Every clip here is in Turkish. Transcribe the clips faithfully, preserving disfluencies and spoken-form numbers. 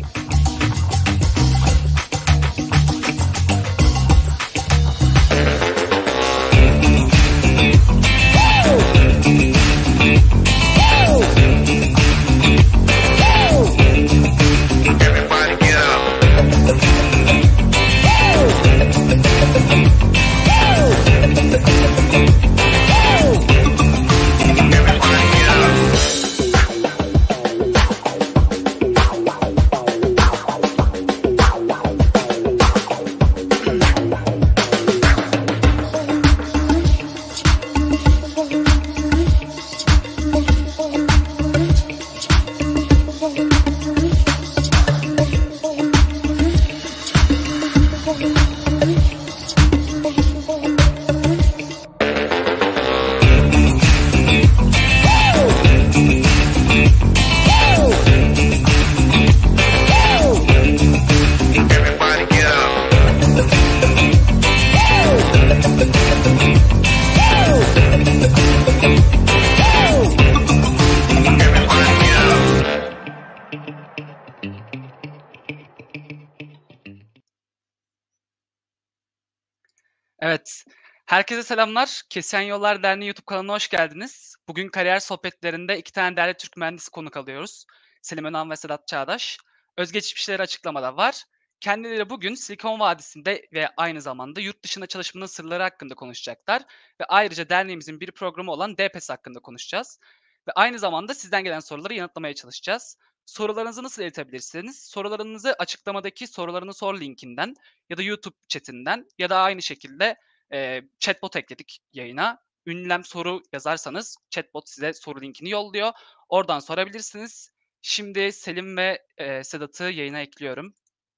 Evet, herkese selamlar. Kesen Yollar Derneği YouTube kanalına hoş geldiniz. Bugün kariyer sohbetlerinde iki tane değerli Türk mühendisi konuk alıyoruz. Selim Önan ve Sedat Çağdaş. Özgeçmişleri açıklamada var. Kendileri bugün Silikon Vadisi'nde ve aynı zamanda yurt dışında çalışmanın sırları hakkında konuşacaklar. Ve ayrıca derneğimizin bir programı olan D P S hakkında konuşacağız. Ve aynı zamanda sizden gelen soruları yanıtlamaya çalışacağız. Sorularınızı nasıl iletebilirsiniz? Sorularınızı açıklamadaki sorularını sor linkinden ya da YouTube chatinden ya da aynı şekilde e, chatbot ekledik yayına. Ünlem soru yazarsanız chatbot size soru linkini yolluyor. Oradan sorabilirsiniz. Şimdi Selim ve e, Sedat'ı yayına ekliyorum.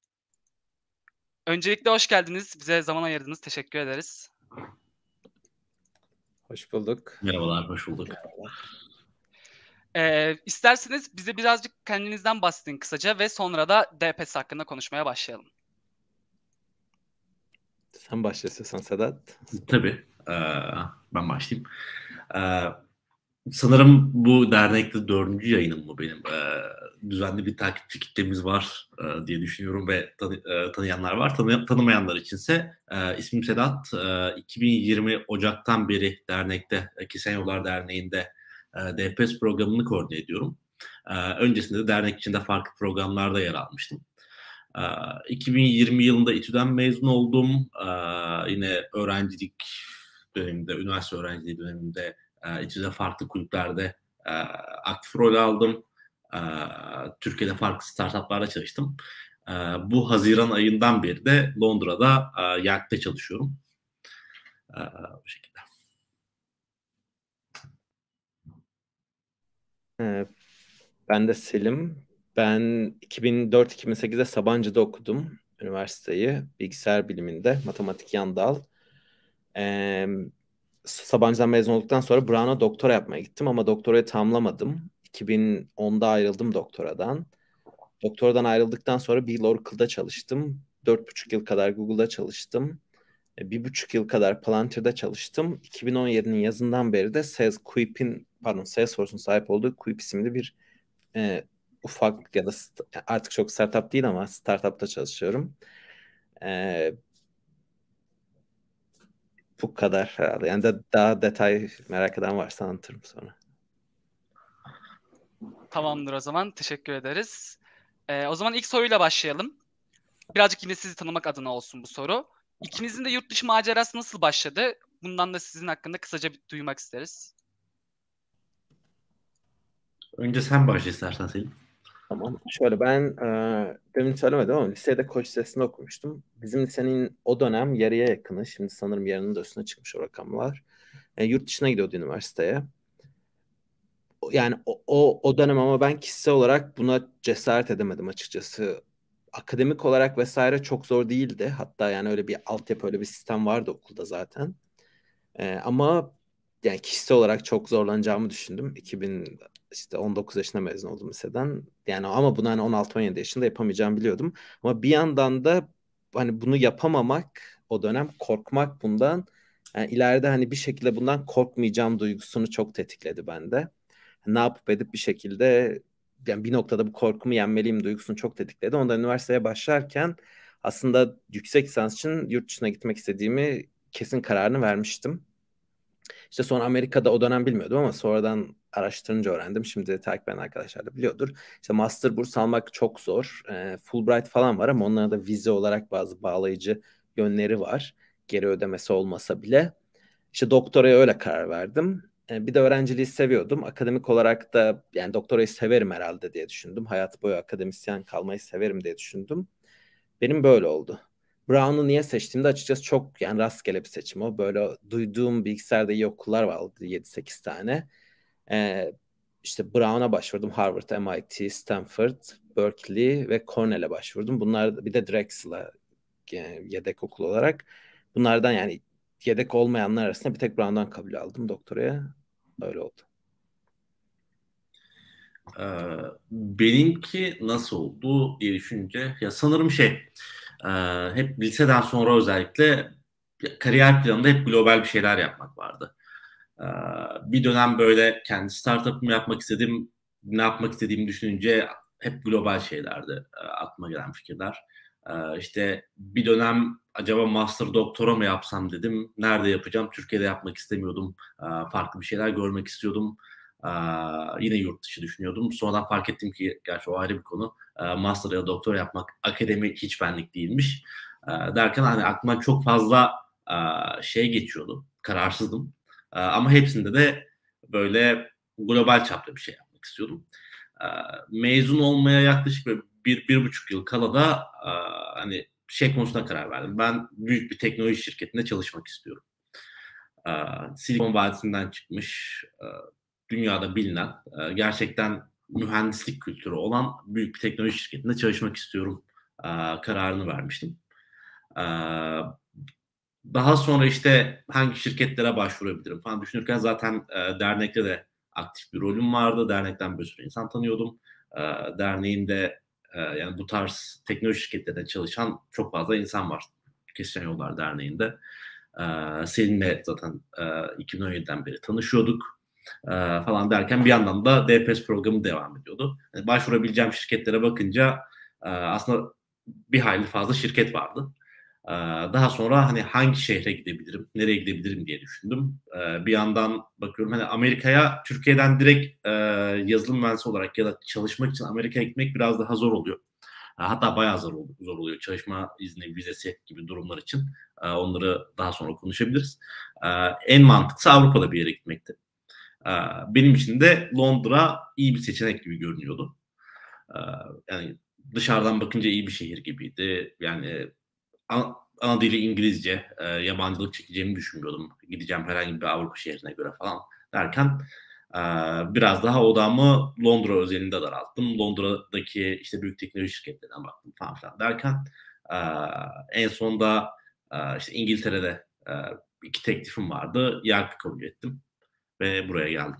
Öncelikle hoş geldiniz. Bize zaman ayırdınız. Teşekkür ederiz. Hoş bulduk. Merhabalar, hoş bulduk. Ee, isterseniz bize birazcık kendinizden bahsedin kısaca ve sonra da D P S hakkında konuşmaya başlayalım. Sen başla istiyorsan Sedat. Tabii, ee, ben başlayayım. Ee, sanırım bu dernekte dördüncü yayınım mı benim? Ee, düzenli bir takipçi kitlemiz var e, diye düşünüyorum ve tanı, e, tanıyanlar var. Tanı, tanımayanlar içinse e, ismim Sedat. E, iki bin yirmi Ocak'tan beri dernekte, Kesen Yollar Derneği'nde e, D P S programını koordine ediyorum. E, öncesinde de dernek içinde farklı programlarda yer almıştım. iki bin yirmi yılında İTÜ'den mezun oldum. Yine öğrencilik döneminde, üniversite öğrenciliği döneminde İTÜ'de farklı kulüplerde aktif rol aldım. Türkiye'de farklı startuplarda çalıştım. Bu Haziran ayından beri de Londra'da Yelp'te çalışıyorum. Bu şekilde. Ben de Selim. Ben iki bin dört iki bin sekizde Sabancı'da okudum üniversiteyi. Bilgisayar biliminde, matematik yan dal. Ee, Sabancı'dan mezun olduktan sonra Brown'a doktora yapmaya gittim ama doktorayı tamamlamadım. iki bin onda ayrıldım doktoradan. Doktoradan ayrıldıktan sonra bir yıl Oracle'da çalıştım. Dört buçuk yıl kadar Google'da çalıştım. Bir buçuk yıl kadar Palantir'de çalıştım. iki bin on yedinin yazından beri de Sales, Quip'in, pardon Salesforce'un sahip olduğu Quip isimli bir e, ufak ya da st- artık çok startup değil ama startupta çalışıyorum. E, bu kadar herhalde. Yani da, daha detay merak eden varsa anlatırım sonra. Tamamdır o zaman. Teşekkür ederiz. Ee, o zaman ilk soruyla başlayalım. Birazcık yine sizi tanımak adına olsun bu soru. İkinizin de yurt dışı macerası nasıl başladı? Bundan da sizin hakkında kısaca bir duymak isteriz. Önce sen başla istersen Selim. Tamam. Şöyle ben e, demin söylemedim ama lisede Koç Lisesi'nde okumuştum. Bizim lisenin o dönem yarıya yakını, şimdi sanırım yarının da üstüne çıkmış o rakamlar. E, yurt dışına gidiyordu üniversiteye. Yani o, o, o dönem ama ben kişisel olarak buna cesaret edemedim açıkçası. Akademik olarak vesaire çok zor değildi. Hatta yani öyle bir altyapı, öyle bir sistem vardı okulda zaten. Ee, ama yani kişisel olarak çok zorlanacağımı düşündüm. iki bin işte on dokuz yaşında mezun oldum liseden. Yani ama bunu hani on altı on yedi yaşında yapamayacağımı biliyordum. Ama bir yandan da hani bunu yapamamak, o dönem korkmak bundan, yani ileride hani bir şekilde bundan korkmayacağım duygusunu çok tetikledi bende. Ne yapıp edip bir şekilde yani bir noktada bu korkumu yenmeliyim duygusunu çok tetikledi. Ondan üniversiteye başlarken aslında yüksek lisans için yurt dışına gitmek istediğimi kesin kararını vermiştim. İşte sonra Amerika'da o dönem bilmiyordum ama sonradan araştırınca öğrendim. Şimdi takip eden arkadaşlar da biliyordur. İşte master burs almak çok zor. E, Fulbright falan var ama onların da vize olarak bazı bağlayıcı yönleri var. Geri ödemesi olmasa bile. İşte doktoraya öyle karar verdim. E, bir de öğrenciliği seviyordum. Akademik olarak da yani doktorayı severim herhalde diye düşündüm. Hayat boyu akademisyen kalmayı severim diye düşündüm. Benim böyle oldu. Brown'u niye seçtiğimde açıkçası çok yani rastgele bir seçim o. Böyle duyduğum bilgisayarda iyi okullar vardı yedi sekiz tane. Ee, işte Brown'a başvurdum. Harvard, M I T, Stanford, Berkeley ve Cornell'e başvurdum. Bunlar bir de Drexel'a yani yedek okul olarak. Bunlardan yani yedek olmayanlar arasında bir tek Brown'dan kabul aldım doktoraya. Öyle oldu. Ee, benimki nasıl oldu diye düşününce ya sanırım şey e, hep liseden sonra özellikle kariyer planında hep global bir şeyler yapmak vardı. Ee, bir dönem böyle kendi startup'ımı yapmak istedim. Ne yapmak istediğimi düşününce hep global şeylerdi e, aklıma gelen fikirler. Ee, işte bir dönem acaba master doktora mı yapsam dedim. Nerede yapacağım? Türkiye'de yapmak istemiyordum. Ee, farklı bir şeyler görmek istiyordum. Ee, yine yurt dışı düşünüyordum. Sonradan fark ettim ki gerçi o ayrı bir konu. Ee, master ya da doktora yapmak akademi hiç benlik değilmiş. Ee, derken hani aklıma çok fazla e, şey geçiyordu. Kararsızdım. Ee, ama hepsinde de böyle global çapta bir şey yapmak istiyordum. Ee, mezun olmaya yaklaşık böyle bir, bir buçuk yıl kala da e, hani şey konusunda karar verdim. Ben büyük bir teknoloji şirketinde çalışmak istiyorum. Ee, Silikon Vadisi'nden çıkmış, e, dünyada bilinen, e, gerçekten mühendislik kültürü olan büyük bir teknoloji şirketinde çalışmak istiyorum e, kararını vermiştim. E, daha sonra işte hangi şirketlere başvurabilirim falan düşünürken zaten e, dernekte de aktif bir rolüm vardı. Dernekten bir sürü insan tanıyordum. E, derneğinde e, yani bu tarz teknoloji şirketlerinde çalışan çok fazla insan var. Kesişen Yollar Derneği'nde. E, Selin'le zaten e, iki bin on yediden beri tanışıyorduk. E, falan derken bir yandan da D P S programı devam ediyordu. Yani başvurabileceğim şirketlere bakınca e, aslında bir hayli fazla şirket vardı. Daha sonra hani hangi şehre gidebilirim, nereye gidebilirim diye düşündüm. Bir yandan bakıyorum hani Amerika'ya Türkiye'den direkt yazılım mühendisi olarak ya da çalışmak için Amerika'ya gitmek biraz daha zor oluyor. Hatta bayağı zor, zor oluyor çalışma izni, vizesi gibi durumlar için. Onları daha sonra konuşabiliriz. En mantıklısı Avrupa'da bir yere gitmekti. Benim için de Londra iyi bir seçenek gibi görünüyordu. Yani dışarıdan bakınca iyi bir şehir gibiydi. Yani ana, ana dili İngilizce, e, yabancılık çekeceğimi düşünmüyordum. Gideceğim herhangi bir Avrupa şehrine göre falan derken e, biraz daha odamı Londra özelinde daralttım. Londra'daki işte büyük teknoloji şirketlerine baktım falan filan derken e, en sonunda e, işte İngiltere'de e, iki teklifim vardı. Yargı kabul ettim ve buraya geldim.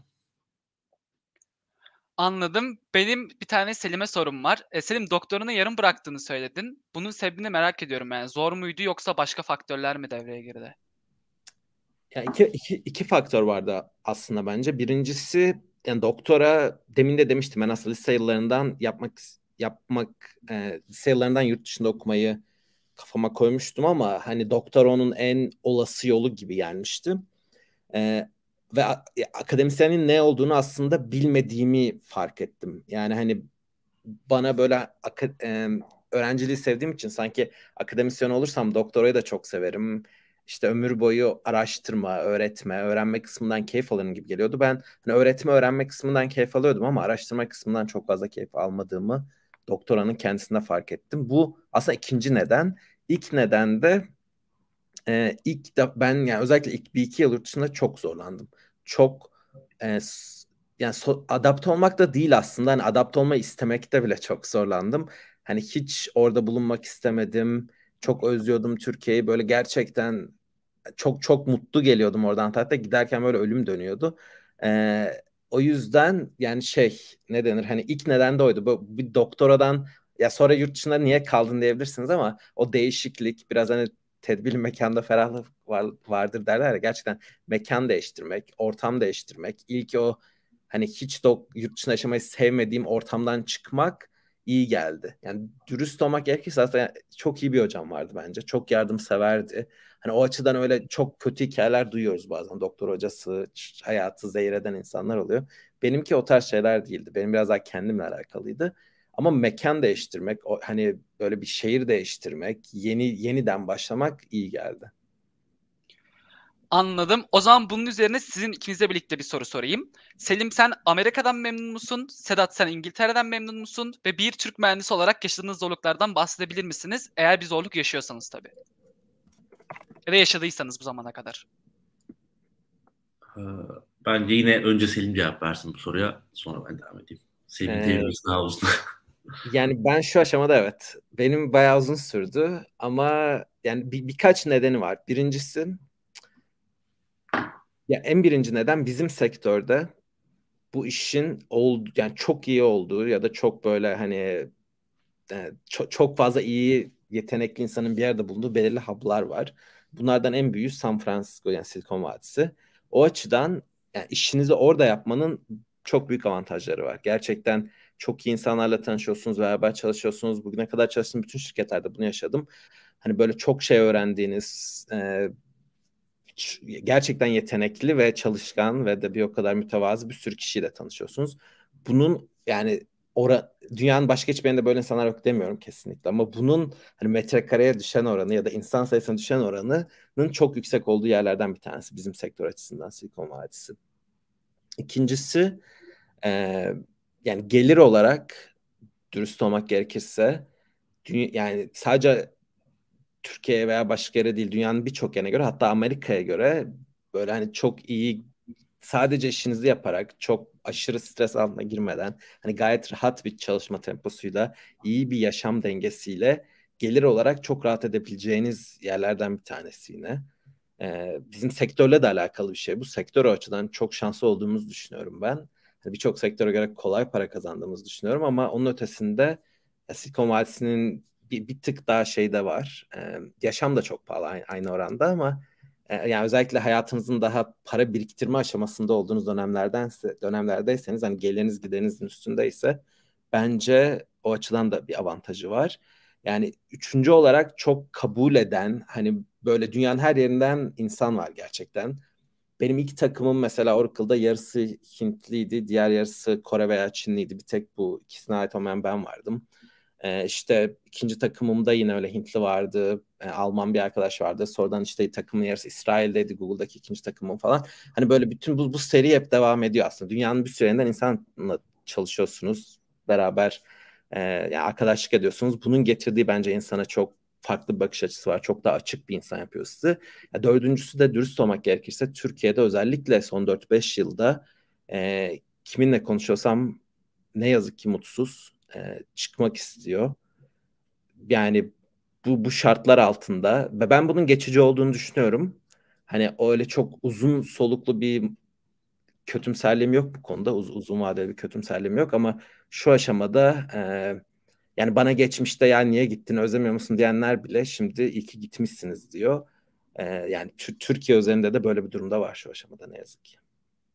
Anladım. Benim bir tane Selim'e sorum var. E, Selim doktorunu yarım bıraktığını söyledin. Bunun sebebini merak ediyorum yani. Zor muydu yoksa başka faktörler mi devreye girdi? Yani iki, iki, iki faktör vardı aslında bence. Birincisi yani doktora demin de demiştim ben aslında lise yıllarından yapmak yapmak e, lise yıllarından yurt dışında okumayı kafama koymuştum ama hani doktora onun en olası yolu gibi gelmişti. E, ve a- akademisyenin ne olduğunu aslında bilmediğimi fark ettim. Yani hani bana böyle aka- e, öğrenciliği sevdiğim için sanki akademisyen olursam doktorayı da çok severim. İşte ömür boyu araştırma, öğretme, öğrenme kısmından keyif alırım gibi geliyordu. Ben hani öğretme, öğrenme kısmından keyif alıyordum ama araştırma kısmından çok fazla keyif almadığımı doktoranın kendisinde fark ettim. Bu aslında ikinci neden. İlk neden de e, ilk de ben yani özellikle ilk bir iki yıl yurt dışında çok zorlandım. Çok e, s- yani so- adapte olmak da değil aslında. Hani adapte olmayı istemekte bile çok zorlandım. Hani hiç orada bulunmak istemedim. Çok özlüyordum Türkiye'yi. Böyle gerçekten çok çok mutlu geliyordum oradan. Hatta giderken böyle ölüm dönüyordu. E, o yüzden yani şey ne denir? Hani ilk neden de oydu. Bu bir doktoradan ya sonra yurt dışında niye kaldın diyebilirsiniz ama o değişiklik biraz hani tedbirli mekanda ferahlık var, vardır derler ya gerçekten mekan değiştirmek, ortam değiştirmek, ilk o hani hiç de o yurt dışında yaşamayı sevmediğim ortamdan çıkmak iyi geldi. Yani dürüst olmak gerekirse aslında çok iyi bir hocam vardı bence. Çok yardımseverdi. Hani o açıdan öyle çok kötü hikayeler duyuyoruz bazen. Doktor hocası hayatı zehir eden insanlar oluyor. Benimki o tarz şeyler değildi. Benim biraz daha kendimle alakalıydı. Ama mekan değiştirmek, o, hani böyle bir şehir değiştirmek, yeni yeniden başlamak iyi geldi. Anladım. O zaman bunun üzerine sizin ikinizle birlikte bir soru sorayım. Selim, sen Amerika'dan memnun musun? Sedat, sen İngiltere'den memnun musun? Ve bir Türk mühendisi olarak yaşadığınız zorluklardan bahsedebilir misiniz? Eğer bir zorluk yaşıyorsanız tabii. Ya da yaşadıysanız bu zamana kadar. Ee, Bence yine önce Selim cevap versin bu soruya. Sonra ben devam edeyim. Selim'in Ee, tecrübesi daha uzun. Yani ben şu aşamada evet. Benim bayağı uzun sürdü ama yani bir, birkaç nedeni var. Birincisi, ya en birinci neden bizim sektörde bu işin oldu, yani çok iyi olduğu ya da çok böyle hani e, çok, çok fazla iyi yetenekli insanın bir yerde bulunduğu belirli hub'lar var. Bunlardan en büyüğü San Francisco, yani Silikon Vadisi. O açıdan yani işinizi orada yapmanın çok büyük avantajları var. Gerçekten çok iyi insanlarla tanışıyorsunuz, beraber çalışıyorsunuz. Bugüne kadar çalıştığım bütün şirketlerde bunu yaşadım. Hani böyle çok şey öğrendiğiniz, e, gerçekten yetenekli ve çalışkan ve de bir o kadar mütevazı bir sürü kişiyle tanışıyorsunuz. Bunun yani ora, dünyanın başka hiçbir yerinde böyle insanlar yok demiyorum kesinlikle, ama bunun hani metrekareye düşen oranı ya da insan sayısına düşen oranının çok yüksek olduğu yerlerden bir tanesi bizim sektör açısından Silikon Vadisi. İkincisi, e, yani gelir olarak dürüst olmak gerekirse dünya, yani sadece Türkiye'ye veya başka yere değil, dünyanın birçok yerine göre, hatta Amerika'ya göre böyle hani çok iyi, sadece işinizi yaparak çok aşırı stres altına girmeden hani gayet rahat bir çalışma temposuyla, iyi bir yaşam dengesiyle gelir olarak çok rahat edebileceğiniz yerlerden bir tanesi yine. Ee, bizim sektörle de alakalı bir şey. Bu sektör o açıdan çok şanslı olduğumuzu düşünüyorum ben. Hani birçok sektöre göre kolay para kazandığımızı düşünüyorum ama onun ötesinde Silikon Vadisi'nin bir, bir tık daha şey de var. Ee, yaşam da çok pahalı aynı, aynı oranda ama e, yani özellikle hayatınızın daha para biriktirme aşamasında olduğunuz dönemlerdense, dönemlerdeyseniz, hani geliriniz giderinizin üstündeyse, bence o açıdan da bir avantajı var. Yani üçüncü olarak çok kabul eden, hani böyle dünyanın her yerinden insan var gerçekten. Benim ilk takımım mesela Oracle'da yarısı Hintliydi, diğer yarısı Kore veya Çinliydi. Bir tek bu ikisine ait olmayan ben vardım. Ee, işte ikinci takımımda yine öyle Hintli vardı, e, Alman bir arkadaş vardı. Sonradan işte takımın yarısı İsrail'deydi, Google'daki ikinci takımım falan. Hani böyle bütün bu, bu seri hep devam ediyor aslında. Dünyanın bir sürü yerinden insanla çalışıyorsunuz beraber. E, yani arkadaşlık ediyorsunuz. Bunun getirdiği bence insana çok farklı bir bakış açısı var. Çok daha açık bir insan yapıyor sizi. Ya dördüncüsü de dürüst olmak gerekirse, Türkiye'de özellikle son dört beş yılda e, kiminle konuşuyorsam ne yazık ki mutsuz, e, çıkmak istiyor. Yani bu bu şartlar altında ve ben bunun geçici olduğunu düşünüyorum. Hani öyle çok uzun soluklu bir kötümserliğim yok bu konuda. Uz- uzun vadeli bir kötümserliğim yok ama şu aşamada e, yani bana geçmişte ya niye gittin, özlemiyor musun diyenler bile şimdi iyi ki gitmişsiniz diyor. E, yani Tür- Türkiye üzerinde de böyle bir durumda var şu aşamada, ne yazık ki.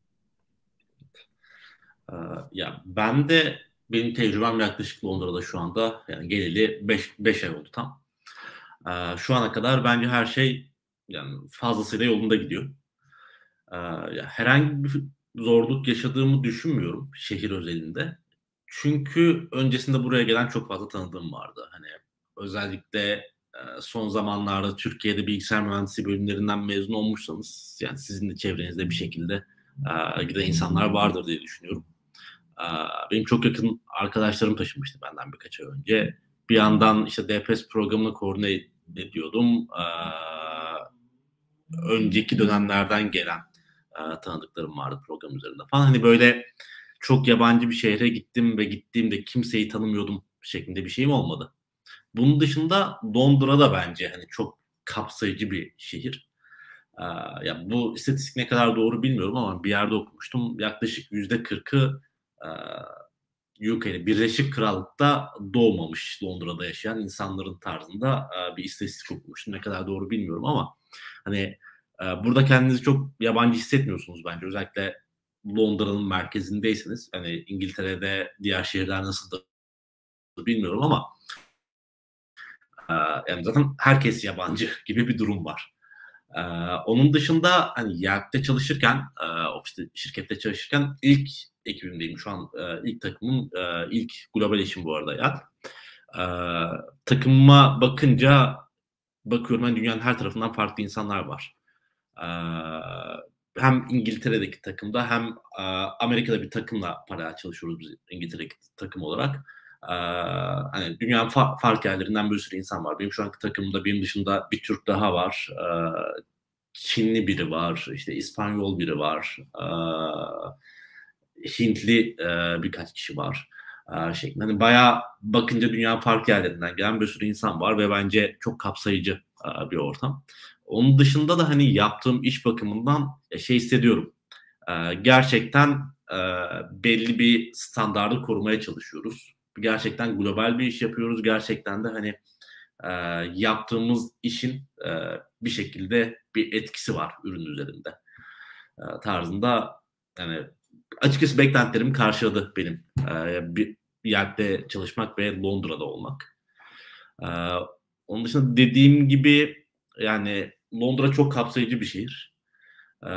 Ee, Ya ben de benim tecrübem yaklaşık Londra'da şu anda yani geleli beş ay oldu tam. Ee, şu ana kadar bence her şey yani fazlasıyla yolunda gidiyor. Ee, ya herhangi bir zorluk yaşadığımı düşünmüyorum şehir özelinde. Çünkü öncesinde buraya gelen çok fazla tanıdığım vardı. Hani özellikle e, son zamanlarda Türkiye'de bilgisayar mühendisliği bölümlerinden mezun olmuşsanız yani sizin de çevrenizde bir şekilde e, giden insanlar vardır diye düşünüyorum. E, Benim çok yakın arkadaşlarım taşınmıştı benden birkaç ay önce. Bir yandan işte D P S programını koordine ediyordum. E, önceki dönemlerden gelen e, tanıdıklarım vardı program üzerinde falan. Hani böyle çok yabancı bir şehre gittim ve gittiğimde kimseyi tanımıyordum şeklinde bir şeyim olmadı. Bunun dışında Londra da bence hani çok kapsayıcı bir şehir. Ee, ya bu istatistik ne kadar doğru bilmiyorum ama bir yerde okumuştum. Yaklaşık yüzde kırkı e, U K'de Birleşik Krallık'ta doğmamış Londra'da yaşayan insanların tarzında e, bir istatistik okumuştum. Ne kadar doğru bilmiyorum ama hani e, burada kendinizi çok yabancı hissetmiyorsunuz bence. Özellikle Londra'nın merkezindeyseniz, hani İngiltere'de diğer şehirler nasıl da bilmiyorum ama e, yani zaten herkes yabancı gibi bir durum var. Ee, onun dışında hani Yelp'te çalışırken, e, ofiste, şirkette çalışırken ilk ekibimdeyim. Şu an e, ilk takımın e, ilk global eşim bu arada Yelp. Ee, takımıma bakınca bakıyorum hani dünyanın her tarafından farklı insanlar var. Ee, hem İngiltere'deki takımda hem e, Amerika'da bir takımla paralel çalışıyoruz biz İngiltere'deki takım olarak. Ee, hani dünyanın fa- farklı yerlerinden bir sürü insan var. Benim şu anki takımda benim dışında bir Türk daha var. Ee, Çinli biri var, işte İspanyol biri var, e, Hintli e, birkaç kişi var. E, şeklinde. Hani bayağı bakınca dünya farklı yerlerinden gelen bir sürü insan var ve bence çok kapsayıcı e, bir ortam. Onun dışında da hani yaptığım iş bakımından şey hissediyorum. E, gerçekten e, belli bir standardı korumaya çalışıyoruz. Gerçekten global bir iş yapıyoruz. Gerçekten de hani e, yaptığımız işin e, bir şekilde bir etkisi var ürün üzerinde e, tarzında. Yani açıkçası beklentilerimi karşıladı benim e, bir, bir yerde çalışmak ve Londra'da olmak. E, onun dışında dediğim gibi yani Londra çok kapsayıcı bir şehir. E,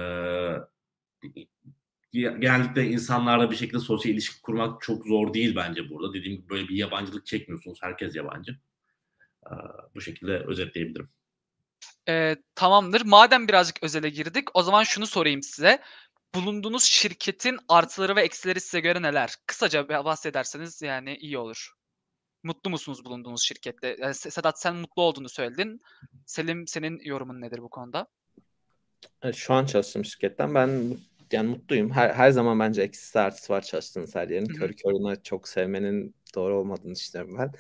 genellikle insanlarla bir şekilde sosyal ilişki kurmak çok zor değil bence burada. Dediğim gibi böyle bir yabancılık çekmiyorsunuz. Herkes yabancı. Bu şekilde özetleyebilirim. Ee, tamamdır. Madem birazcık özele girdik, o zaman şunu sorayım size. Bulunduğunuz şirketin artıları ve eksileri size göre neler? Kısaca bahsederseniz yani iyi olur. Mutlu musunuz bulunduğunuz şirkette? Yani Sedat, sen mutlu olduğunu söyledin. Selim, senin yorumun nedir bu konuda? Şu an çalıştığım şirketten ben yani mutluyum. Her, her zaman bence eksisi artısı var çalıştığınız her yerin. Körü körüne çok sevmenin doğru olmadığını düşünüyorum ben.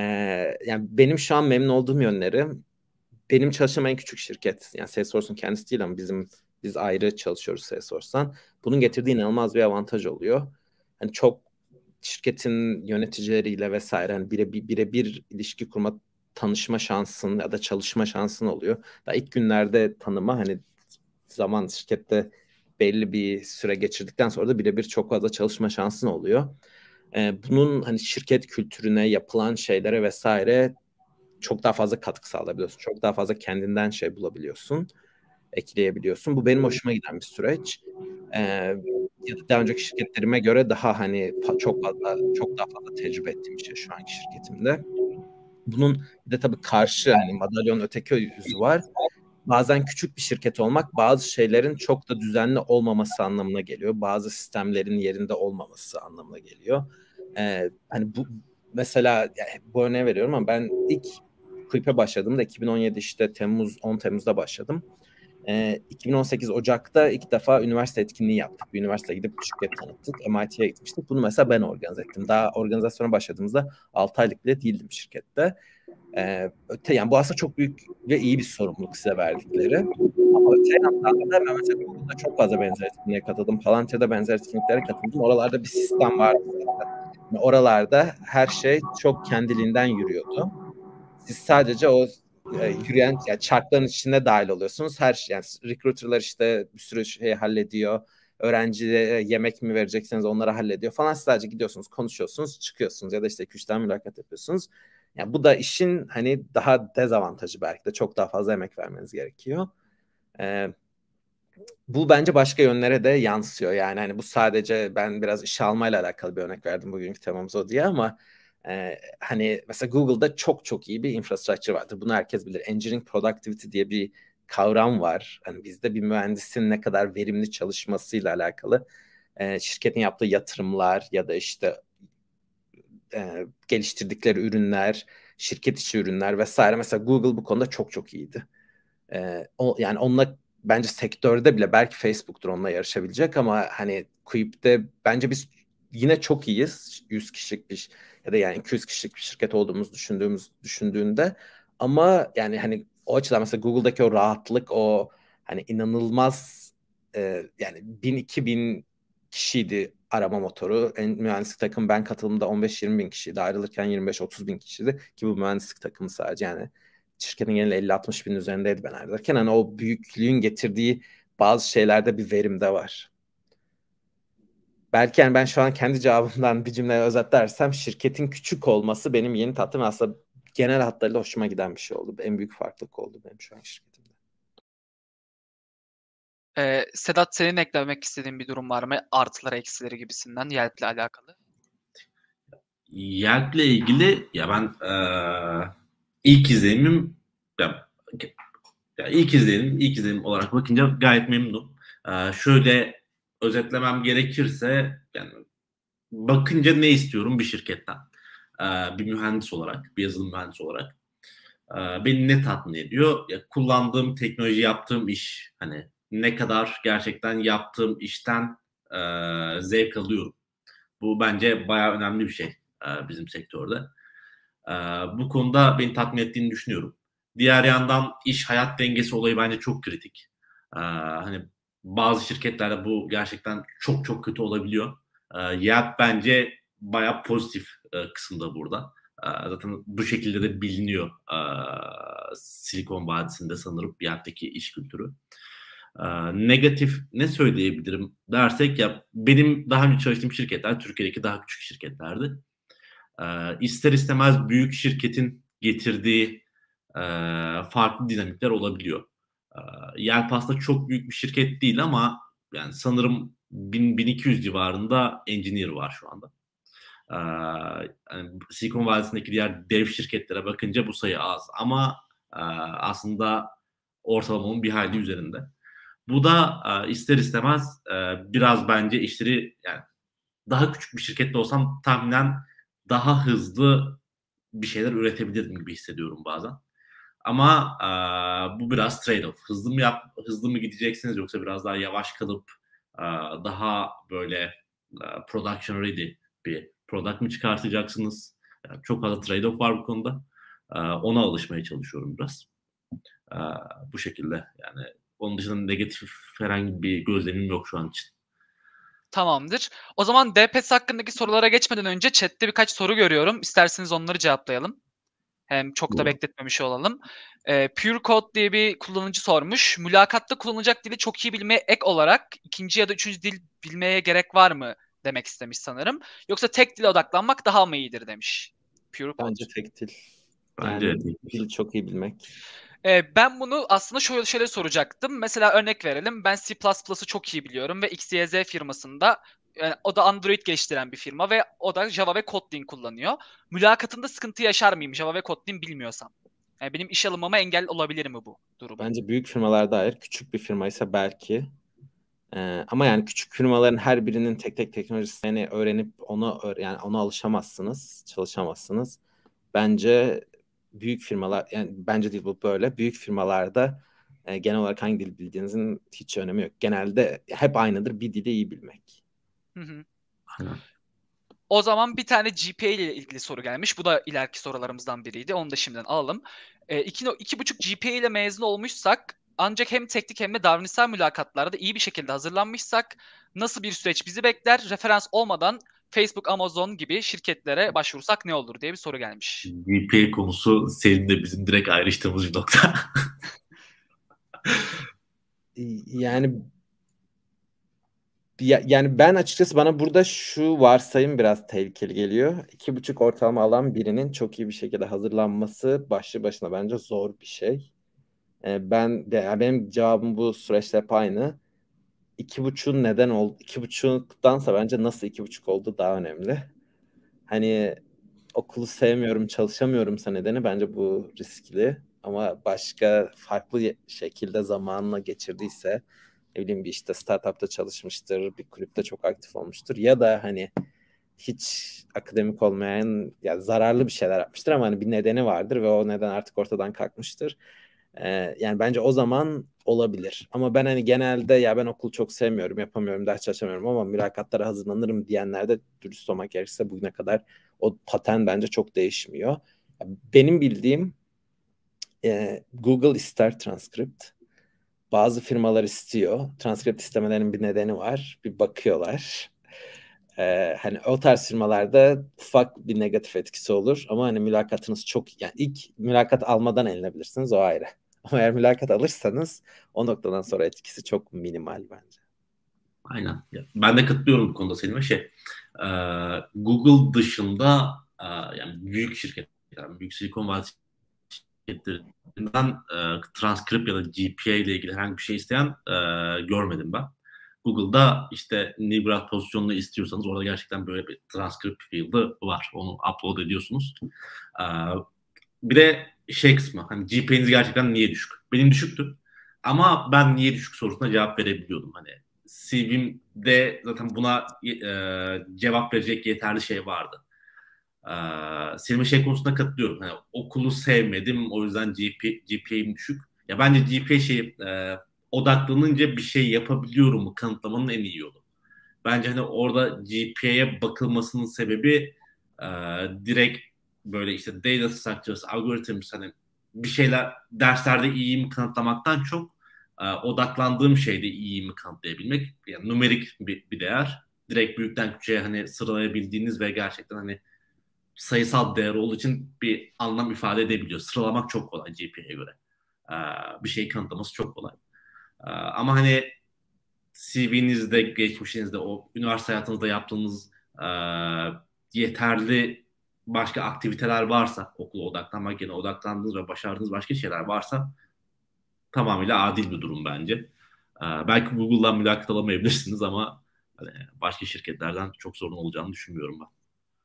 Ee, yani benim şu an memnun olduğum yönleri, benim çalıştığım en küçük şirket. Yani Salesforce'un kendisi değil ama bizim biz ayrı çalışıyoruz Salesforce'tan. Bunun getirdiği inanılmaz bir avantaj oluyor. Hani çok şirketin yöneticileriyle vesaire hani birebir birebir ilişki kurma, tanışma şansın ya da çalışma şansın oluyor. Daha ilk günlerde tanıma, hani zaman şirkette belli bir süre geçirdikten sonra da birebir çok fazla çalışma şansın oluyor. Ee, bunun hani şirket kültürüne, yapılan şeylere vesaire çok daha fazla katkı sağlayabiliyorsun. Çok daha fazla kendinden şey bulabiliyorsun, ekleyebiliyorsun. Bu benim hoşuma giden bir süreç. Ee, ya da daha önceki şirketlerime göre daha hani fa- çok fazla çok daha fazla tecrübe ettiğim bir şey şu anki şirketimde. Bunun bir de tabii karşı hani madalyonun öteki yüzü var. Bazen küçük bir şirket olmak bazı şeylerin çok da düzenli olmaması anlamına geliyor. Bazı sistemlerin yerinde olmaması anlamına geliyor. Ee, hani bu mesela yani bu örneği veriyorum ama ben ilk Quip'e başladığımda iki bin on yedi işte Temmuz on Temmuz'da başladım. Ee, iki bin on sekiz Ocak'ta ilk defa üniversite etkinliği yaptık. Bir üniversiteye gidip şirket tanıttık. M I T'ye gitmiştik. Bunu mesela ben organize ettim. Daha organizasyona başladığımızda altı aylık bile değildim şirkette. Ee, öte yani bu aslında çok büyük ve iyi bir sorumluluk size verdikleri. Ama öte yandan da ben mesela Google'da çok fazla benzer etkinliğe katıldım. Palantir'de benzer etkinliklere katıldım. Oralarda bir sistem vardı zaten. Yani oralarda her şey çok kendiliğinden yürüyordu. Siz sadece o e, yürüyen yani çarkların içine dahil oluyorsunuz. Her şey yani recruiter'lar işte bir sürü şey hallediyor. Öğrenciye yemek mi verecekseniz onları hallediyor falan. Siz sadece gidiyorsunuz, konuşuyorsunuz, çıkıyorsunuz ya da işte iki üç tane mülakat yapıyorsunuz. Yani bu da işin hani daha dezavantajı, belki de çok daha fazla emek vermeniz gerekiyor. Ee, bu bence başka yönlere de yansıyor. Yani hani bu sadece ben biraz işe almayla alakalı bir örnek verdim bugünkü temamız o diye ama e, hani mesela Google'da çok çok iyi bir infrastructure vardır. Bunu herkes bilir. Engineering Productivity diye bir kavram var. Hani bizde bir mühendisin ne kadar verimli çalışmasıyla alakalı e, şirketin yaptığı yatırımlar ya da işte e, geliştirdikleri ürünler, şirket içi ürünler vesaire. Mesela Google bu konuda çok çok iyiydi. E, o, yani onunla bence sektörde bile belki Facebook'tur onunla yarışabilecek ama hani Quip'te bence biz yine çok iyiyiz. yüz kişilik bir ya da yani iki yüz kişilik bir şirket olduğumuz düşündüğümüz düşündüğünde ama yani hani o açıdan mesela Google'daki o rahatlık, o hani inanılmaz e, yani bin iki bin kişiydi arama motoru. En mühendislik takım ben katıldığımda on beş yirmi bin kişiydi. Ayrılırken yirmi beş otuz bin kişiydi ki bu mühendislik takımı sadece yani şirketin geneli elli altmış bin üzerindeydi ben ayrılırken. Hani o büyüklüğün getirdiği bazı şeylerde bir verim de var. belki yani ben şu an kendi cevabımdan bir cümle özetlersem şirketin küçük olması benim yeni tatlım aslında genel hatlarıyla hoşuma giden bir şey oldu. En büyük farklılık oldu benim şu an şirketimde. Ee, Sedat, senin eklemek istediğin bir durum var mı? Artıları eksileri gibisinden Yelp'le alakalı. Yelp'le ilgili ya ben ee, ilk izlenimim ya, ya ilk izlenim ilk izlenim olarak bakınca gayet memnunum. Ee, şöyle özetlemem gerekirse yani bakınca ne istiyorum bir şirketten? Ee, bir mühendis olarak, bir yazılım mühendisi olarak. Ee, beni ne tatmin ediyor? Ya, kullandığım teknoloji, yaptığım iş. Hani ne kadar gerçekten yaptığım işten e, zevk alıyorum. Bu bence bayağı önemli bir şey e, bizim sektörde. E, bu konuda beni tatmin ettiğini düşünüyorum. Diğer yandan iş hayat dengesi olayı bence çok kritik. E, hani bazı şirketlerde bu gerçekten çok çok kötü olabiliyor. E, Yelp bence bayağı pozitif e, kısımda burada. E, zaten bu şekilde de biliniyor e, Silikon Vadisi'nde sanırım Yelp'teki iş kültürü. E, negatif ne söyleyebilirim dersek ya benim daha önce çalıştığım şirketler Türkiye'deki daha küçük şirketlerdi. E, ister istemez büyük şirketin getirdiği e, farklı dinamikler olabiliyor. E, Yelp aslında çok büyük bir şirket değil ama yani sanırım bin bin iki yüz civarında engineer var şu anda. Ee, yani Silikon Vadisi'ndeki diğer dev şirketlere bakınca bu sayı az ama e, aslında ortalamanın bir hayli üzerinde. Bu da e, ister istemez e, biraz bence işleri yani daha küçük bir şirkette olsam tahminen daha hızlı bir şeyler üretebilirdim gibi hissediyorum bazen. Ama e, bu biraz trade-off. Hızlı mı yap, hızlı mı gideceksiniz yoksa biraz daha yavaş kalıp e, daha böyle e, production ready bir product mı çıkartacaksınız? Yani çok fazla trade-off var bu konuda. E, ona alışmaya çalışıyorum biraz. E, bu şekilde yani onun dışında negatif herhangi bir gözlemim yok şu an için. Tamamdır. O zaman D P S hakkındaki sorulara geçmeden önce chatte birkaç soru görüyorum. İsterseniz onları cevaplayalım. Hem çok da Doğru. bekletmemiş olalım. Ee, Pure Code diye bir kullanıcı sormuş. Mülakatta kullanılacak dili çok iyi bilmeye ek olarak ikinci ya da üçüncü dil bilmeye gerek var mı demek istemiş sanırım. Yoksa tek dile odaklanmak daha mı iyidir demiş. Pure Code. Bence tek dil. Bence Yani değil. dili çok iyi bilmek. Ee, ben bunu aslında şöyle şöyle soracaktım. Mesela örnek verelim. Ben C plus plus'ı çok iyi biliyorum ve X Y Z firmasında yani o da Android geliştiren bir firma ve o da Java ve Kotlin kullanıyor. Mülakatında sıkıntı yaşar mıyım Java ve Kotlin bilmiyorsam? Yani benim iş alınmama engel olabilir mi bu durum? Bence büyük firmalarda hayır. Küçük bir firmaysa belki. Ee, ama yani küçük firmaların her birinin tek tek teknolojisini öğrenip onu yani ona alışamazsınız, çalışamazsınız. Bence büyük firmalar yani bence değil bu böyle. Büyük firmalarda e, genel olarak hangi dil bildiğinizin hiç önemi yok. Genelde hep aynıdır. Bir dili iyi bilmek. Hı hı. Aynen. O zaman bir tane G P A ile ilgili soru gelmiş. Bu da ileriki sorularımızdan biriydi. Onu da şimdiden alalım. E, iki, iki buçuk G P A ile mezun olmuşsak ancak hem teknik hem de davranışsal mülakatlarda iyi bir şekilde hazırlanmışsak nasıl bir süreç bizi bekler? Referans olmadan Facebook, Amazon gibi şirketlere başvursak ne olur diye bir soru gelmiş. G P A konusu senin de bizim direkt ayrıştığımız bir nokta. Yani ya- yani ben açıkçası bana burada şu varsayım biraz tehlikeli geliyor. İki buçuk ortalama alan birinin çok iyi bir şekilde hazırlanması başlı başına bence zor bir şey. Ee, ben de yani benim cevabım bu süreçte hep aynı. İki buçuğun neden oldu? İki buçuktansa bence nasıl iki buçuk oldu daha önemli. Hani okulu sevmiyorum, çalışamıyorumsa nedeni bence bu riskli. Ama başka farklı ye- şekilde zamanla geçirdiyse ne bileyim bir işte startupta çalışmıştır, bir kulüpte çok aktif olmuştur ya da hani hiç akademik olmayan ya zararlı bir şeyler yapmıştır ama hani bir nedeni vardır ve o neden artık ortadan kalkmıştır. Ee, yani bence o zaman olabilir. Ama ben hani genelde ya ben okul çok sevmiyorum, yapamıyorum, ders çalışamıyorum ama mülakatlara hazırlanırım diyenlerde dürüst olmak gerekirse bugüne kadar o pattern bence çok değişmiyor. Benim bildiğim e, Google ister transkript. Bazı firmalar istiyor. Transkript istemelerinin bir nedeni var. Bir bakıyorlar. Ee, hani o tarz firmalarda ufak bir negatif etkisi olur. Ama hani mülakatınız çok yani ilk mülakat almadan elinebilirsiniz o ayrı. Ama eğer mülakat alırsanız o noktadan sonra etkisi çok minimal bence. Aynen. Ya, ben de katılıyorum bu konuda Selim'e. Şey, e, Google dışında e, yani büyük şirketler, büyük Silikon Vadisi şirketlerinden e, transkript ya da G P A ile ilgili herhangi bir şey isteyen e, görmedim ben. Google'da işte Nibrat pozisyonunu istiyorsanız orada gerçekten böyle bir transkript field'ı var. Onu upload ediyorsunuz. E, bir de şey kısmı, hani G P A'niz gerçekten niye düşük? Benim düşüktü. Ama ben niye düşük sorusuna cevap verebiliyordum. Hani C V'mde zaten buna e, cevap verecek yeterli şey vardı. Ee, Selim'in şey konusunda katılıyorum. Hani okulu sevmedim, o yüzden G P, G P A'm düşük. Ya bence G P A şey e, odaklanınca bir şey yapabiliyorum mu kanıtlamanın en iyi yolu. Bence hani orada G P A'ya bakılmasının sebebi e, direkt böyle işte data structures, algorithms, hani bir şeyler derslerde iyiyim kanıtlamaktan çok e, odaklandığım şeyde iyiyimi kanıtlayabilmek. Yani numerik bir, bir değer. Direkt büyükten küçüğe hani sıralayabildiğiniz ve gerçekten hani sayısal değer olduğu için bir anlam ifade edebiliyor. Sıralamak çok kolay G P A'ya göre. Ee, bir şeyi kanıtlaması çok kolay. Ee, ama hani C V'nizde, geçmişinizde, o üniversite hayatınızda yaptığınız e, yeterli başka aktiviteler varsa, okula odaklanmak yerine odaklandığınız ve başardığınız başka şeyler varsa tamamıyla adil bir durum bence. Ee, belki Google'dan mülakat alamayabilirsiniz ama hani başka şirketlerden çok sorun olacağını düşünmüyorum ben.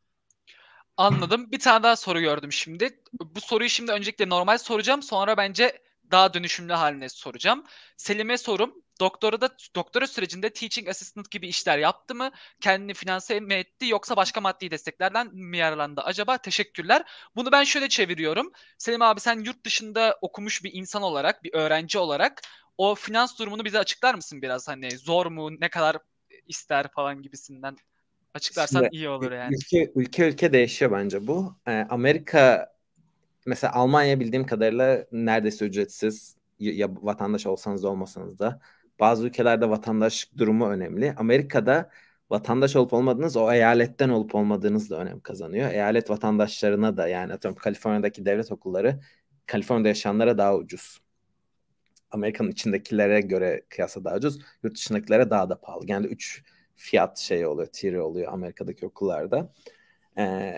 Anladım. Bir tane daha soru gördüm şimdi. Bu soruyu şimdi öncelikle normal soracağım. Sonra bence daha dönüşümlü haline soracağım. Selim'e sorum. Doktora da doktora sürecinde teaching assistant gibi işler yaptı mı? Kendini finanse mi etti yoksa başka maddi desteklerden mi yararlandı acaba? Teşekkürler. Bunu ben şöyle çeviriyorum. Selim abi, sen yurt dışında okumuş bir insan olarak, bir öğrenci olarak o finans durumunu bize açıklar mısın biraz? Hani zor mu, ne kadar ister falan gibisinden açıklarsan Şimdi iyi olur yani. ülke ülke ülke değişiyor bence bu. Ee, Amerika mesela, Almanya bildiğim kadarıyla neredeyse ücretsiz, ya, ya vatandaş olsanız da olmasanız da. Bazı ülkelerde vatandaşlık durumu önemli. Amerika'da vatandaş olup olmadığınız, o eyaletten olup olmadığınız da önem kazanıyor. Eyalet vatandaşlarına da, yani atıyorum Kaliforniya'daki devlet okulları Kaliforniya'da yaşayanlara daha ucuz. Amerika'nın içindekilere göre kıyasla daha ucuz. Yurt dışındakilere daha da pahalı. Yani üç fiyat şey oluyor, tier oluyor Amerika'daki okullarda. Ee,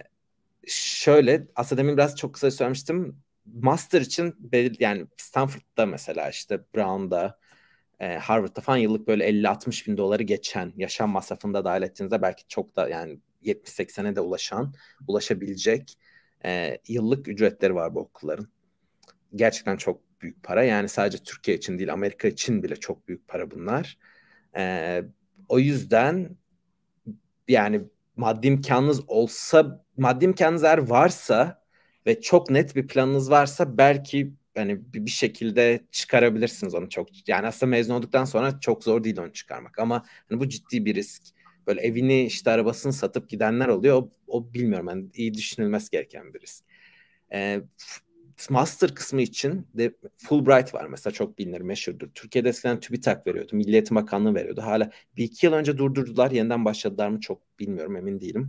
şöyle, aslında demin biraz çok kısa söylemiştim. Master için belli, yani Stanford'da mesela, işte Brown'da, e, Harvard'da falan yıllık böyle elli altmış bin doları geçen, yaşam masrafında dahil ettiğinizde belki çok da, yani yetmiş seksene de ulaşan, ulaşabilecek e, yıllık ücretleri var bu okulların. Gerçekten çok büyük para. Yani sadece Türkiye için değil, Amerika için bile çok büyük para bunlar. E, o yüzden yani maddi imkanınız olsa, maddi imkanınız eğer varsa ve çok net bir planınız varsa belki hani bir şekilde çıkarabilirsiniz onu çok. Yani aslında mezun olduktan sonra çok zor değil onu çıkarmak, ama hani bu ciddi bir risk. Böyle evini, işte arabasını satıp gidenler oluyor. O, o bilmiyorum, yani iyi düşünülmesi gereken bir risk. Ee, Master kısmı için de Fulbright var mesela, çok bilinir, meşhurdur. Türkiye'de eskiden TÜBİTAK veriyordu. Milli Eğitim Bakanlığı veriyordu. Hala bir iki yıl önce durdurdular. Yeniden başladılar mı çok bilmiyorum, emin değilim.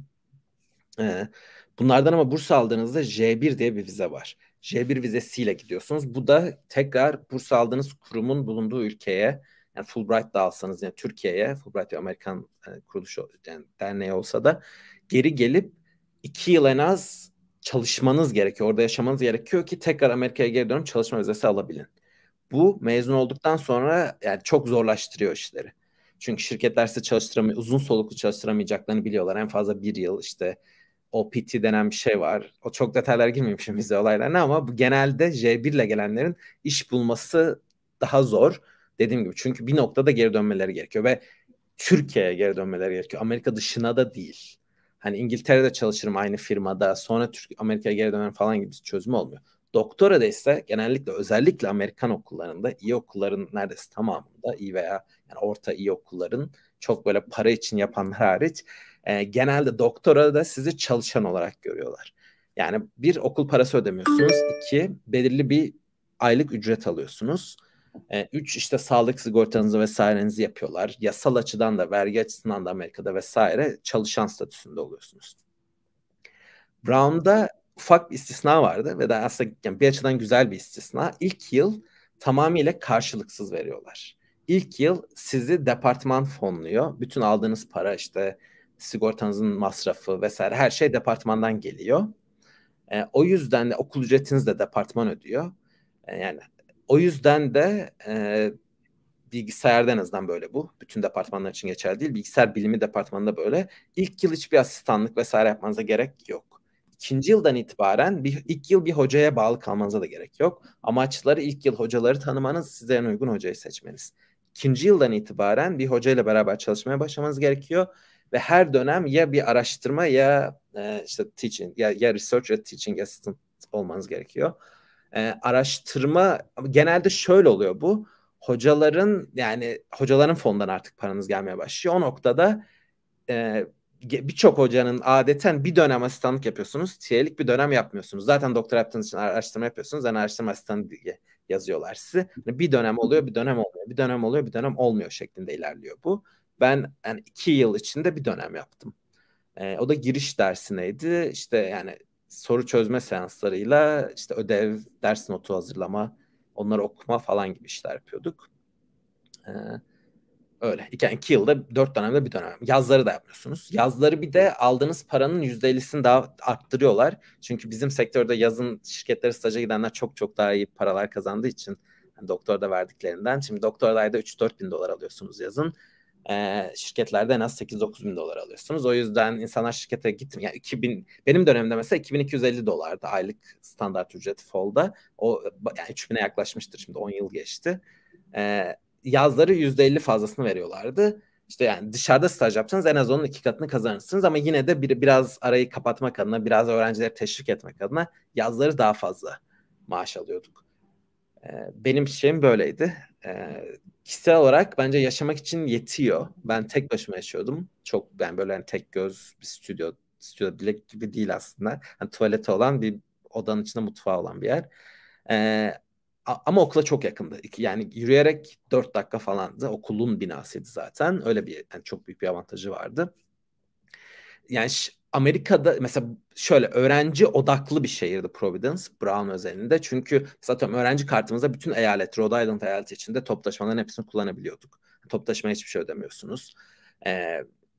Ee, bunlardan ama burs aldığınızda J bir diye bir vize var. J bir vizesiyle gidiyorsunuz. Bu da tekrar burs aldığınız kurumun bulunduğu ülkeye, yani Fulbright da alsanız yani Türkiye'ye, Fulbright bir Amerikan e, kuruluşu, yani derneği olsa da, geri gelip iki yıl en az çalışmanız gerekiyor. Orada yaşamanız gerekiyor ki tekrar Amerika'ya geri dönüp çalışma vizesi alabilin. Bu mezun olduktan sonra yani çok zorlaştırıyor işleri. Çünkü şirketler size çalıştıramıyor, uzun soluklu çalıştıramayacaklarını biliyorlar. En fazla bir yıl, işte O P T denen bir şey var. O çok detaylara girmeyeyim şimdi vize olaylarına, ama bu genelde J bir ile gelenlerin iş bulması daha zor. Dediğim gibi, çünkü bir noktada geri dönmeleri gerekiyor ve Türkiye'ye geri dönmeleri gerekiyor. Amerika dışına da değil. Hani İngiltere'de çalışırım aynı firmada, sonra Türkiye, Amerika'ya geri dönerim falan gibi bir çözüm olmuyor. Doktora da ise genellikle, özellikle Amerikan okullarında, iyi okulların neredeyse tamamında, iyi veya yani orta iyi okulların, çok böyle para için yapanlar hariç, e, genelde doktora da sizi çalışan olarak görüyorlar. Yani bir, okul parası ödemiyorsunuz. İki, belirli bir aylık ücret alıyorsunuz. E, üç, işte sağlık sigortanızı vesairenizi yapıyorlar. Yasal açıdan da, vergi açısından da Amerika'da vesaire çalışan statüsünde oluyorsunuz. Brown'da ufak bir istisna vardı ve de aslında yani bir açıdan güzel bir istisna. İlk yıl tamamıyla karşılıksız veriyorlar. İlk yıl sizi departman fonluyor. Bütün aldığınız para, işte sigortanızın masrafı vesaire, her şey departmandan geliyor. E, o yüzden de okul ücretinizi de departman ödüyor. E, yani o yüzden de e, bilgisayarda en azından böyle bu. Bütün departmanlar için geçerli değil. Bilgisayar bilimi departmanında böyle. İlk yıl hiçbir asistanlık vesaire yapmanıza gerek yok. İkinci yıldan itibaren bir, ilk yıl bir hocaya bağlı kalmanıza da gerek yok. Amaçları ilk yıl hocaları tanımanız, size en uygun hocayı seçmeniz. İkinci yıldan itibaren bir hocayla beraber çalışmaya başlamanız gerekiyor. Ve her dönem ya bir araştırma ya e, işte teaching ya, ya research ya teaching assistant olmanız gerekiyor. E, araştırma genelde şöyle oluyor bu. Hocaların yani hocaların fonundan artık paranız gelmeye başlıyor. O noktada e, birçok hocanın adeten bir dönem asistanlık yapıyorsunuz. T L'lik bir dönem yapmıyorsunuz. Zaten doktora yaptığınız için araştırma yapıyorsunuz. Yani araştırma asistanı diye yazıyorlar sizi. Yani bir dönem oluyor, bir dönem olmuyor. Bir dönem oluyor, bir dönem olmuyor şeklinde ilerliyor bu. Ben yani iki yıl içinde bir dönem yaptım. E, o da giriş dersineydi. İşte yani soru çözme seanslarıyla işte ödev, ders notu hazırlama, onları okuma falan gibi işler yapıyorduk. Ee, öyle. İki, iki yılda dört dönemde bir dönem. Yazları da yapmıyorsunuz. Yazları bir de aldığınız paranın yüzde ellisini daha arttırıyorlar. Çünkü bizim sektörde yazın şirketlere staja gidenler çok çok daha iyi paralar kazandığı için, yani doktorda verdiklerinden. Şimdi doktorda ayda üç dört bin dolar alıyorsunuz yazın. Ee, şirketlerde en az sekiz dokuz bin dolar alıyorsunuz. O yüzden insanlar şirkete gitmiyor. Yani iki bin, benim dönemimde mesela iki bin iki yüz elli dolardı aylık standart ücret Fall'da. O yani üç bine yaklaşmıştır, şimdi on yıl geçti. Ee, yazları yüzde elli fazlasını veriyorlardı. İşte yani dışarıda staj yapsanız en az onun iki katını kazanırsınız ama yine de bir, biraz arayı kapatmak adına, biraz öğrencileri teşvik etmek adına yazları daha fazla maaş alıyorduk. Ee, benim şeyim böyleydi. Ee, kişisel olarak bence yaşamak için yetiyor. Ben tek başıma yaşıyordum. Çok yani böyle yani tek göz bir stüdyo, stüdyo bile gibi değil aslında. Yani tuvaleti olan bir odanın içinde mutfağı olan bir yer. Ee, ama okula çok yakındı. Yani yürüyerek dört dakika falandı. Okulun binasıydı zaten. Öyle bir yani çok büyük bir avantajı vardı. Yani Amerika'da mesela şöyle öğrenci odaklı bir şehirdi Providence, Brown özelinde. Çünkü zaten öğrenci kartımızda bütün eyalet, Rhode Island eyaleti içinde toplu taşımaların hepsini kullanabiliyorduk. Toplu taşımaya hiçbir şey ödemiyorsunuz. Ee,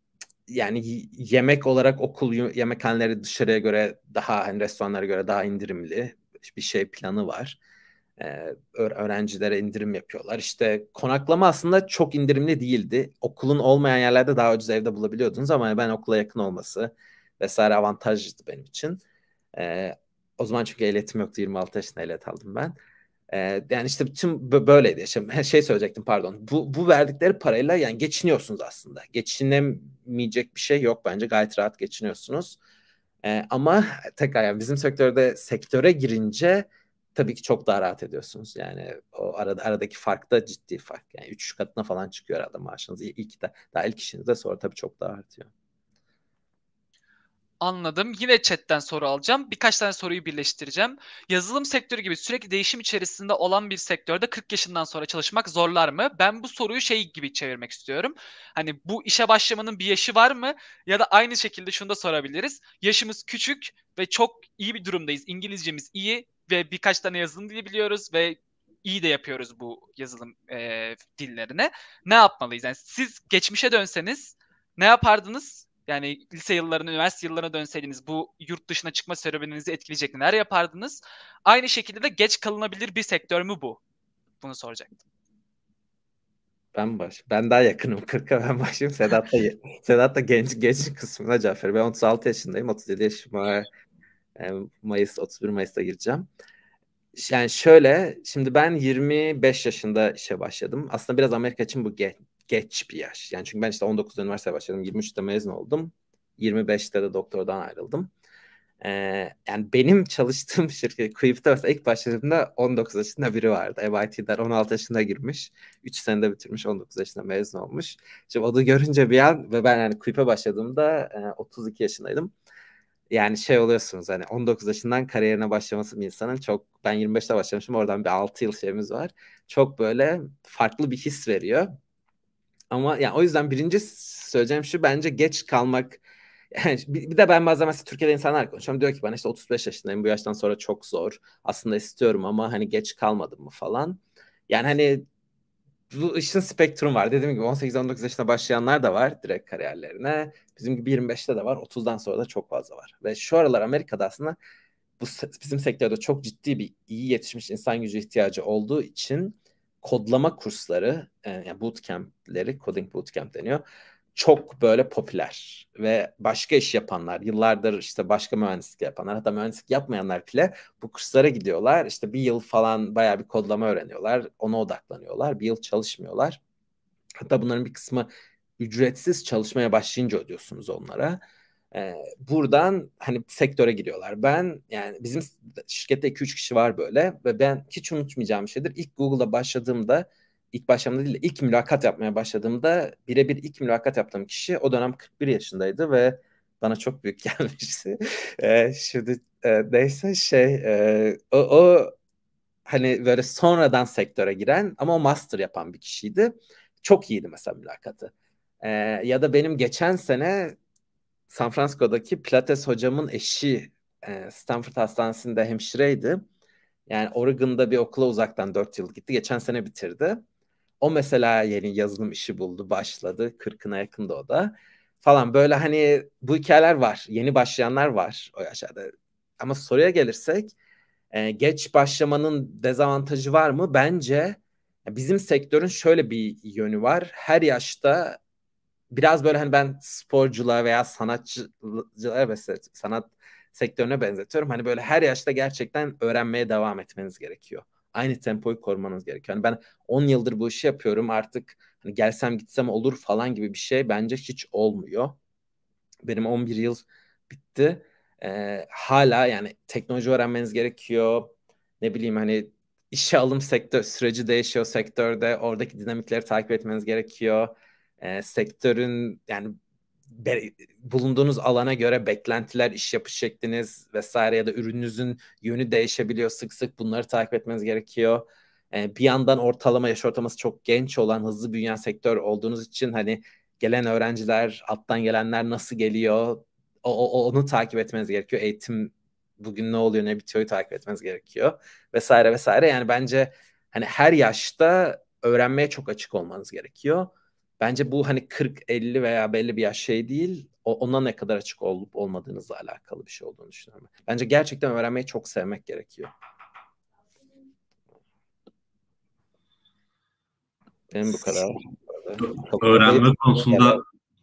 yani yemek olarak okul yemekhaneleri dışarıya göre daha, hani restoranlara göre daha indirimli bir şey planı var. Ee, öğrencilere indirim yapıyorlar. İşte konaklama aslında çok indirimli değildi. Okulun olmayan yerlerde daha ucuz evde bulabiliyordunuz ama ben okula yakın olması vesaire avantajlıydı benim için. Ee, o zaman çünkü ehliyetim yoktu. yirmi altı yaşında ehliyet aldım ben. Ee, yani işte bütün böyleydi. İşte şey söyleyecektim, pardon. Bu, bu verdikleri parayla yani geçiniyorsunuz aslında. Geçinemeyecek bir şey yok bence. Gayet rahat geçiniyorsunuz. Ee, ama tekrar yani bizim sektörde sektöre girince tabii ki çok daha rahat ediyorsunuz. Yani o arada aradaki fark da ciddi fark. Yani üç katına falan çıkıyor herhalde maaşınız. İlk de, daha ilk işinizde, sonra tabii çok daha artıyor. Anladım. Yine chatten soru alacağım. Birkaç tane soruyu birleştireceğim. Yazılım sektörü gibi sürekli değişim içerisinde olan bir sektörde kırk yaşından sonra çalışmak zorlar mı? Ben bu soruyu şey gibi çevirmek istiyorum. Hani bu işe başlamanın bir yaşı var mı? Ya da aynı şekilde şunu da sorabiliriz. Yaşımız küçük ve çok iyi bir durumdayız. İngilizcemiz iyi ve birkaç tane yazılım dili biliyoruz ve iyi de yapıyoruz bu yazılım e, dillerine. Ne yapmalıyız? Yani siz geçmişe dönseniz ne yapardınız? Yani lise yıllarına, üniversite yıllarına dönseydiniz bu yurt dışına çıkma serüveninizi etkileyecek neler yapardınız? Aynı şekilde de geç kalınabilir bir sektör mü bu? Bunu soracaktım. Ben baş. Ben daha yakınım kırka, ben başlayayım. Sedat da Sedat da genç genç kısmına cevap veriyor. Ben otuz altı yaşındayım. otuz yedi yaşıma e, Mayıs otuz bir Mayıs'ta gireceğim. Yani şöyle, şimdi ben yirmi beş yaşında işe başladım. Aslında biraz Amerika için bu ge- geç bir yaş. Yani çünkü ben işte on dokuzda üniversiteye başladım. yirmi üçte mezun oldum. yirmi beşte de doktordan ayrıldım. Ee, yani benim çalıştığım şirket Quip'te mesela ilk başladığımda on dokuz yaşında biri vardı. M I T'den on altı yaşında girmiş. üç senede bitirmiş, on dokuz yaşında mezun olmuş. Şimdi onu görünce bir an, ve ben yani Quip'e başladığımda e, otuz iki yaşındaydım. Yani şey oluyorsunuz, hani on dokuz yaşından kariyerine başlaması bir insanın, çok, ben yirmi beşte başlamışım, oradan bir altı yıl şeyimiz var. Çok böyle farklı bir his veriyor. Ama yani o yüzden birinci söyleyeceğim şu, bence geç kalmak. Yani bir, bir de ben bazen mesela Türkiye'de insanlar konuşuyorum, diyor ki bana işte otuz beş yaşındayım, bu yaştan sonra çok zor. Aslında istiyorum ama hani geç kalmadım mı falan. Yani hani bu işin spektrum var. Dediğim gibi on sekiz on dokuz yaşında başlayanlar da var direkt kariyerlerine. Bizim gibi yirmi beşte de var. otuzdan sonra da çok fazla var. Ve şu aralar Amerika'da aslında bu bizim sektörde çok ciddi bir iyi yetişmiş insan gücü ihtiyacı olduğu için kodlama kursları, yani bootcamp'leri, coding bootcamp deniyor, çok böyle popüler ve başka iş yapanlar, yıllardır işte başka mühendislik yapanlar, hatta mühendislik yapmayanlar bile bu kurslara gidiyorlar. İşte bir yıl falan bayağı bir kodlama öğreniyorlar, ona odaklanıyorlar, bir yıl çalışmıyorlar. Hatta bunların bir kısmı ücretsiz, çalışmaya başlayınca ödüyorsunuz onlara. Ee, buradan hani sektöre giriyorlar. Ben yani bizim şirkette iki üç kişi var böyle ve ben hiç unutmayacağım bir şeydir. İlk Google'da başladığımda, ilk başladığımda değil de ilk mülakat yapmaya başladığımda birebir ilk mülakat yaptığım kişi o dönem kırk bir yaşındaydı ve bana çok büyük gelmişti. Ee, şimdi e, neyse şey e, o, o hani böyle sonradan sektöre giren ama o master yapan bir kişiydi. Çok iyiydi mesela mülakatı. Ee, ya da benim geçen sene San Francisco'daki Pilates hocamın eşi e, Stanford Hastanesi'nde hemşireydi. Yani Oregon'da bir okula uzaktan dört yıl gitti. Geçen sene bitirdi. O mesela yeni yazılım işi buldu, başladı. kırkına yakında o da. Falan böyle hani bu hikayeler var. Yeni başlayanlar var o yaşlarda. Ama soruya gelirsek e, geç başlamanın dezavantajı var mı? Bence bizim sektörün şöyle bir yönü var. Her yaşta biraz böyle hani ben sporculuğa veya sanatçılara ve sanat sektörüne benzetiyorum. Hani böyle her yaşta gerçekten öğrenmeye devam etmeniz gerekiyor. Aynı tempoyu korumanız gerekiyor. Yani ben on yıldır bu işi yapıyorum, artık hani gelsem gitsem olur falan gibi bir şey bence hiç olmuyor. Benim on bir yıl bitti. Ee, hala yani teknoloji öğrenmeniz gerekiyor. Ne bileyim hani işe alım sektör süreci değişiyor sektörde. Oradaki dinamikleri takip etmeniz gerekiyor. Ee, sektörün yani be, bulunduğunuz alana göre beklentiler, iş yapış şekliniz vesaire ya da ürününüzün yönü değişebiliyor. Sık sık bunları takip etmeniz gerekiyor. Ee, bir yandan ortalama yaş ortalaması çok genç olan, hızlı büyüyen sektör olduğunuz için hani gelen öğrenciler, alttan gelenler nasıl geliyor? O, o, onu takip etmeniz gerekiyor. Eğitim bugün ne oluyor, ne bitiyor takip etmeniz gerekiyor. Vesaire vesaire. Yani bence hani her yaşta öğrenmeye çok açık olmanız gerekiyor. Bence bu hani kırk elli veya belli bir yaş şey değil. O, ona ne kadar açık olup olmadığınızla alakalı bir şey olduğunu düşünüyorum. Bence gerçekten öğrenmeyi çok sevmek gerekiyor. Benim bu kadar. Öğrenme konusunda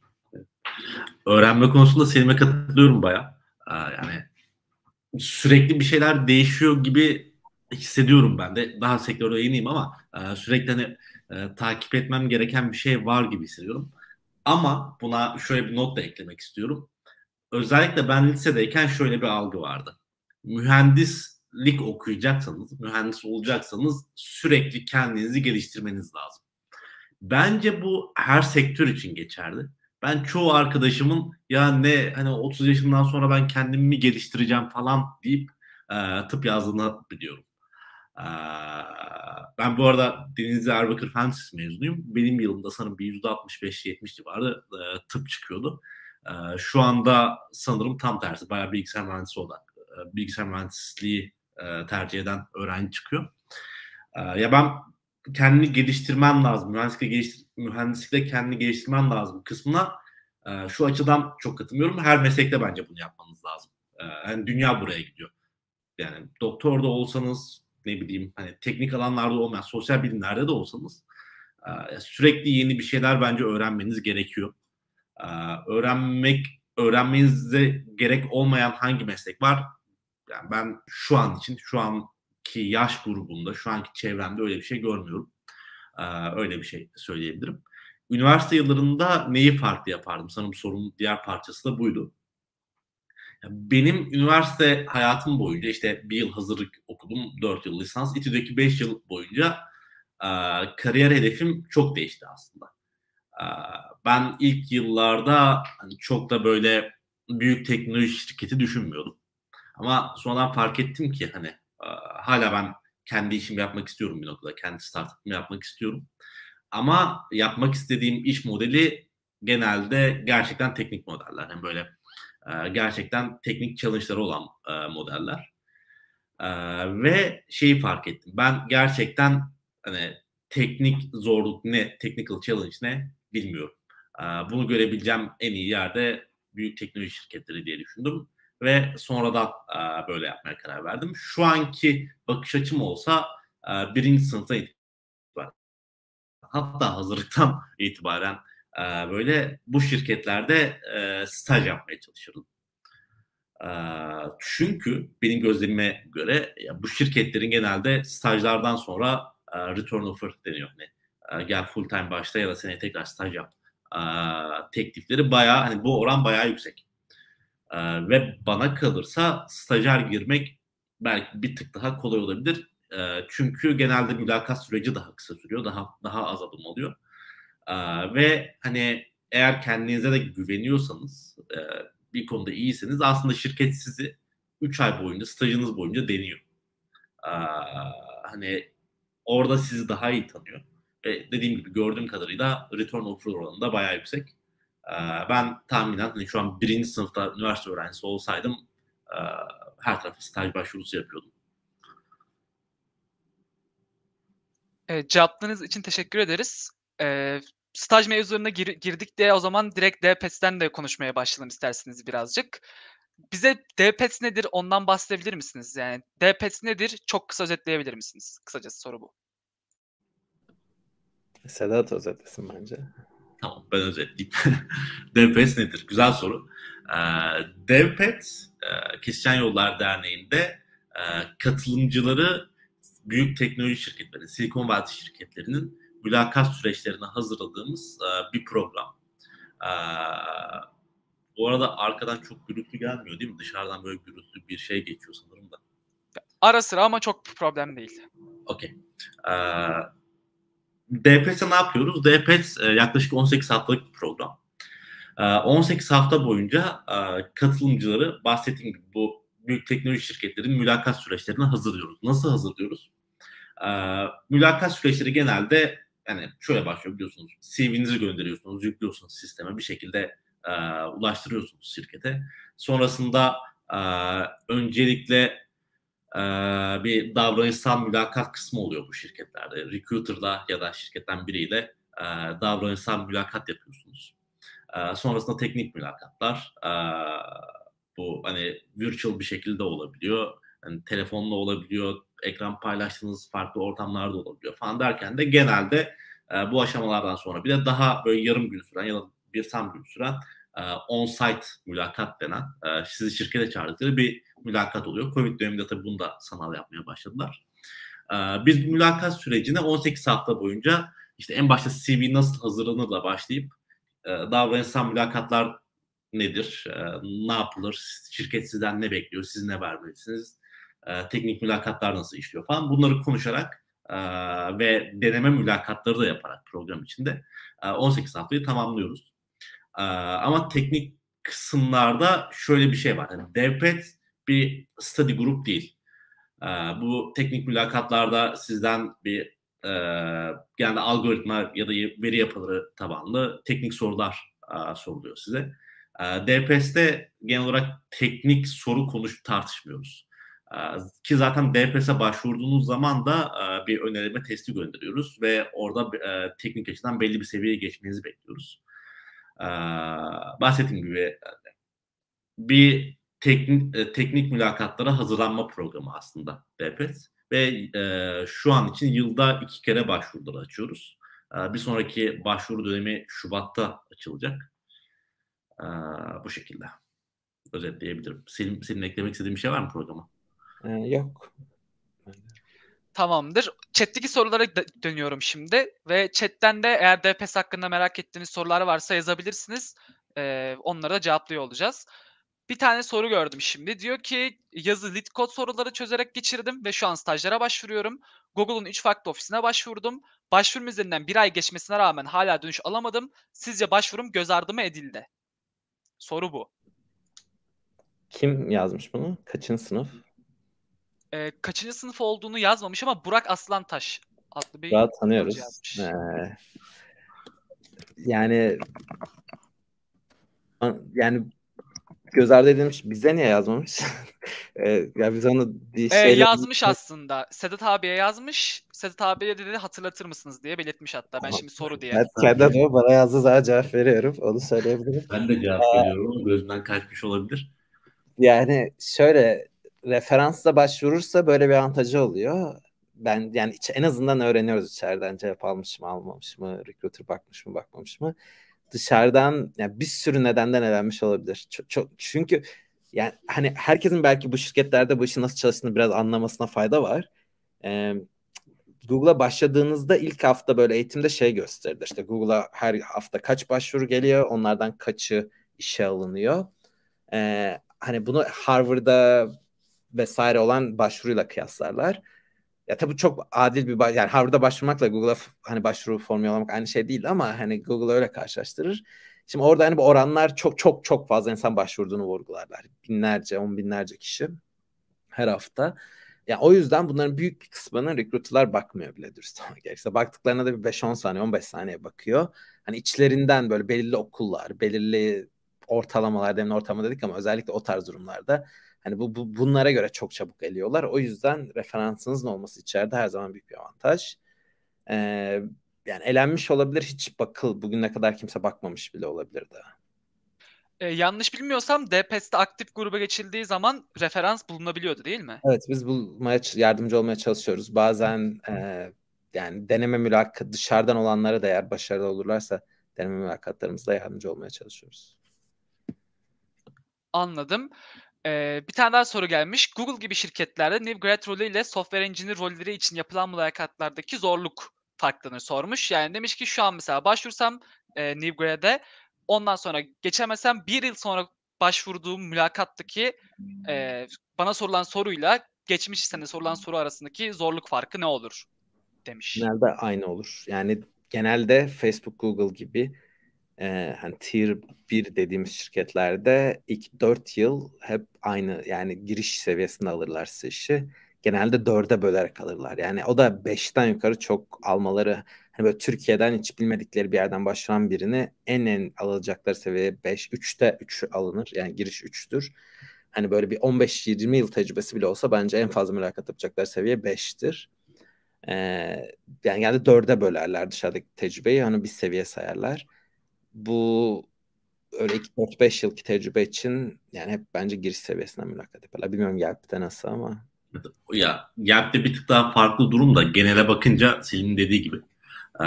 öğrenme konusunda Selim'e katılıyorum bayağı. Yani sürekli bir şeyler değişiyor gibi hissediyorum ben de. Daha sektörde yeniyim ama sürekli hani e, takip etmem gereken bir şey var gibi hissediyorum. Ama buna şöyle bir not da eklemek istiyorum. Özellikle ben lisedeyken şöyle bir algı vardı. Mühendislik okuyacaksanız, mühendis olacaksanız sürekli kendinizi geliştirmeniz lazım. Bence bu her sektör için geçerli. Ben çoğu arkadaşımın ya ne hani otuz yaşından sonra ben kendimi geliştireceğim falan deyip e, tıp yazdığını biliyorum. E, ben bu arada Denizli Erbakır Fen Lisesi mezunuyum. Benim yılımda sanırım bir yüzde altmış beş yetmiş civarı e, tıp çıkıyordu. E, şu anda sanırım tam tersi. Bayağı bilgisayar mühendisi olan, e, bilgisayar mühendisliği e, tercih eden öğrenci çıkıyor. E, ya ben kendini geliştirmen lazım. Mühendislikle, geliştir mühendislikle kendini geliştirmen lazım kısmına e, şu açıdan çok katılmıyorum. Her meslekte bence bunu yapmanız lazım. E, yani dünya buraya gidiyor. Yani doktor da olsanız, ne bileyim hani teknik alanlarda olmayan, sosyal bilimlerde de olsanız e, sürekli yeni bir şeyler bence öğrenmeniz gerekiyor. E, öğrenmek, öğrenmenize gerek olmayan hangi meslek var? Yani ben şu an için, şu anki yaş grubunda, şu anki çevremde öyle bir şey görmüyorum. Ee, öyle bir şey söyleyebilirim. Üniversite yıllarında neyi farklı yapardım? Sanırım sorunun diğer parçası da buydu. Benim üniversite hayatım boyunca işte bir yıl hazırlık okudum, dört yıl lisans. İTÜ'deki beş yıl boyunca e, kariyer hedefim çok değişti aslında. E, ben ilk yıllarda hani çok da böyle büyük teknoloji şirketi düşünmüyordum. Ama sonradan fark ettim ki hani e, hala ben kendi işimi yapmak istiyorum bir noktada. Kendi startup'ımı yapmak istiyorum. Ama yapmak istediğim iş modeli genelde gerçekten teknik modeller. Yani böyle e, gerçekten teknik challenge'ları olan e, modeller. E, ve şeyi fark ettim. Ben gerçekten hani teknik zorluk ne, technical challenge ne bilmiyorum. E, bunu görebileceğim en iyi yerde büyük teknoloji şirketleri diye düşündüm. Ve sonradan e, böyle yapmaya karar verdim. Şu anki bakış açım olsa e, birinci sınıftan itibaren, hatta hazırlıktan itibaren e, böyle bu şirketlerde e, staj yapmaya çalışırdım. E, çünkü benim gözlemime göre ya, bu şirketlerin genelde stajlardan sonra e, return offer deniyor. Hani, e, gel full time başla ya da seneye tekrar staj yap. E, teklifleri bayağı, hani bu oran bayağı yüksek. Ee, ve bana kalırsa stajyer girmek belki bir tık daha kolay olabilir. Ee, çünkü genelde mülakat süreci daha kısa sürüyor. Daha daha az adım oluyor. Ee, ve hani eğer kendinize de güveniyorsanız, e, bir konuda iyisiniz, aslında şirket sizi üç ay boyunca, stajınız boyunca deniyor. Ee, hani orada sizi daha iyi tanıyor. Ve dediğim gibi gördüğüm kadarıyla return offer oranı da bayağı yüksek. Ben tahminen hani şu an birinci sınıfta üniversite öğrencisi olsaydım her tarafa staj başvurusu yapıyordum. Evet, cevaplarınız için teşekkür ederiz. Ee, staj mevzularına gir, girdik diye o zaman direkt D P E T'ten de konuşmaya başlayalım isterseniz birazcık. Bize D P E T nedir, ondan bahsedebilir misiniz? Yani D P E T nedir? Çok kısa özetleyebilir misiniz? Kısacası soru bu. Sedat özetlesin bence. Tamam, ben özetleyeyim. D P E T nedir? Güzel soru. Ee, D P E T, e, Kesişen Yollar Derneği'nde e, katılımcıları büyük teknoloji şirketleri, Silikon Vadisi şirketlerinin mülakat süreçlerine hazırladığımız e, bir program. E, bu arada arkadan çok gürültü gelmiyor değil mi? Dışarıdan böyle gürültü bir şey geçiyor sanırım da. Ara sıra ama çok problem değil. Okey. Ee, D P E T'e ne yapıyoruz? D P E T yaklaşık on sekiz haftalık bir program. Ee, on sekiz hafta boyunca e, katılımcıları bahsettiğim gibi bu büyük teknoloji şirketlerin mülakat süreçlerine hazırlıyoruz. Nasıl hazırlıyoruz? Ee, mülakat süreçleri genelde yani şöyle başlıyor, biliyorsunuz. C V'nizi gönderiyorsunuz, yüklüyorsunuz sisteme, bir şekilde e, ulaştırıyorsunuz şirkete. Sonrasında e, öncelikle e, bir davranışsal mülakat kısmı oluyor bu şirketlerde. Recruiter'la ya da şirketten biriyle e, davranışsal mülakat yapıyorsunuz. E, sonrasında teknik mülakatlar. E, bu hani virtual bir şekilde olabiliyor. Yani telefonla olabiliyor, ekran paylaştığınız farklı ortamlarda olabiliyor falan derken de genelde e, bu aşamalardan sonra bir de daha böyle yarım gün süren ya da bir tam gün süren e, on-site mülakat denen, e, sizi şirkete çağırdıkları bir mülakat oluyor. Covid döneminde tabii bunu da sanal yapmaya başladılar. E, biz mülakat sürecine on sekiz hafta boyunca işte en başta C V nasıl hazırlanırla başlayıp e, davranışsal mülakatlar nedir, e, ne yapılır, şirket sizden ne bekliyor, siz ne vermelisiniz, e, teknik mülakatlar nasıl işliyor falan, bunları konuşarak e, ve deneme mülakatları da yaparak program içinde e, on sekiz haftayı tamamlıyoruz. E, ama teknik kısımlarda şöyle bir şey var. Yani D P E T bir study group değil. E, bu teknik mülakatlarda sizden bir e, yani algoritma ya da veri yapıları tabanlı teknik sorular e, soruluyor size. E, D P E T'te genel olarak teknik soru konuş tartışmıyoruz. E, ki zaten D P E T'e başvurduğunuz zaman da e, bir önerme testi gönderiyoruz ve orada e, teknik açıdan belli bir seviyeye geçmenizi bekliyoruz. E, bahsettiğim gibi bir teknik, teknik mülakatlara hazırlanma programı aslında D P E T. Ve e, şu an için yılda iki kere başvuruları açıyoruz. E, bir sonraki başvuru dönemi Şubat'ta açılacak. E, bu şekilde özetleyebilirim. Senin, senin eklemek istediğin bir şey var mı programa? Ee, yok. Tamamdır. Chat'teki sorulara dö- dönüyorum şimdi ve chat'ten de eğer D P E S hakkında merak ettiğiniz sorular varsa yazabilirsiniz. Ee, onları da cevaplıyor olacağız. Bir tane soru gördüm şimdi. Diyor ki yazı lead code soruları çözerek geçirdim ve şu an stajlara başvuruyorum. Google'un üç farklı ofisine başvurdum. Başvurum üzerinden bir ay geçmesine rağmen hala dönüş alamadım. Sizce başvurum göz ardı mı edildi? Soru bu. Kim yazmış bunu? Kaçıncı sınıf? Ee, kaçıncı sınıf olduğunu yazmamış ama Burak Aslantaş adlı bir Daha kullanıcı tanıyoruz. yazmış. Ee, yani yani göz ardı edilmiş. Bize niye yazmamış? e, ya biz onu bir Ee, şeyle... yazmış aslında. Sedat abiye yazmış. Sedat abiye dedi hatırlatır mısınız diye belirtmiş hatta. Ben şimdi soru diye. Ben kendi adıma bana yazdığı zaman cevap veriyorum. Onu söyleyebilirim. Ben de cevap veriyorum ama gözümden kaçmış olabilir. Yani şöyle, referansla başvurursa böyle bir avantajı oluyor. Ben yani iç- en azından öğreniyoruz içeriden cevap almış mı almamış mı, recruiter bakmış mı bakmamış mı. Dışarıdan yani bir sürü nedenden elenmiş olabilir. Çok, çok, çünkü yani hani herkesin belki bu şirketlerde bu işin nasıl çalıştığını biraz anlamasına fayda var. Ee, Google'a başladığınızda ilk hafta böyle eğitimde şey gösterir. İşte Google'a her hafta kaç başvuru geliyor, onlardan kaçı işe alınıyor. Ee, hani bunu Harvard'da vesaire olan başvuruyla kıyaslarlar. Ya tabii çok adil bir baş- yani Harvard'a başvurmakla Google'a f- hani başvuru formu yollamak aynı şey değil ama hani Google öyle karşılaştırır. Şimdi orada hani bu oranlar çok çok çok fazla insan başvurduğunu vurgularlar. Binlerce, on binlerce kişi her hafta. Yani o yüzden bunların büyük bir kısmına recruiter'lar bakmıyor bile dürüst olmak gerekirse. Baktıklarına da bir beş on saniye, on beş saniye bakıyor. Hani içlerinden böyle belirli okullar, belirli ortalamalar, demin ortalama dedik ama özellikle o tarz durumlarda hani bu, bu bunlara göre çok çabuk eliyorlar. O yüzden referansınızın olması içeride her zaman büyük bir avantaj. Ee, yani elenmiş olabilir, hiç bakıl bugüne kadar kimse bakmamış bile olabilir daha. Ee, yanlış bilmiyorsam D PES'te aktif gruba geçildiği zaman referans bulunabiliyordu değil mi? Evet, biz bulmaya yardımcı olmaya çalışıyoruz. Bazen e, yani deneme mülakat dışarıdan olanlara da eğer başarılı olurlarsa deneme mülakatlarımızda yardımcı olmaya çalışıyoruz. Anladım. Ee, bir tane daha soru gelmiş. Google gibi şirketlerde New Grad rolü ile Software Engineer rolleri için yapılan mülakatlardaki zorluk farklarını sormuş. Yani demiş ki şu an mesela başvursam e, New Grad'e ondan sonra geçemesem bir yıl sonra başvurduğum mülakattaki e, bana sorulan soruyla geçmiş sene sorulan soru arasındaki zorluk farkı ne olur demiş. Genelde aynı olur. Yani genelde Facebook, Google gibi e, hani Tier bir dediğimiz şirketlerde ilk dört yıl hep aynı, yani giriş seviyesinde alırlar size işi. Genelde dörde bölerek alırlar. Yani o da beşten yukarı çok almaları, hani böyle Türkiye'den hiç bilmedikleri bir yerden başvuran birini en en alacakları seviye beş, üçte üç alınır. Yani giriş üçtür. Hani böyle bir on beş yirmi yıl tecrübesi bile olsa bence en fazla mülakat yapacakları seviye beştir. Ee, yani genelde dörde bölerler dışarıdaki tecrübeyi. Hani bir seviye sayarlar. Bu öyle iki dört beş yılki tecrübe için yani hep bence giriş seviyesinden mülakat yaparlar. Bilmiyorum Yelp'te nasıl ama. Ya Yelp'te bir tık daha farklı durum da genele bakınca Selim'in dediği gibi. Ee,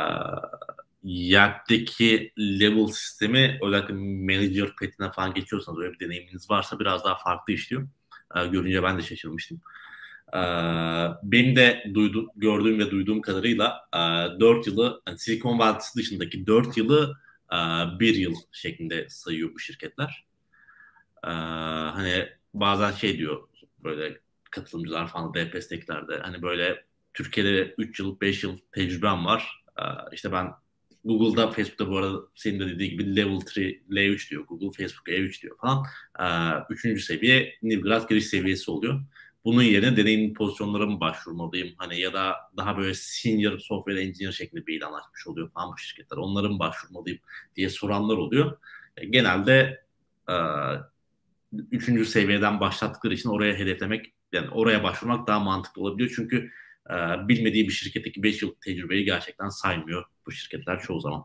Yelp'teki level sistemi özellikle manager petine falan geçiyorsanız öyle bir deneyiminiz varsa biraz daha farklı işliyor. Ee, görünce ben de şaşırmıştım. Ee, benim de duyduğum, gördüğüm ve duyduğum kadarıyla e, dört yılı yani Silikon Vadisi dışındaki dört yılı e, bir yıl şeklinde sayıyor bu şirketler. Ee, hani bazen şey diyor böyle katılımcılar falan D P S'tekilerde hani böyle Türkiye'de üç yıl beş yıl tecrübem var. Ee, işte ben Google'da Facebook'ta bu arada senin de dediği gibi level üç, L üç diyor. Google, Facebook E üç diyor falan. Ee, üçüncü seviye Nivgrat giriş seviyesi oluyor. Bunun yerine deneyimli pozisyonlara mı başvurmalıyım? Hani ya da daha böyle senior software engineer şeklinde bir ilan açmış oluyor falan bu şirketler. Onlara mı başvurmalıyım diye soranlar oluyor. E, genelde e, üçüncü seviyeden başlattıkları için oraya hedeflemek, yani oraya başvurmak daha mantıklı olabiliyor. Çünkü e, bilmediği bir şirketteki beş yıl tecrübeyi gerçekten saymıyor bu şirketler çoğu zaman.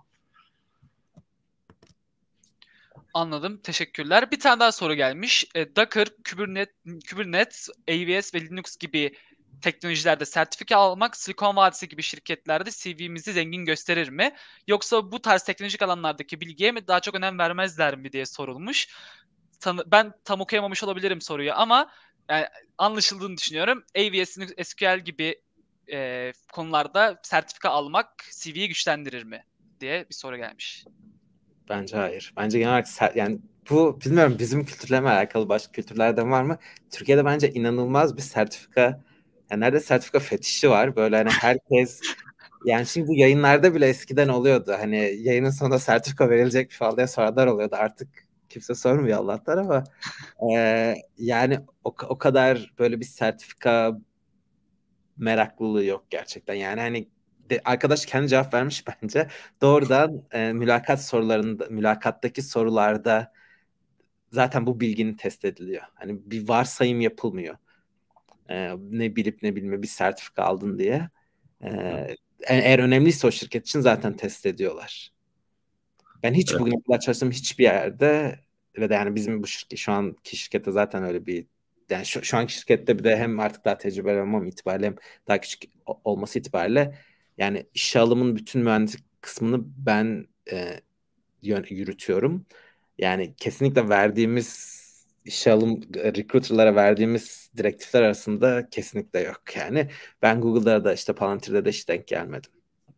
Anladım. Teşekkürler. Bir tane daha soru gelmiş. E, Docker, Kubernetes, Kubernetes, A W S ve Linux gibi teknolojilerde sertifika almak Silikon Vadisi gibi şirketlerde C V'mizi zengin gösterir mi? Yoksa bu tarz teknolojik alanlardaki bilgiye mi daha çok önem vermezler mi diye sorulmuş. Tan- ben tam okuyamamış olabilirim soruyu ama yani anlaşıldığını düşünüyorum. A W S, S Q L gibi e, konularda sertifika almak C V'yi güçlendirir mi diye bir soru gelmiş. Bence hayır. Bence genel olarak ser- yani bu bilmiyorum bizim kültürlerle alakalı, başka kültürlerden var mı? Türkiye'de bence inanılmaz bir sertifika, yani nerede sertifika fetişi var. Böyle hani herkes, yani şimdi bu yayınlarda bile eskiden oluyordu. Hani yayının sonunda sertifika verilecek mi falan diye soranlar oluyordu. Artık kimse sormuyor Allah'tan ama e, yani o, o kadar böyle bir sertifika meraklılığı yok gerçekten. Yani hani de, arkadaş kendi cevap vermiş bence. Doğrudan e, mülakat sorularında, mülakattaki sorularda zaten bu bilginin test ediliyor. Hani bir varsayım yapılmıyor. Ee, ne bilip ne bilme bir sertifika aldın diye. Ee, eğer önemliyse o şirket için zaten test ediyorlar. Ben hiç Evet. bugüne kadar çalıştığım hiçbir yerde ve de yani bizim bu şirket, şu anki şirkette zaten öyle bir, yani şu, şu anki şirkette bir de hem artık daha tecrübeli olmam itibariyle hem daha küçük olması itibariyle yani işe alımın bütün mühendislik kısmını ben e, yürütüyorum. Yani kesinlikle verdiğimiz işe alım recruiter'lara verdiğimiz direktifler arasında kesinlikle yok yani. Ben Google'da da işte Palantir'de de hiç denk gelmedim.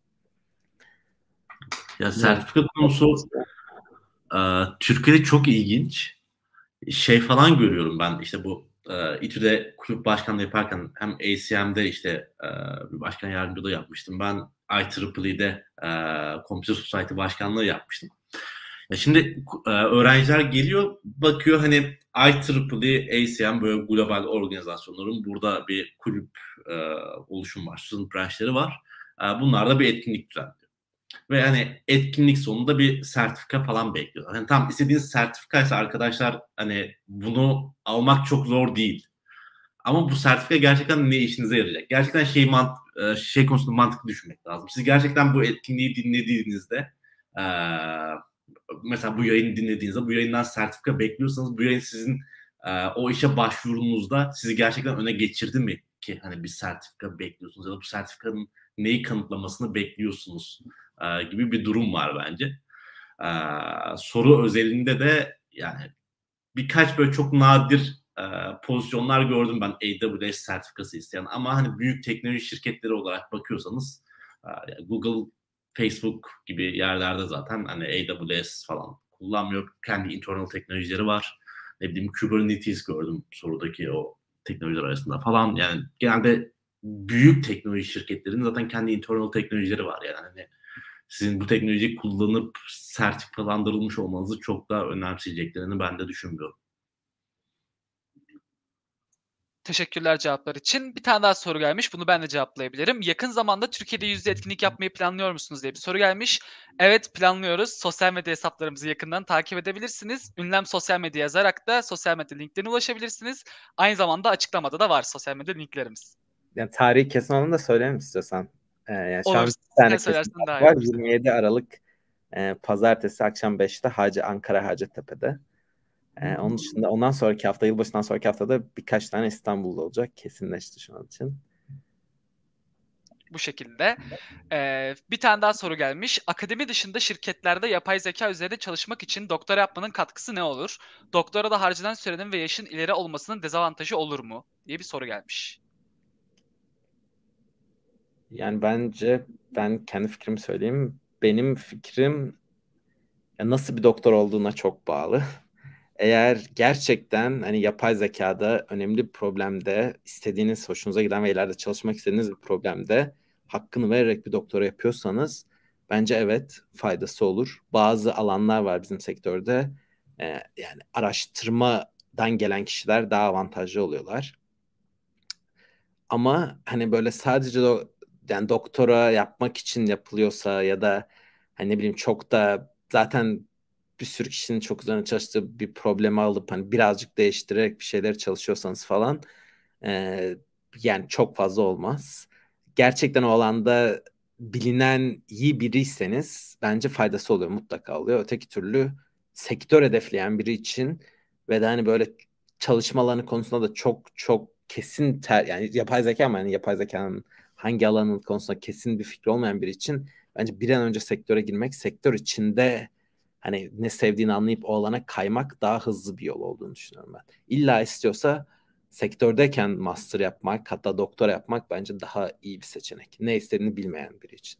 Ya sertifika konusu e, Türkiye'de çok ilginç. Şey falan görüyorum ben işte bu e, İTÜ'de kulüp başkanlığı yaparken hem A C M'de işte e, bir başkan yardımcılığı yapmıştım. Ben I Triple E'de e, Computer Society başkanlığı yapmıştım. Ya şimdi e, öğrenciler geliyor bakıyor hani I Triple E, A C M böyle global organizasyonların burada bir kulüp e, oluşum var. Student branchları var. E, bunlar da bir etkinlik düzenliyor. Ve hani etkinlik sonunda bir sertifika falan bekliyorlar. Hani tam istediğiniz sertifikaysa arkadaşlar hani bunu almak çok zor değil. Ama bu sertifika gerçekten ne işinize yarayacak? Gerçekten şey mant şey konusunda mantıklı düşünmek lazım. Siz gerçekten bu etkinliği dinlediğinizde ee, mesela bu yayını dinlediğinizde bu yayından sertifika bekliyorsanız bu yayın sizin e, o işe başvurunuzda sizi gerçekten öne geçirdi mi ki hani bir sertifika bekliyorsunuz ya da bu sertifikanın neyi kanıtlamasını bekliyorsunuz e, gibi bir durum var bence. E, soru özelinde de yani birkaç böyle çok nadir e, pozisyonlar gördüm ben A W S sertifikası isteyen ama hani büyük teknoloji şirketleri olarak bakıyorsanız e, Google, Facebook gibi yerlerde zaten hani A W S falan kullanmıyor. Kendi internal teknolojileri var. Ne bileyim Kubernetes gördüm sorudaki o teknolojiler arasında falan. Yani genelde büyük teknoloji şirketlerinin zaten kendi internal teknolojileri var yani hani sizin bu teknolojiyi kullanıp sertifikalandırılmış olmanızı çok daha önemseyeceklerini ben de düşünmüyorum. Teşekkürler cevaplar için. Bir tane daha soru gelmiş. Bunu ben de cevaplayabilirim. Yakın zamanda Türkiye'de yüzde etkinlik yapmayı planlıyor musunuz diye bir soru gelmiş. Evet, planlıyoruz. Sosyal medya hesaplarımızı yakından takip edebilirsiniz. Ünlem sosyal medya yazarak da sosyal medya linklerine ulaşabilirsiniz. Aynı zamanda açıklamada da var sosyal medya linklerimiz. Yani tarihi kesin olanı da söyleyeyim istiyorsan. Ee, yani şu Olur. an bir tane Sen kesin söylersen daha iyi var. olur. yirmi yedi Aralık e, Pazartesi akşam beşte Hacı Ankara Hacettepe'de. Ee, onun dışında ondan sonraki hafta, yılbaşından sonraki haftada birkaç tane İstanbul'da olacak. Kesinleşti şu an için. Bu şekilde. Ee, bir tane daha soru gelmiş. Akademi dışında şirketlerde yapay zeka üzerinde çalışmak için doktora yapmanın katkısı ne olur? Doktora da harcanan sürenin ve yaşın ileri olmasının dezavantajı olur mu? Diye bir soru gelmiş. Yani bence ben kendi fikrimi söyleyeyim. Benim fikrim ya nasıl bir doktor olduğuna çok bağlı. Eğer gerçekten hani yapay zekada önemli bir problemde istediğiniz, hoşunuza giden ve ileride çalışmak istediğiniz bir problemde hakkını vererek bir doktora yapıyorsanız bence evet faydası olur. Bazı alanlar var bizim sektörde. Ee, yani araştırmadan gelen kişiler daha avantajlı oluyorlar. Ama hani böyle sadece do yani doktora yapmak için yapılıyorsa ya da hani ne bileyim çok da zaten bir sürü kişinin çok üzerine çalıştığı bir problemi alıp hani birazcık değiştirerek bir şeyler çalışıyorsanız falan e, yani çok fazla olmaz. Gerçekten o alanda bilinen iyi biriyseniz bence faydası oluyor, mutlaka oluyor. Öteki türlü sektör hedefleyen biri için ve de hani böyle çalışma alanı konusunda da çok çok kesin ter, yani yapay zeka ama yani yapay zekanın hangi alanın konusunda kesin bir fikri olmayan biri için bence bir an önce sektöre girmek, sektör içinde hani ne sevdiğini anlayıp o alana kaymak daha hızlı bir yol olduğunu düşünüyorum ben. İlla istiyorsa sektördeyken master yapmak, hatta doktora yapmak bence daha iyi bir seçenek. Ne istediğini bilmeyen biri için.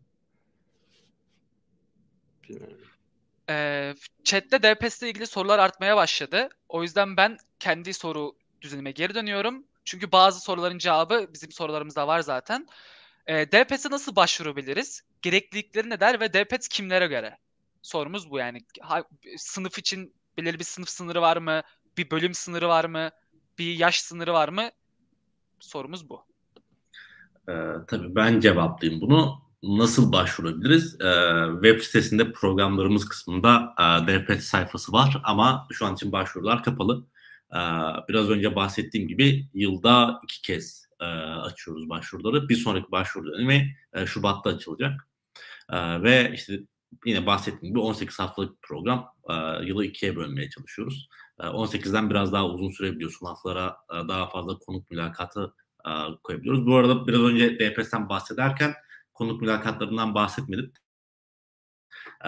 Bilmiyorum. Ee, Chat'te D P S ile ilgili sorular artmaya başladı. O yüzden ben kendi soru düzenime geri dönüyorum. Çünkü bazı soruların cevabı bizim sorularımızda var zaten. Ee, D P S'e nasıl başvurabiliriz? Gereklilikleri neler ve D P S kimlere göre? Sorumuz bu yani. Ha- sınıf için belirli bir sınıf sınırı var mı? Bir bölüm sınırı var mı? Bir yaş sınırı var mı? Sorumuz bu. Ee, tabii ben cevaplayayım bunu. nasıl başvurabiliriz? Ee, web sitesinde programlarımız kısmında e, D P S sayfası var ama şu an için başvurular kapalı. Ee, biraz önce bahsettiğim gibi yılda iki kez e, açıyoruz başvuruları. Bir sonraki başvuru dönemi e, Şubat'ta açılacak. E, ve işte yine bahsettiğim gibi on sekiz haftalık bir program. E, yılı ikiye bölmeye çalışıyoruz. E, on sekizden biraz daha uzun sürebiliyor. Sınavlara e, daha fazla konuk mülakatı e, koyabiliyoruz. Bu arada biraz önce D P S'ten bahsederken konuk mülakatlarından bahsetmedim. E,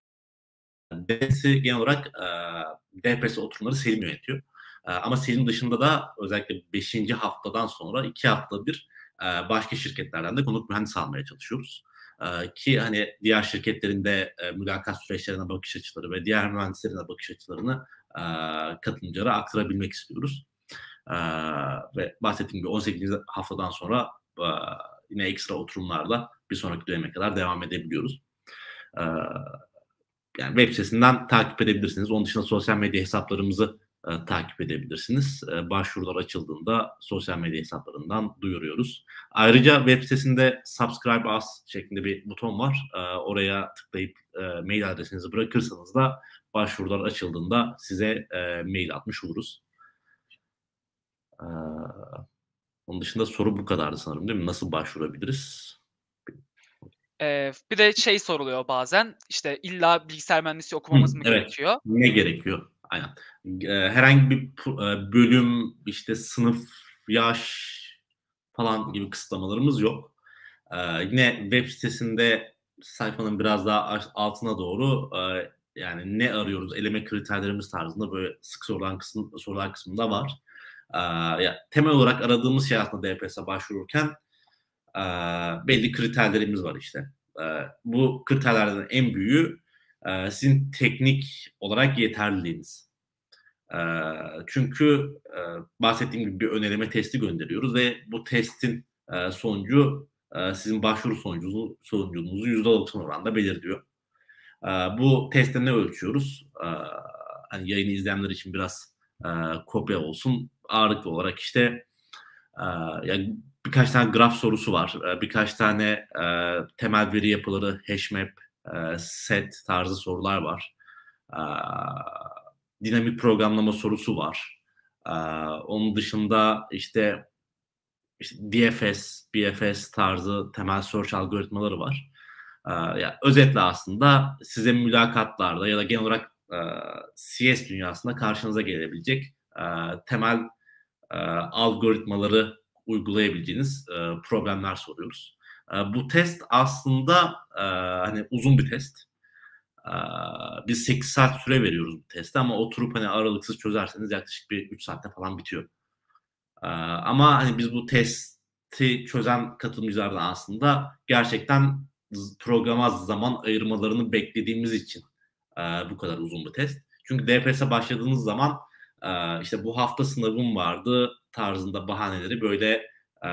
D P S genel olarak e, D P S oturumları Selim yönetiyor. E, ama Selim dışında da özellikle beşinci haftadan sonra iki hafta bir e, başka şirketlerden de konuk mühendis almaya çalışıyoruz. E, ki hani diğer şirketlerin de e, mülakat süreçlerine bakış açıları ve diğer mühendislerin de bakış açılarını e, katılımcılara aktarabilmek istiyoruz. E, ve bahsettiğim gibi on sekizinci haftadan sonra e, yine ekstra oturumlarla bir sonraki döneme kadar devam edebiliyoruz. E, Yani web sitesinden takip edebilirsiniz. Onun dışında sosyal medya hesaplarımızı e, takip edebilirsiniz. E, başvurular açıldığında sosyal medya hesaplarından duyuruyoruz. Ayrıca web sitesinde subscribe us şeklinde bir buton var. E, oraya tıklayıp e, mail adresinizi bırakırsanız da başvurular açıldığında size e, mail atmış oluruz. E, onun dışında soru bu kadardı sanırım, değil mi? Nasıl başvurabiliriz? Eee, bir de şey soruluyor bazen, işte illa bilgisayar mühendisliği okumamız Hı, mı evet. gerekiyor? Ne gerekiyor? Aynen. E, herhangi bir e, bölüm, işte sınıf, yaş falan gibi kısıtlamalarımız yok. E, yine web sitesinde sayfanın biraz daha altına doğru e, yani ne arıyoruz, eleme kriterlerimiz tarzında böyle sık sorulan kısım, sorular kısmında var. E, ya, temel olarak aradığımız şey aslında D P S'e başvururken e, belli kriterlerimiz var işte. E, bu kriterlerden en büyüğü e, sizin teknik olarak yeterliliğiniz. E, çünkü e, bahsettiğim gibi bir öneleme testi gönderiyoruz ve bu testin e, sonucu e, sizin başvuru sonucunuzu, sonucunuzu yüzde doksan oranda belirliyor. E, bu testte ne ölçüyoruz? E, hani yayını izleyenler için biraz e, kopya olsun. Ağırlıklı olarak işte e, yani birkaç tane graf sorusu var. E, birkaç tane e, temel veri yapıları, hashmap, e, set tarzı sorular var. E, dinamik programlama sorusu var. E, onun dışında işte, işte D F S, B F S tarzı temel search algoritmaları var. E, yani özetle aslında size mülakatlarda ya da genel olarak e, C S dünyasında karşınıza gelebilecek e, temel e, algoritmaları uygulayabileceğiniz e, problemler soruyoruz. E, bu test aslında e, hani uzun bir test. E, biz sekiz saat süre veriyoruz bu teste ama oturup hani aralıksız çözerseniz yaklaşık bir üç saatte falan bitiyor. E, ama hani biz bu testi çözen katılımcılardan aslında gerçekten programa zaman ayırmalarını beklediğimiz için e, bu kadar uzun bir test. Çünkü D P S'e başladığınız zaman e, işte bu hafta sınavım vardı tarzında bahaneleri böyle e,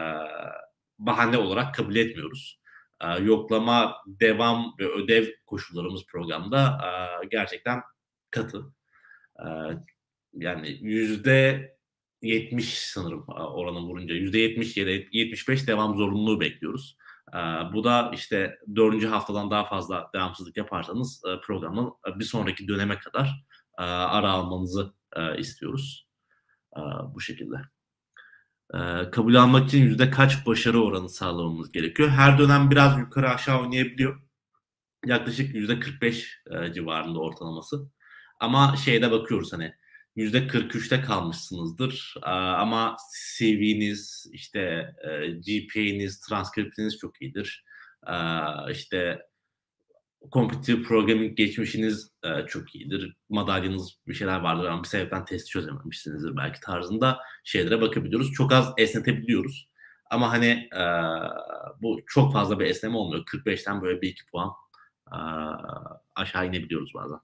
bahane olarak kabul etmiyoruz. E, yoklama, devam ve ödev koşullarımız programda e, gerçekten katı. E, yani yüzde yetmiş sanırım oranı vurunca. yüzde yetmiş ya da yetmiş beş devam zorunluluğu bekliyoruz. E, bu da işte dördüncü haftadan daha fazla devamsızlık yaparsanız e, programın bir sonraki döneme kadar e, ara almanızı e, istiyoruz. E, bu şekilde. E, kabul almak için yüzde kaç başarı oranı sağlamamız gerekiyor? Her dönem biraz yukarı aşağı oynayabiliyor. Yaklaşık yüzde kırk beş e, civarında ortalaması. Ama şeyde bakıyoruz hani yüzde kırk üçte kalmışsınızdır. E, ama C V'niz, işte e, G P A'niz, transkriptiniz çok iyidir. E, işte Computer Programming geçmişiniz e, çok iyidir. Madalyanız bir şeyler vardır ama bir sebepten testi çözememişsinizdir belki tarzında şeylere bakabiliyoruz. Çok az esnetebiliyoruz. Ama hani e, bu çok fazla bir esneme olmuyor. kırk beşten böyle bir iki puan e, aşağı inebiliyoruz bazen.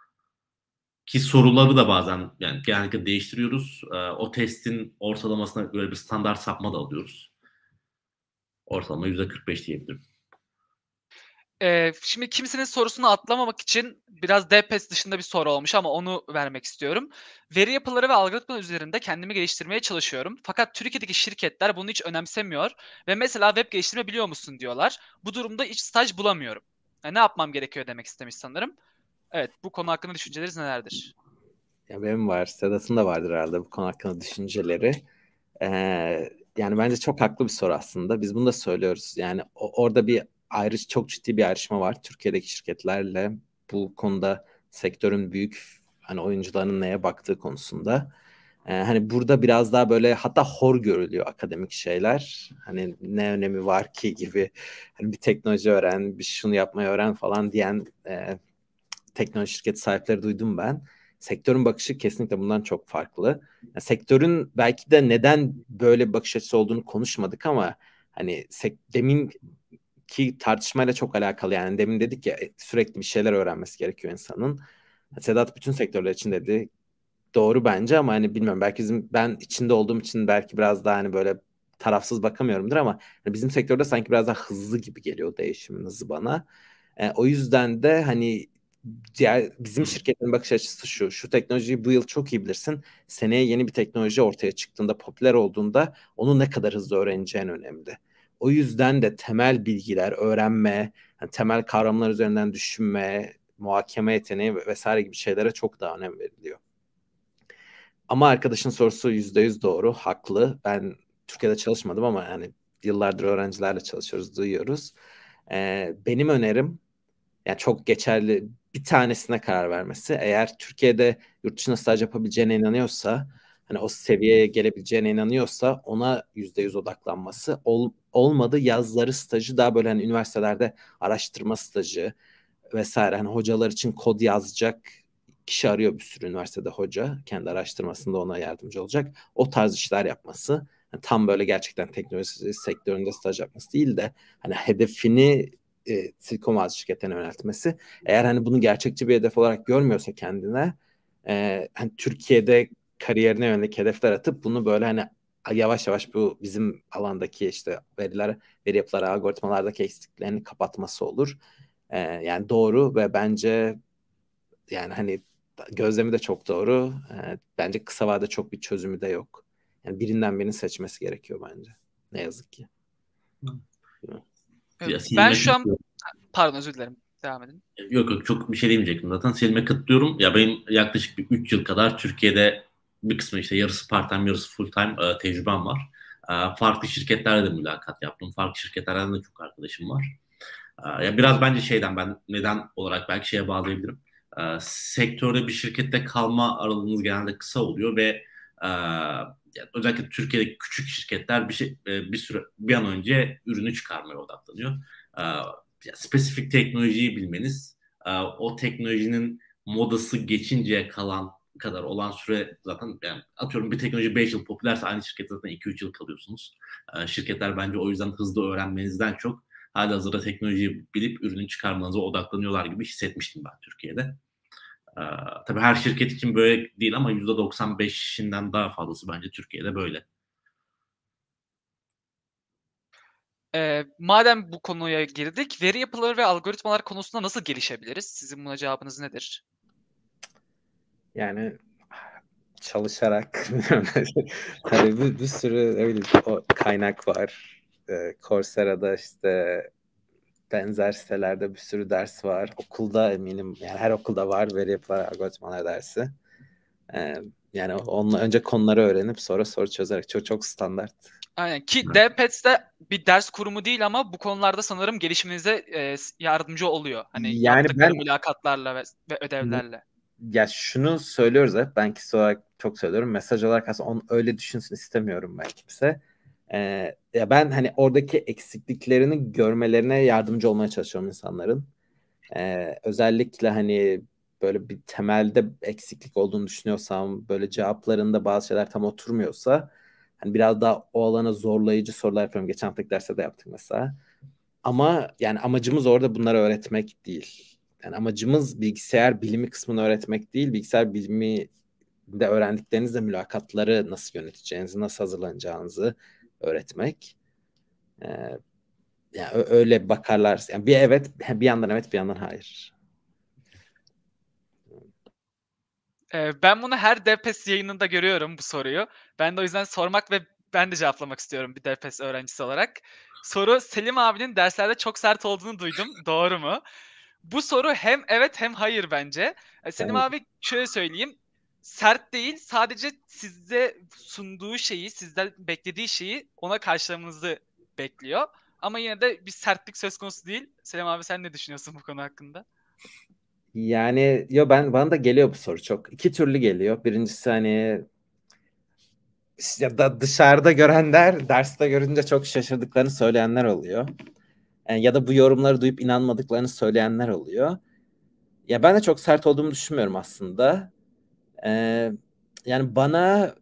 Ki soruları da bazen yani genellikle değiştiriyoruz. E, o testin ortalamasına göre bir standart sapma da alıyoruz. Ortalama yüzde kırk beş diyebilirim. Eee, şimdi kimsenin sorusunu atlamamak için biraz D P E S dışında bir soru olmuş ama onu vermek istiyorum. Veri yapıları ve algoritma üzerinde kendimi geliştirmeye çalışıyorum. Fakat Türkiye'deki şirketler bunu hiç önemsemiyor ve mesela web geliştirme biliyor musun diyorlar. Bu durumda hiç staj bulamıyorum. Ya ne yapmam gerekiyor demek istemiş sanırım. Evet, bu konu hakkında düşünceleriniz nelerdir? Ya benim var, Sedat'ın da vardır herhalde bu konu hakkında düşünceleri. Ee, yani bence çok haklı bir soru aslında. Biz bunu da söylüyoruz. Yani o- orada bir ayrış, çok ciddi bir ayrışma var Türkiye'deki şirketlerle bu konuda sektörün büyük hani oyuncularının neye baktığı konusunda. Ee, hani burada biraz daha böyle hatta hor görülüyor akademik şeyler. Hani ne önemi var ki gibi. Hani bir teknoloji öğren, bir şunu yapmayı öğren falan diyen e, teknoloji şirketi sahipleri duydum ben. Sektörün bakışı kesinlikle bundan çok farklı. Yani sektörün belki de neden böyle bir bakış açısı olduğunu konuşmadık ama hani sek- deminki tartışmayla çok alakalı. Yani demin dedik ya sürekli bir şeyler öğrenmesi gerekiyor insanın. Sedat bütün sektörler için dedi. Doğru bence ama hani bilmiyorum belki bizim ben içinde olduğum için belki biraz daha hani böyle tarafsız bakamıyorumdur ama hani bizim sektörde sanki biraz daha hızlı gibi geliyor değişimin hızı bana. E, o yüzden de hani diğer bizim şirketin bakış açısı şu. Şu teknolojiyi bu yıl çok iyi bilirsin. Seneye yeni bir teknoloji ortaya çıktığında, popüler olduğunda onu ne kadar hızlı öğreneceğin önemli. O yüzden de temel bilgiler, öğrenme, hani temel kavramlar üzerinden düşünme, muhakeme yeteneği vesaire gibi şeylere çok daha önem veriliyor. Ama arkadaşın sorusu yüzde yüz doğru, haklı. Ben Türkiye'de çalışmadım ama yani yıllardır öğrencilerle çalışıyoruz, duyuyoruz. Ee, benim önerim yani çok geçerli bir tanesine karar vermesi. Eğer Türkiye'de yurt dışında staj yapabileceğine inanıyorsa, hani o seviyeye gelebileceğine inanıyorsa ona yüzde yüz odaklanması. Ol, olmadı yazları stajı daha böyle hani üniversitelerde araştırma stajı vesaire. Hani hocalar için kod yazacak kişi arıyor bir sürü üniversitede hoca. Kendi araştırmasında ona yardımcı olacak. O tarz işler yapması. Yani tam böyle gerçekten teknoloji sektöründe staj yapması değil de hani hedefini e, Silikon Vadisi şirketine yöneltmesi. Eğer hani bunu gerçekçi bir hedef olarak görmüyorsa kendine e, hani Türkiye'de kariyerine yönelik hedefler atıp bunu böyle hani yavaş yavaş bu bizim alandaki işte veriler, veri yapıları, algoritmalardaki eksikliklerini kapatması olur. E, yani doğru ve bence yani hani gözlemi de çok doğru. E, bence kısa vadede çok bir çözümü de yok. Yani birinden birini seçmesi gerekiyor bence. Ne yazık ki. Ya Ben Selim'e şu an katılıyorum. pardon özür dilerim. Devam edin. Yok yok çok bir şey demeyecektim zaten. Selim'e katılıyorum. Ya benim yaklaşık bir üç yıl kadar Türkiye'de bir kısmı işte yarısı part-time yarısı full-time e, tecrübem var. E, farklı şirketlerle de mülakat yaptım. Farklı şirketlerden de çok arkadaşım var. E, ya biraz bence şeyden ben neden olarak belki şeye bağlayabilirim. E, sektörde bir şirkette kalma aralığınız genelde kısa oluyor ve e, yani özellikle Türkiye'deki küçük şirketler bir şey e, bir süre bir an önce ürünü çıkarmaya odaklanıyor. E, ya spesifik teknolojiyi bilmeniz, e, o teknolojinin modası geçinceye kalan kadar olan süre zaten yani atıyorum bir teknoloji beş yıl popülerse aynı şirkette zaten iki üç yıl kalıyorsunuz. E, şirketler bence o yüzden hızlı öğrenmenizden çok halihazırda teknolojiyi bilip ürünü çıkarmanıza odaklanıyorlar gibi hissetmiştim ben Türkiye'de. Ee, tabii her şirket için böyle değil ama yüzde doksan beşinden daha fazlası bence Türkiye'de böyle. Eee, madem bu konuya girdik, veri yapıları ve algoritmalar konusunda nasıl gelişebiliriz? Sizin buna cevabınız nedir? Yani çalışarak hani bir, bir sürü ne bileyim, o kaynak var. Ee, Coursera'da işte benzer sitelerde bir sürü ders var. Okulda eminim yani her okulda var veri yapıları algoritmalar dersi. Ee, yani onunla önce konuları öğrenip sonra soru çözerek çok çok standart. Aynen ki D P E S de bir ders kurumu değil ama bu konularda sanırım gelişiminize eee, yardımcı oluyor. Hani Yani yaptıkları ben mülakatlarla ve, ve ödevlerle. ya şunu söylüyoruz hep ben kişisel olarak çok söylüyorum mesaj olarak aslında onu öyle düşünsün istemiyorum ben kimse. Ee, ya ben hani oradaki eksikliklerini görmelerine yardımcı olmaya çalışıyorum insanların. Ee, özellikle hani böyle bir temelde eksiklik olduğunu düşünüyorsam böyle cevaplarında bazı şeyler tam oturmuyorsa hani biraz daha o alana zorlayıcı sorular yapıyorum. Geçen haftaki derste de yaptık mesela. Ama yani amacımız orada bunları öğretmek değil. Yani amacımız bilgisayar bilimi kısmını öğretmek değil, bilgisayar bilimi de öğrendiklerinizle mülakatları nasıl yöneteceğinizi, nasıl hazırlanacağınızı öğretmek. Ee, yani öyle bakarlar. Yani bir evet, bir yandan evet, bir yandan hayır. Ee, ben bunu her DevPes yayınında görüyorum bu soruyu. Ben de o yüzden sormak ve ben de cevaplamak istiyorum bir DevPes öğrencisi olarak. Soru, Selim abinin derslerde çok sert olduğunu duydum. Doğru mu? Bu soru hem evet hem hayır bence. E, Selim Ben, abi şöyle söyleyeyim. Sert değil, sadece size sunduğu şeyi, sizden beklediği şeyi ona karşılamanızı bekliyor. Ama yine de bir sertlik söz konusu değil. Selim abi sen ne düşünüyorsun bu konu hakkında? yani yo ben bana da geliyor bu soru çok. İki türlü geliyor. Birincisi hani ya da dışarıda görenler derste görünce çok şaşırdıklarını söyleyenler oluyor. Yani ya da bu yorumları duyup inanmadıklarını söyleyenler oluyor. Ya ben de çok sert olduğumu düşünmüyorum aslında. Ee, yani bana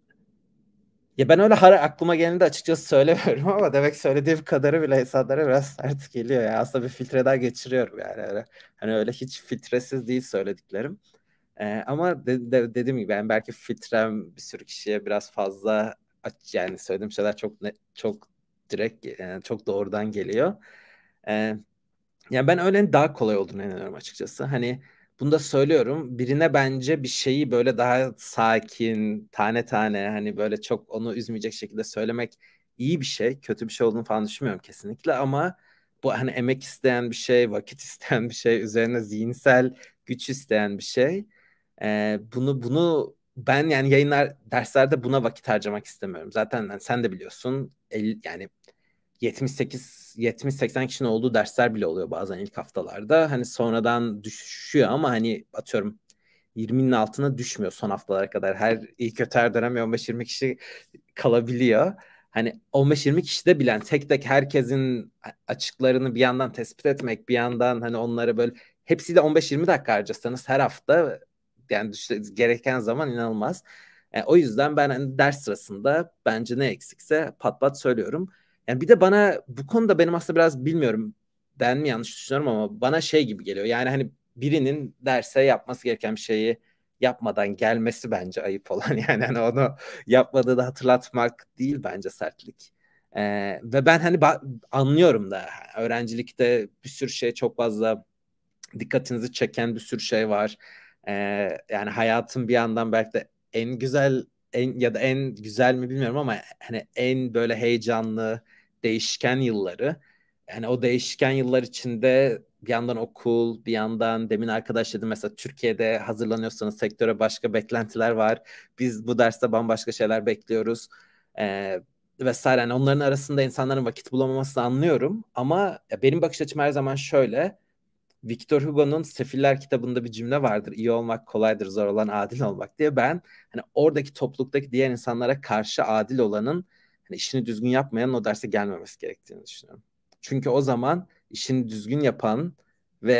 ya ben öyle her aklıma geleni de açıkçası söylemiyorum ama demek söylediğim kadarı bile insanlara biraz sert geliyor ya. Aslında bir filtreden geçiriyorum yani. Öyle, hani öyle hiç filtresiz değil söylediklerim. Ee, ama de, de, dediğim gibi ben belki filtrem bir sürü kişiye biraz fazla aç, yani söylediğim şeyler çok net, çok direkt, yani çok doğrudan geliyor. Ee, yani ben öğlenin daha kolay olduğunu inanıyorum açıkçası. Hani bunu da söylüyorum. Birine bence bir şeyi böyle daha sakin, tane tane, hani böyle çok onu üzmeyecek şekilde söylemek iyi bir şey. Kötü bir şey olduğunu falan düşünmüyorum kesinlikle ama bu hani emek isteyen bir şey, vakit isteyen bir şey, üzerine zihinsel güç isteyen bir şey. Ee, bunu bunu ben yani yayınlar derslerde buna vakit harcamak istemiyorum. Zaten hani sen de biliyorsun el, yani yetmiş sekiz yetmiş seksen kişinin olduğu dersler bile oluyor bazen ilk haftalarda. Hani sonradan düşüyor ama hani atıyorum yirminin altına düşmüyor son haftalara kadar. Her iyi kötü her dönem on beş yirmi kişi kalabiliyor. Hani on beş yirmi kişi de bilen tek tek herkesin açıklarını bir yandan tespit etmek, bir yandan hani onları böyle hepsiyle on beş yirmi dakika harcasanız her hafta yani işte gereken zaman inanılmaz. E, o yüzden ben hani ders sırasında bence ne eksikse pat pat söylüyorum. Yani bir de bana bu konuda benim aslında biraz bilmiyorum, ben mi yanlış düşünüyorum ama bana şey gibi geliyor. Yani hani birinin derse yapması gereken bir şeyi yapmadan gelmesi bence ayıp olan. Yani hani onu yapmadığı da hatırlatmak değil bence sertlik. Ee, ve ben hani ba- anlıyorum da öğrencilikte bir sürü şey çok fazla dikkatinizi çeken bir sürü şey var. Ee, yani hayatın bir yandan belki de en güzel en ya da en güzel mi bilmiyorum ama hani en böyle heyecanlı değişken yılları. Yani o değişken yıllar içinde bir yandan okul, bir yandan demin arkadaş dedim mesela Türkiye'de hazırlanıyorsanız sektöre başka beklentiler var. Biz bu derste bambaşka şeyler bekliyoruz. Ee, vesaire. Yani onların arasında insanların vakit bulamamasını anlıyorum ama ya benim bakış açım her zaman şöyle. Victor Hugo'nun Sefiller kitabında bir cümle vardır. İyi olmak kolaydır, zor olan adil olmak diye. Ben hani oradaki topluluktaki diğer insanlara karşı adil olanın hani işini düzgün yapmayan o derse gelmemesi gerektiğini düşünüyorum. Çünkü o zaman işini düzgün yapan ve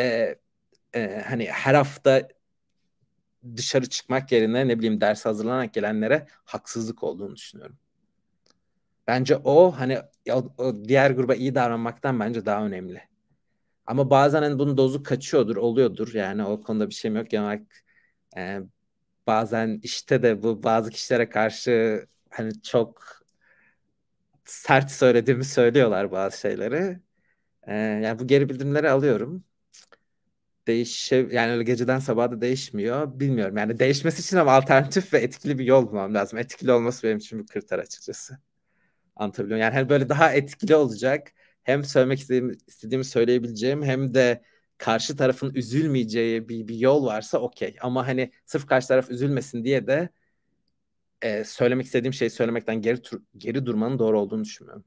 e, hani her hafta dışarı çıkmak yerine ne bileyim ders hazırlanarak gelenlere haksızlık olduğunu düşünüyorum. Bence o hani o, o diğer gruba iyi davranmaktan bence daha önemli. Ama bazen hani bunun dozu kaçıyordur, oluyordur. Yani o konuda bir şeyim yok. Yani e, bazen işte de bu bazı kişilere karşı hani çok sert söylediğimi söylüyorlar bazı şeyleri. E, yani bu geri bildirimleri alıyorum. Değişe, yani öyle geceden sabaha da değişmiyor. Bilmiyorum. Yani değişmesi için ama alternatif ve etkili bir yol bulmam lazım. Etkili olması benim için bir kriter açıkçası. Anlatabiliyor muyum? Yani hani böyle daha etkili olacak. Hem söylemek istediğim, istediğimi söyleyebileceğim hem de karşı tarafın üzülmeyeceği bir, bir yol varsa okey. Ama hani sırf karşı taraf üzülmesin diye de e, söylemek istediğim şeyi söylemekten geri tur- geri durmanın doğru olduğunu düşünmüyorum.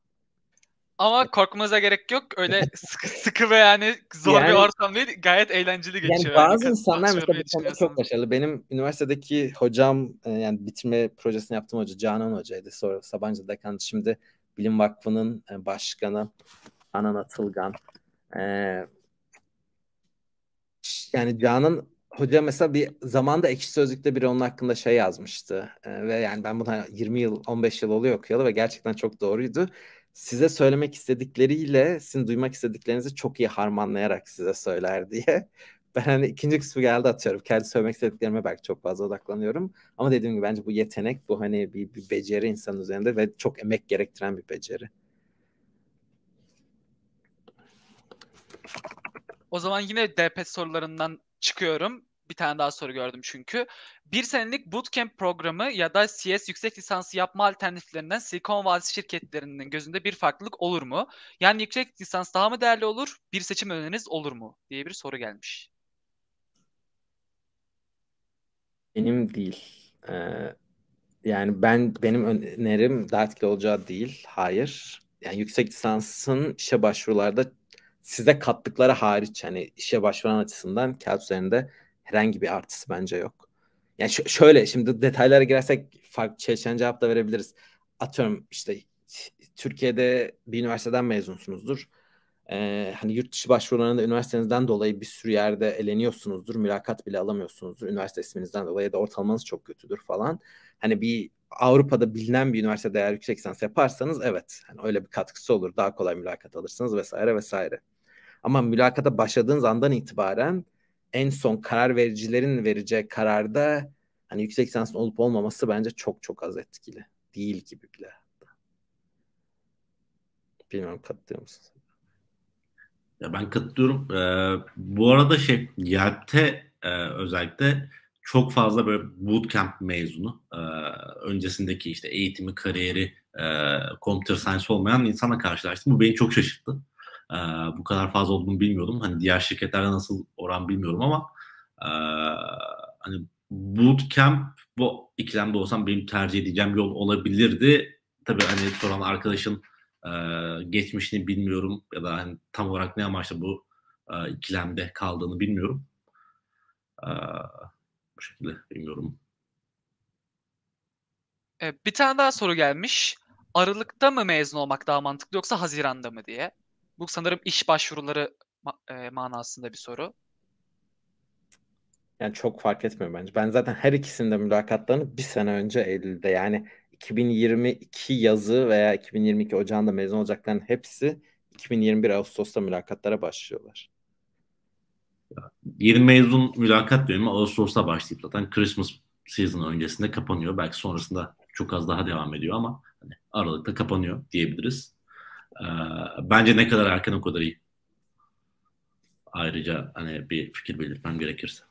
Ama korkmanıza gerek yok. Öyle sıkı sıkı ve yani zor bir Yani ortam değil. Gayet eğlenceli yani geçiyor yani bazı kız insanlar mesela çalışmayı bu konuda çok düşünüyorsanız. başarılı. Benim üniversitedeki hocam e, yani bitirme projesini yaptığım hoca Canan Hoca'ydı. Sonra Sabancı Dekan, şimdi Bilim Vakfı'nın e, başkanı Anan Atılgan. E, Yani Canan Hoca mesela bir zamanda Ekşi Sözlük'te biri onun hakkında şey yazmıştı. Ee, ve yani ben bunu yirmi yıl, on beş yıl oluyor okuyalı ve gerçekten çok doğruydu. Size söylemek istedikleriyle sizin duymak istediklerinizi çok iyi harmanlayarak size söyler diye. Ben hani ikinci kısmı geldi atıyorum. Kendi söylemek istediklerime belki çok fazla odaklanıyorum. Ama dediğim gibi bence bu yetenek, bu hani bir, bir beceri insanın üzerinde ve çok emek gerektiren bir beceri. O zaman yine D P sorularından çıkıyorum. Bir tane daha soru gördüm çünkü. Bir senelik bootcamp programı ya da C S yüksek lisansı yapma alternatiflerinden Silikon Vadisi şirketlerinin gözünde bir farklılık olur mu? Yani yüksek lisans daha mı değerli olur? Bir seçim öneriniz olur mu? Diye bir soru gelmiş. Benim değil. Ee, yani ben benim önerim daha etkili olacağı değil. Hayır. Yani yüksek lisansın işe başvurularda size kattıkları hariç, hani işe başvuran açısından kağıt üzerinde herhangi bir artısı bence yok. Yani ş- şöyle, şimdi detaylara girersek farklı çelişen cevap da verebiliriz. Atıyorum işte Türkiye'de bir üniversiteden mezunsunuzdur. Ee, hani yurt dışı başvurularında üniversitenizden dolayı bir sürü yerde eleniyorsunuzdur. Mülakat bile alamıyorsunuzdur. Üniversite isminizden dolayı ya da ortalamanız çok kötüdür falan. Hani bir Avrupa'da bilinen bir üniversitede eğer yüksek lisans yaparsanız evet, hani öyle bir katkısı olur. Daha kolay mülakat alırsınız vesaire vesaire. Ama mülakata başladığınız andan itibaren en son karar vericilerin vereceği kararda hani yüksek lisansın olup olmaması bence çok çok az etkili. Değil gibi bile. Bilmiyorum, katılıyor musunuz? Ya ben katılıyorum. Ee, bu arada şey YELP'te e, özellikle çok fazla böyle bootcamp mezunu, e, öncesindeki işte eğitimi, kariyeri, e, computer science olmayan insanla karşılaştım. Bu beni çok şaşırttı. E, bu kadar fazla olduğunu bilmiyordum. Hani diğer şirketlerde nasıl oran bilmiyorum ama e, hani bootcamp bu ikilemde olsam benim tercih edeceğim yol olabilirdi. Tabii hani soran arkadaşın ee, geçmişini bilmiyorum ya da hani tam olarak ne amaçla bu e, ikilemde kaldığını bilmiyorum. Ee, bu şekilde bilmiyorum. Ee, bir tane daha soru gelmiş. Aralıkta mı mezun olmak daha mantıklı yoksa Haziran'da mı diye. Bu sanırım iş başvuruları ma- e, manasında bir soru. Yani çok fark etmiyor bence. Ben zaten her ikisinde mülakatlarını bir sene önce Eylül'de, yani iki bin yirmi iki yazı veya iki bin yirmi iki Ocağı'nda mezun olacakların hepsi iki bin yirmi bir Ağustos'ta mülakatlara başlıyorlar. Yeni mezun mülakat dönemi Ağustos'ta başlayıp zaten Christmas season öncesinde kapanıyor. Belki sonrasında çok az daha devam ediyor ama hani Aralık'ta kapanıyor diyebiliriz. Ee, bence ne kadar erken o kadar iyi. Ayrıca hani bir fikir belirtmem gerekirse.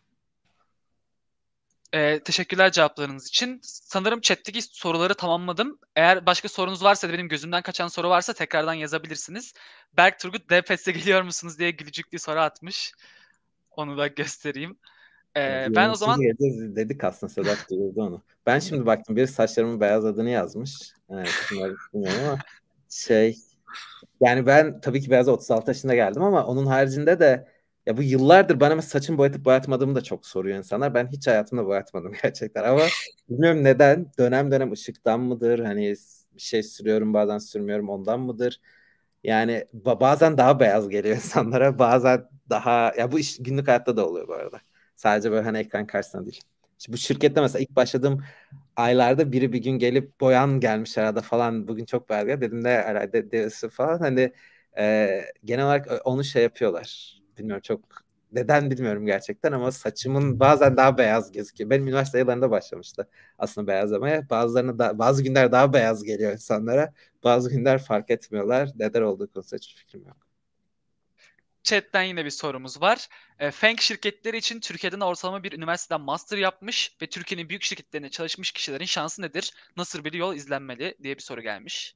Ee, teşekkürler cevaplarınız için. Sanırım chat'teki soruları tamamladım. Eğer başka sorunuz varsa da benim gözümden kaçan soru varsa tekrardan yazabilirsiniz. Berk Turgut D P S''e geliyor musunuz diye gülücük bir soru atmış. Onu da göstereyim. Evet, Ee, ben o yönetici zaman geldi dedik, aslında Sedat duyurdu onu. Ben şimdi baktım, biri saçlarımın beyazladığını yazmış. Evet, bunları bilmiyorum ama şey, yani ben tabii ki beyaza otuz altı yaşında geldim ama onun haricinde de ya bu yıllardır bana saçımı boyatıp boyatmadığımı da çok soruyor insanlar. Ben hiç hayatımda boyatmadım gerçekten ama bilmiyorum neden. Dönem dönem ışıktan mıdır? Hani bir şey sürüyorum bazen sürmüyorum, ondan mıdır? Yani ba- bazen daha beyaz geliyor insanlara, bazen daha, ya bu iş günlük hayatta da oluyor bu arada. Sadece böyle hani ekran karşısında değil. İşte bu şirkette mesela ilk başladığım aylarda biri bir gün gelip boyan gelmiş arada falan, bugün çok beyaz geldi dedim, de herhalde derisi falan, hani e, genel olarak onu şey yapıyorlar. Bilmiyorum, çok neden bilmiyorum gerçekten ama saçımın bazen daha beyaz gözüküyor. Benim üniversite yıllarında başlamıştı aslında beyazlamaya. Bazılarına da, bazı günler daha beyaz geliyor insanlara. Bazı günler fark etmiyorlar. Neden olduğu konusunda hiçbir fikrim yok. chat'ten yine bir sorumuz var. E, Feng şirketleri için Türkiye'den ortalama bir üniversiteden master yapmış ve Türkiye'nin büyük şirketlerinde çalışmış kişilerin şansı nedir? Nasıl bir yol izlenmeli diye bir soru gelmiş.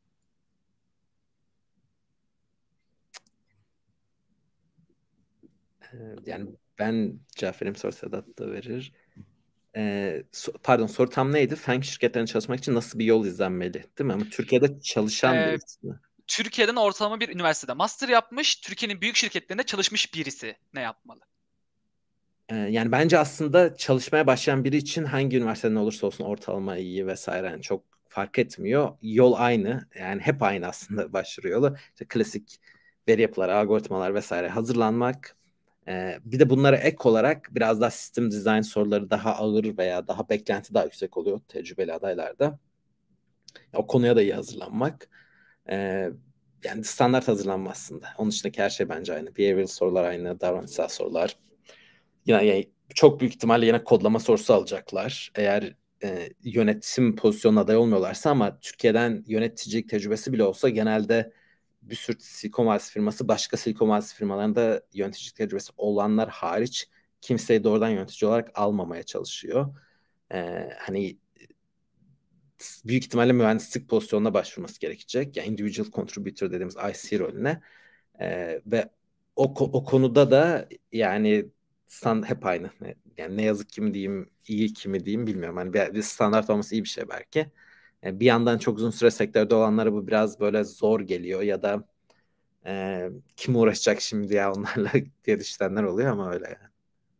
Ee, yani ben cevap vereyim, sonra Sedat da verir. Ee, so- pardon, soru tam neydi? Feng şirketlerine çalışmak için nasıl bir yol izlenmeli, değil mi? Ama Türkiye'de çalışan E, birisi mi? Türkiye'den ortalama bir üniversitede master yapmış, Türkiye'nin büyük şirketlerinde çalışmış birisi ne yapmalı? Ee, yani bence aslında çalışmaya başlayan biri için hangi üniversiteden olursa olsun ortalama iyi vesaire, yani çok fark etmiyor. Yol aynı. Yani hep aynı aslında başvuru yolu. İşte klasik veri yapıları, algoritmalar vesaire hazırlanmak. Ee, bir de bunlara ek olarak biraz daha sistem design soruları daha ağır veya daha beklenti daha yüksek oluyor tecrübeli adaylarda. O konuya da iyi hazırlanmak. Ee, yani standart hazırlanma aslında. Onun dışındaki her şey bence aynı. Behavioral sorular aynı, davranışsal sorular. Yine yani çok büyük ihtimalle yine kodlama sorusu alacaklar. Eğer e, yönetim pozisyonuna aday olmuyorlarsa, ama Türkiye'den yöneticilik tecrübesi bile olsa genelde bir sürü Silikon Vadisi firması başka Silikon Vadisi firmalarında yöneticilik tecrübesi olanlar hariç kimseyi doğrudan yönetici olarak almamaya çalışıyor. Ee, hani büyük ihtimalle mühendislik pozisyonuna başvurması gerekecek. Yani individual contributor dediğimiz I C rolüne. Ee, ve o, o konuda da yani stand, hep aynı. Yani ne yazık ki mi diyeyim, iyi ki mi diyeyim bilmiyorum. Hani bir, bir standart olması iyi bir şey belki. Yani bir yandan çok uzun süre sektörde olanlara bu biraz böyle zor geliyor ya da e, kim uğraşacak şimdi ya onlarla diye düşünenler oluyor ama öyle yani.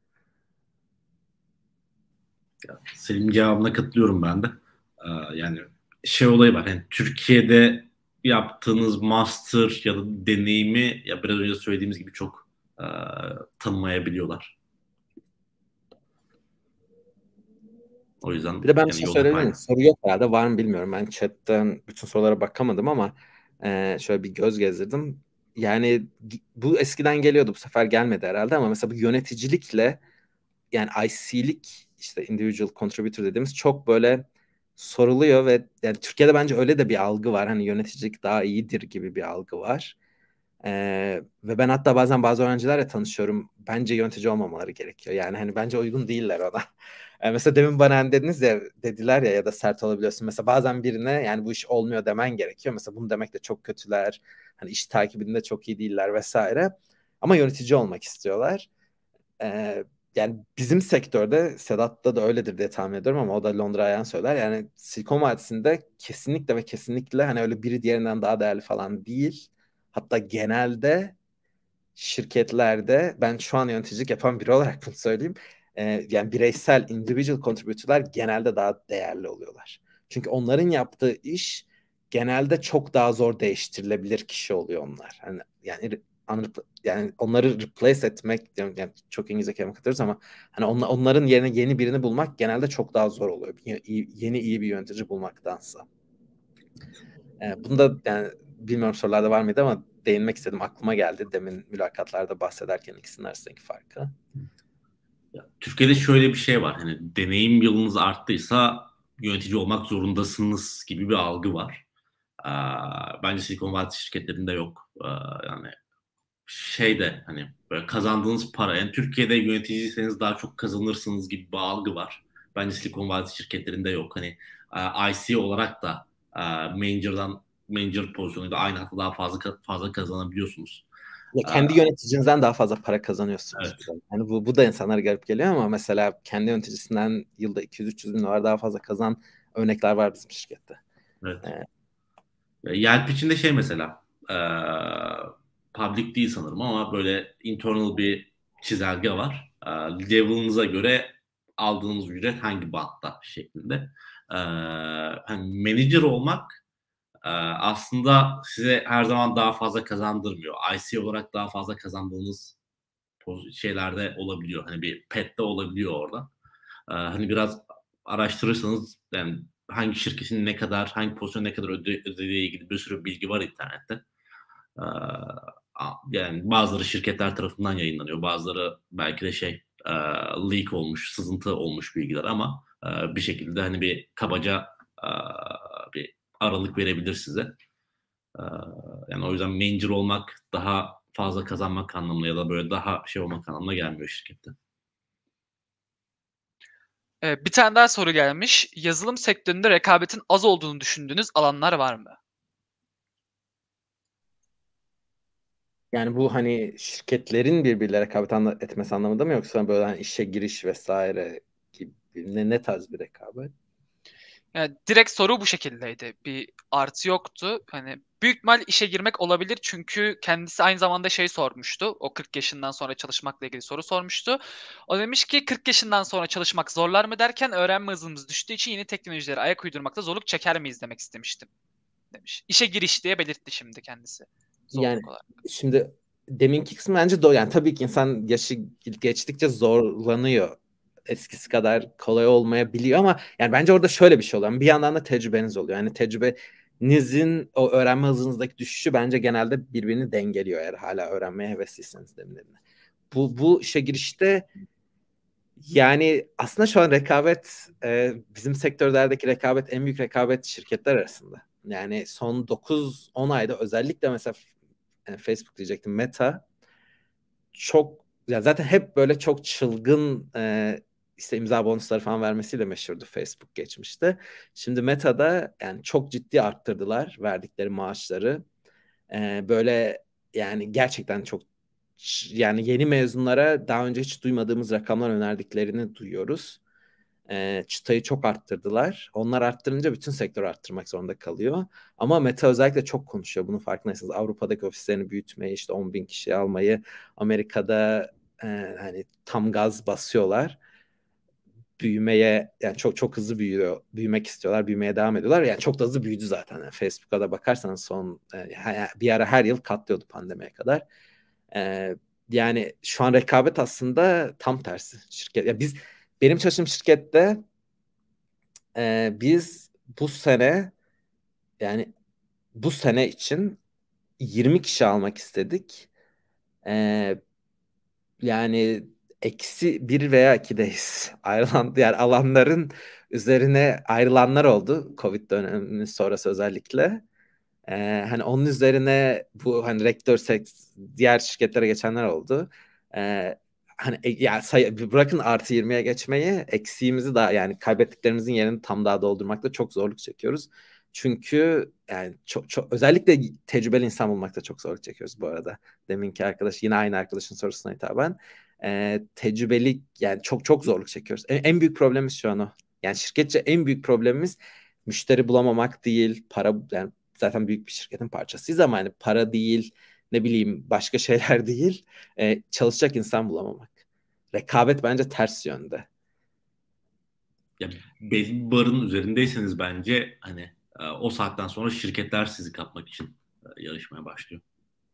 Senin cevabına katılıyorum ben de. Ee, yani şey olayı var. Yani Türkiye'de yaptığınız master ya da deneyimi ya biraz önce söylediğimiz gibi çok e, tanımayabiliyorlar. O yüzden Bir de ben bir yani şey yol hep söyleyebilir miyim? aynı. Soru yok herhalde, var mı bilmiyorum. Ben chatten bütün sorulara bakamadım ama e, şöyle bir göz gezdirdim. Yani bu eskiden geliyordu, bu sefer gelmedi herhalde ama mesela bu yöneticilikle yani I C'lik işte individual contributor dediğimiz çok böyle soruluyor ve yani Türkiye'de bence öyle de bir algı var. Hani yöneticilik daha iyidir gibi bir algı var. Ee, ve ben hatta bazen bazı öğrencilerle tanışıyorum. Bence yönetici olmamaları gerekiyor. Yani hani bence uygun değiller ona. Ee, mesela demin bana hani dediniz ya, dediler ya ya da sert olabiliyorsun. Mesela bazen birine yani bu iş olmuyor demen gerekiyor. Mesela bunu demek de çok kötüler. Hani iş takibinde çok iyi değiller vesaire. Ama yönetici olmak istiyorlar. Ee, yani bizim sektörde Sedat'ta da öyledir diye tahmin ediyorum ama o da Londra ayağını söyler. Yani Silikon Vadisi'nde kesinlikle ve kesinlikle hani öyle biri diğerinden daha değerli falan değil. Hatta genelde şirketlerde ben şu an yöneticilik yapan biri olarak bunu söyleyeyim. Ee, yani bireysel individual contributor'lar genelde daha değerli oluyorlar. Çünkü onların yaptığı iş genelde çok daha zor değiştirilebilir kişi oluyor onlar. Hani yani yani onları replace etmek, yani çok İngilizce kelime katıyoruz ama hani on, onların yerine yeni birini bulmak genelde çok daha zor oluyor. Yeni, yeni iyi bir yönetici bulmaktansa. Ee, bunu da yani bilmiyorum sorularda var mıydı ama değinmek istedim. Aklıma geldi demin mülakatlarda bahsederken ikisinin arasındaki farkı. Ya, Türkiye'de şöyle bir şey var. Hani deneyim yılınız arttıysa yönetici olmak zorundasınız gibi bir algı var. Ee, bence Silikon Vadisi şirketlerinde yok. Ee, yani şey de hani böyle kazandığınız para, yani Türkiye'de yöneticiyseniz daha çok kazanırsınız gibi bir algı var. Bence Silikon Vadisi şirketlerinde yok. Hani e, I C olarak da e, manager'dan manager pozisyonuyla aynı hatta daha fazla fazla kazanabiliyorsunuz. Ya Ee, kendi yöneticinizden daha fazla para kazanıyorsunuz. evet, Bir de. Yani bu, bu da insanlara garip geliyor ama mesela kendi yöneticisinden yılda iki yüz üç yüz bin dolar daha fazla kazanan örnekler var bizim şirkette. evet. Ee, Yelp içinde şey mesela e, public değil sanırım ama böyle internal bir çizelge var. E, level'ınıza göre aldığınız ücret hangi bantta şeklinde. E, hani manager olmak e, aslında size her zaman daha fazla kazandırmıyor. I C olarak daha fazla kazandığınız şeylerde olabiliyor. Hani bir pet'te olabiliyor orada. E, hani biraz araştırırsanız yani hangi şirketin ne kadar, hangi pozisyon ne kadar öde, ödediğiyle ilgili bir sürü bilgi var internette. Ee, yani bazıları şirketler tarafından yayınlanıyor. Bazıları belki de şey e, leak olmuş, sızıntı olmuş bilgiler ama e, bir şekilde hani bir kabaca e, bir aralık verebilir size. E, yani o yüzden manager olmak daha fazla kazanmak anlamına ya da böyle daha şey olmak anlamına gelmiyor şirkette. Ee, bir tane daha soru gelmiş. Yazılım sektöründe rekabetin az olduğunu düşündüğünüz alanlar var mı? yani bu hani şirketlerin birbirleriyle rekabet anla- etmesi anlamında mı yoksa böyle hani işe giriş vesaire gibi ne, ne tarz bir rekabet? Yani direkt soru bu şekildeydi. Bir artı yoktu. Hani büyük ihtimal işe girmek olabilir çünkü kendisi aynı zamanda şey sormuştu. O kırk yaşından sonra çalışmakla ilgili soru sormuştu. O demiş ki kırk yaşından sonra çalışmak zorlar mı derken öğrenme hızımız düştüğü için yeni teknolojilere ayak uydurmakta zorluk çeker miyiz demek istemiştim demiş. İşe giriş diye belirtti şimdi kendisi. Yani Zorluk olarak. şimdi deminki kısmı bence doğru. Yani tabii ki insan yaşı geçtikçe zorlanıyor. Eskisi kadar kolay olmayabiliyor ama yani bence orada şöyle bir şey oluyor. Bir yandan da tecrübeniz oluyor. Yani tecrübenizin o öğrenme hızınızdaki düşüşü bence genelde birbirini dengeliyor eğer hala öğrenmeye hevesliyseniz demin. Bu, bu işe girişte yani aslında şu an rekabet e, bizim sektörlerdeki rekabet en büyük rekabet şirketler arasında. Yani son dokuz on ayda özellikle mesela yani Facebook diyecektim, Meta çok ya zaten hep böyle çok çılgın e, işte imza bonusları falan vermesiyle meşhurdu Facebook geçmişte. Şimdi Meta'da yani çok ciddi arttırdılar verdikleri maaşları. E, böyle yani gerçekten çok yani yeni mezunlara daha önce hiç duymadığımız rakamlar önerdiklerini duyuyoruz. E, çıtayı çok arttırdılar. Onlar arttırınca bütün sektör arttırmak zorunda kalıyor. Ama Meta özellikle çok konuşuyor. Bunun farkındaysanız Avrupa'daki ofislerini büyütmeyi, işte on bin kişi almayı, Amerika'da e, hani tam gaz basıyorlar. Büyümeye yani çok çok hızlı büyüyor. Büyümek istiyorlar, büyümeye devam ediyorlar. Yani çok da hızlı büyüdü zaten. Yani Facebook'a da bakarsanız son e, bir ara her yıl katlıyordu pandemiye kadar. E, Yani şu an rekabet aslında tam tersi. Şirket ya biz benim çalıştığım şirkette e, biz bu sene yani bu sene için yirmi kişi almak istedik. E, Yani eksi bir veya ikideyiz. Ayrılan diğer alanların üzerine ayrılanlar oldu. Covid dönemi sonrası özellikle. Ee, hani onun üzerine bu hani rektör seks diğer şirketlere geçenler oldu. Ee, Hani e, ya say, bırakın artı yirmiye geçmeyi, eksiğimizi daha yani kaybettiklerimizin yerini tam daha doldurmakta çok zorluk çekiyoruz. Çünkü yani çok, çok özellikle tecrübeli insan bulmakta çok zorluk çekiyoruz bu arada. Deminki arkadaş yine aynı arkadaşın sorusuna hitaben ee, tecrübeli yani çok çok zorluk çekiyoruz. En, en büyük problemimiz şu an o. Yani şirketçe en büyük problemimiz müşteri bulamamak değil, para yani zaten büyük bir şirketin parçasıyız ama hani para değil, ne bileyim başka şeyler değil, e, çalışacak insan bulamamak. Rekabet bence ters yönde. Ya belli bir barın üzerindeyseniz bence hani e, o saatten sonra şirketler sizi kapmak için e, yarışmaya başlıyor.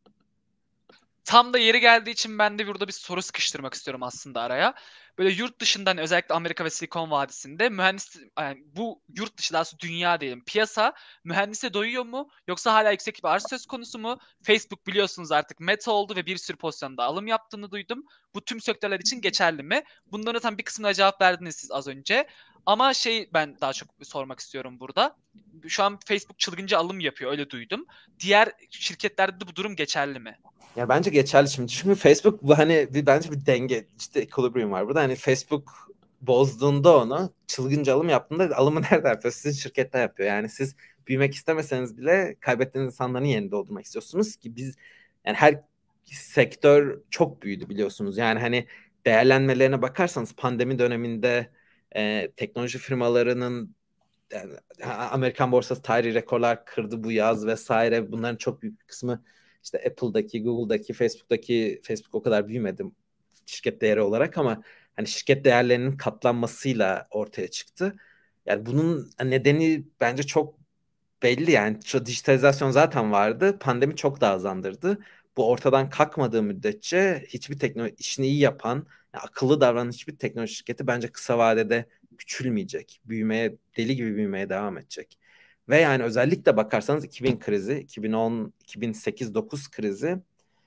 Tam da yeri geldiği için ben de burada bir soru sıkıştırmak istiyorum aslında araya. Böyle yurt dışından özellikle Amerika ve Silikon Vadisi'nde mühendis yani bu yurt dışı daha doğrusu dünya diyelim piyasa mühendise doyuyor mu yoksa hala yüksek bir arz söz konusu mu? Facebook biliyorsunuz artık Meta oldu ve bir sürü pozisyonda alım yaptığını duydum. Bu tüm sektörler için geçerli mi? Bunların tam bir kısmına cevap verdiniz siz az önce. Ama şey ben daha çok sormak istiyorum burada. Şu an Facebook çılgınca alım yapıyor öyle duydum. Diğer şirketlerde de bu durum geçerli mi? Ya bence geçerli şimdi. Çünkü Facebook bu hani bir, bence bir denge, işte equilibrium var burada. Hani Facebook bozduğunda onu çılgınca alım yaptığında alımı nerede yapıyor? Sizin şirkette yapıyor. Yani siz büyümek istemeseniz bile kaybettiğiniz insanların yerini doldurmak istiyorsunuz ki biz yani her sektör çok büyüdü biliyorsunuz. Yani hani değerlenmelerine bakarsanız pandemi döneminde e, teknoloji firmalarının yani Amerikan borsası tarihi rekorlar kırdı bu yaz vesaire. Bunların çok büyük bir kısmı işte Apple'daki, Google'daki, Facebook'taki Facebook o kadar büyümedi şirket değeri olarak ama hani şirket değerlerinin katlanmasıyla ortaya çıktı. Yani bunun nedeni bence çok belli yani. Şu dijitalizasyon zaten vardı. Pandemi çok daha hızlandırdı. Bu ortadan kalkmadığı müddetçe hiçbir teknoloji işini iyi yapan, yani akıllı davranan hiçbir teknoloji şirketi bence kısa vadede küçülmeyecek. Büyümeye, deli gibi büyümeye devam edecek. Ve yani özellikle bakarsanız iki bin krizi, iki bin on, iki bin sekiz dokuz krizi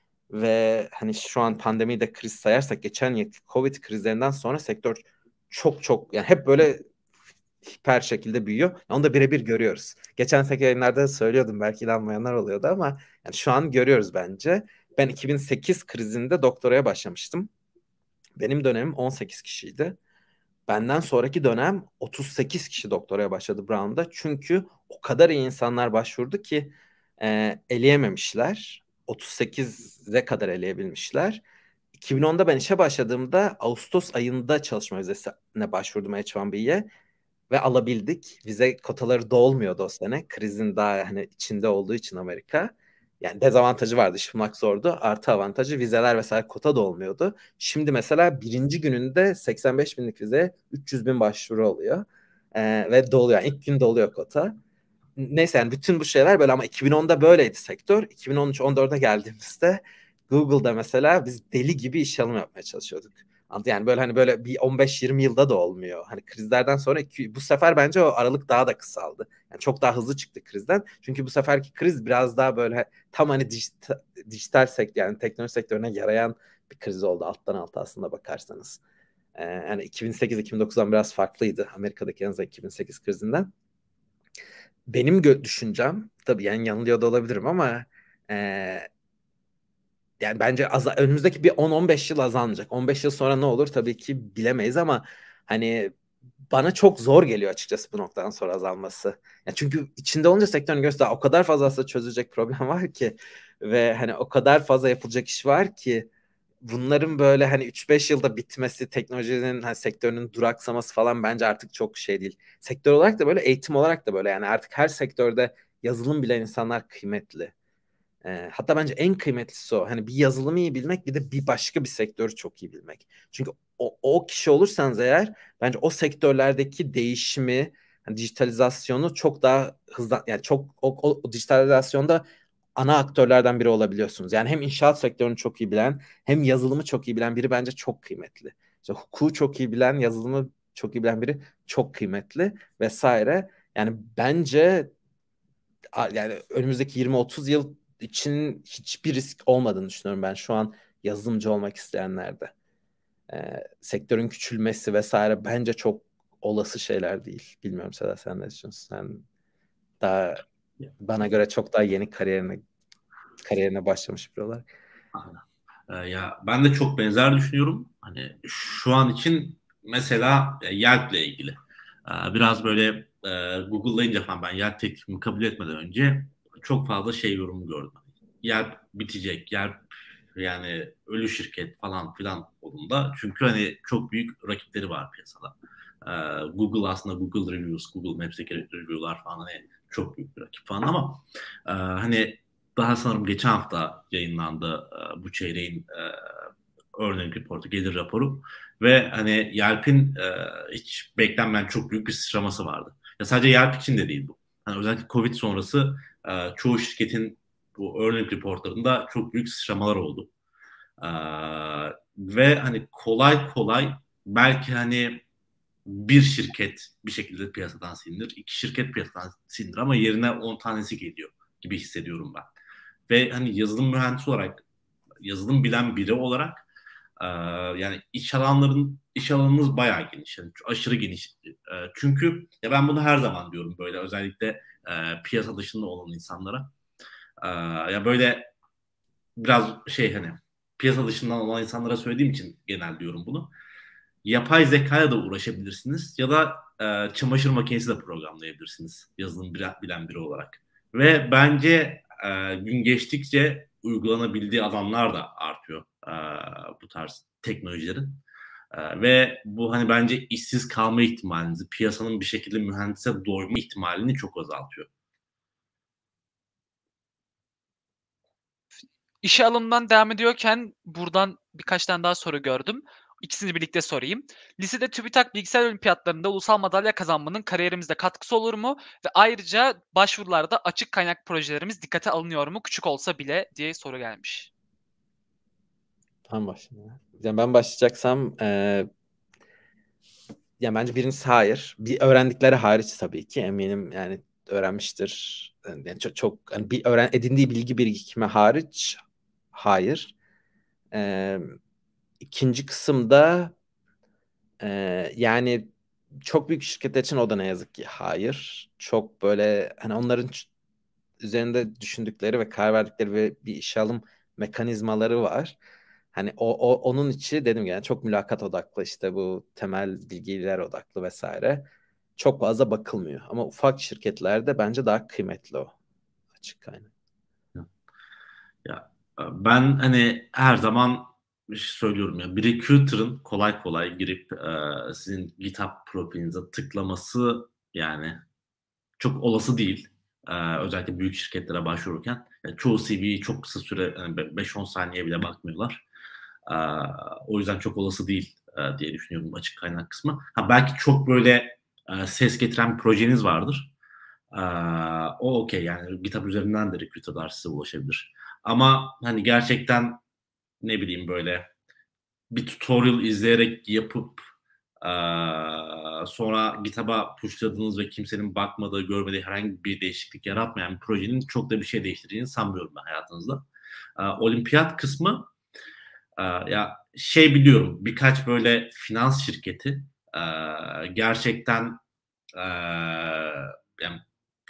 ve hani şu an pandemiyi de kriz sayarsak geçen yıl Covid krizlerinden sonra sektör çok çok yani hep böyle hiper şekilde büyüyor. Onu da birebir görüyoruz. Geçen sene yayınlarda söylüyordum belki inanmayanlar oluyordu ama yani şu an görüyoruz bence. Ben iki bin sekiz krizinde doktoraya başlamıştım. Benim dönemim on sekiz kişiydi. Benden sonraki dönem otuz sekiz kişi doktoraya başladı Brown'da. Çünkü o kadar iyi insanlar başvurdu ki e, eleyememişler. otuz sekize kadar eleyebilmişler. iki bin onda ben işe başladığımda Ağustos ayında çalışma vizesine başvurdum H bir B'ye ve alabildik. Vize kotaları dolmuyordu o sene. Krizin daha hani içinde olduğu için Amerika. Yani dezavantajı vardı, iş bulmak zordu. Artı avantajı vizeler vesaire kota dolmuyordu. Şimdi mesela birinci gününde seksen beş binlik vize üç yüz bin başvuru oluyor. Ee, ve doluyor. Yani ilk gün doluyor kota. Neyse yani bütün bu şeyler böyle ama iki bin onda böyleydi sektör. iki bin on üç on dörde geldiğimizde Google'da mesela biz deli gibi iş alım yapmaya çalışıyorduk. Yani böyle hani böyle bir on beş yirmi yılda da olmuyor. Hani krizlerden sonra iki, bu sefer bence o aralık daha da kısaldı. Yani çok daha hızlı çıktı krizden. Çünkü bu seferki kriz biraz daha böyle tam hani dijital, dijital sektör yani teknoloji sektörüne yarayan bir kriz oldu alttan alta aslında bakarsanız. Ee, yani iki bin sekiz iki bin dokuzdan biraz farklıydı Amerika'daki en azından iki bin sekiz krizinden. benim gö- düşüncem, tabii yani yanılıyor da olabilirim ama e, yani bence az, önümüzdeki bir on on beş yıl azalmayacak. on beş yıl sonra ne olur tabii ki bilemeyiz ama hani bana çok zor geliyor açıkçası bu noktadan sonra azalması. Ya çünkü içinde olunca sektörün göz daha o kadar fazla aslında çözülecek problem var ki ve hani o kadar fazla yapılacak iş var ki bunların böyle hani üç beş yılda bitmesi, teknolojinin hani sektörünün duraksaması falan bence artık çok şey değil. Sektör olarak da böyle, eğitim olarak da böyle, yani artık her sektörde yazılım bilen insanlar kıymetli. Ee, hatta bence en kıymetlisi o. Hani bir yazılımı iyi bilmek, bir de bir başka bir sektörü çok iyi bilmek. Çünkü o, o kişi olursanız eğer bence o sektörlerdeki değişimi, hani dijitalizasyonu çok daha hızlı, yani çok o, o, o dijitalizasyonda ana aktörlerden biri olabiliyorsunuz. Yani hem inşaat sektörünü çok iyi bilen hem yazılımı çok iyi bilen biri bence çok kıymetli. İşte hukuku çok iyi bilen, yazılımı çok iyi bilen biri çok kıymetli vesaire. Yani bence yani önümüzdeki yirmi otuz yıl için hiçbir risk olmadığını düşünüyorum ben şu an yazılımcı olmak isteyenlerde. Ee, sektörün küçülmesi vesaire bence çok olası şeyler değil. Bilmiyorum Sedat, sen ne düşünüyorsun? Sen daha bana göre çok daha yeni kariyerine kariyerine başlamış biri olarak. Aynen. Ee, ya ben de çok benzer düşünüyorum. Hani şu an için mesela e, Yelp'le ilgili. Ee, biraz böyle e, Google'layınca falan ben Yelp teklifimi kabul etmeden önce çok fazla şey yorumu gördüm. Yelp bitecek, Yelp yani ölü şirket falan filan olduğunda. Çünkü hani çok büyük rakipleri var piyasada. Ee, Google aslında Google Reviews, Google Maps'teki review'lar falan hani çok büyük bir rakip falan ama e, hani daha sanırım geçen hafta yayınlandı e, bu çeyreğin e, earning reportu, gelir raporu ve hani Yelp'in e, hiç beklenmeyen çok büyük bir sıçraması vardı. Ya sadece Yelp için de değil bu. Hani özellikle Covid sonrası e, çoğu şirketin bu earning reportlarında çok büyük sıçramalar oldu. E, ve hani kolay kolay belki hani bir şirket bir şekilde piyasadan silinir, iki şirket piyasadan silinir ama yerine on tanesi geliyor gibi hissediyorum ben. Ve hani yazılım mühendisi olarak, yazılım bilen biri olarak e, yani iş alanların iş alanınız bayağı geniş. Yani aşırı geniş. E, çünkü ya ben bunu her zaman diyorum böyle özellikle e, piyasa dışında olan insanlara. E, ya böyle biraz şey hani piyasa dışından olan insanlara söylediğim için genel diyorum bunu. Yapay zekayla da uğraşabilirsiniz ya da e, çamaşır makinesi de programlayabilirsiniz yazılım bilen biri olarak. Ve bence e, gün geçtikçe uygulanabildiği alanlar da artıyor e, bu tarz teknolojilerin. E, ve bu hani bence işsiz kalma ihtimalinizi, piyasanın bir şekilde mühendise doyma ihtimalini çok azaltıyor. İşe alımdan devam ediyorken buradan birkaç tane daha soru gördüm. İkisini birlikte sorayım. Lisede TÜBİTAK bilgisayar olimpiyatlarında ulusal madalya kazanmanın kariyerimizde katkısı olur mu? Ve ayrıca başvurularda açık kaynak projelerimiz dikkate alınıyor mu? Küçük olsa bile diye soru gelmiş. Ben başlayayım. Yani ben başlayacaksam e, yani bence birincisi hayır. Bir öğrendikleri hariç tabii ki eminim yani öğrenmiştir. Yani çok, çok hani bir öğren edindiği bilgi birikimi hariç hayır. Ee, ikinci kısımda e, yani çok büyük şirketler için o da ne yazık ki hayır. Çok böyle hani onların ç- üzerinde düşündükleri ve karar verdikleri ve bir işe alım mekanizmaları var. Hani o, o onun içi dedim yani çok mülakat odaklı, işte bu temel bilgiler odaklı vesaire. Çok fazla bakılmıyor. Ama ufak şirketlerde bence daha kıymetli o açık kaynak. Ya ben hani her zaman bir şey söylüyorum ya bir recruiter'ın kolay kolay girip e, sizin GitHub profilinize tıklaması yani çok olası değil. E, özellikle büyük şirketlere başvururken. Yani çoğu C V'yi çok kısa süre yani beş on saniye bile bakmıyorlar. E, o yüzden çok olası değil e, diye düşünüyorum açık kaynak kısmı. Ha, belki çok böyle e, ses getiren bir projeniz vardır. E, o okey yani GitHub üzerinden de recruiter'lar size ulaşabilir. Ama hani gerçekten ne bileyim böyle bir tutorial izleyerek yapıp eee, sonra GitHub'a pushladığınız ve kimsenin bakmadığı, görmediği herhangi bir değişiklik yaratmayan bir projenin çok da bir şey değiştireceğini sanmıyorum ben hayatınızda. Eee, olimpiyat kısmı eee, ya şey biliyorum birkaç böyle finans şirketi eee, gerçekten eee, yani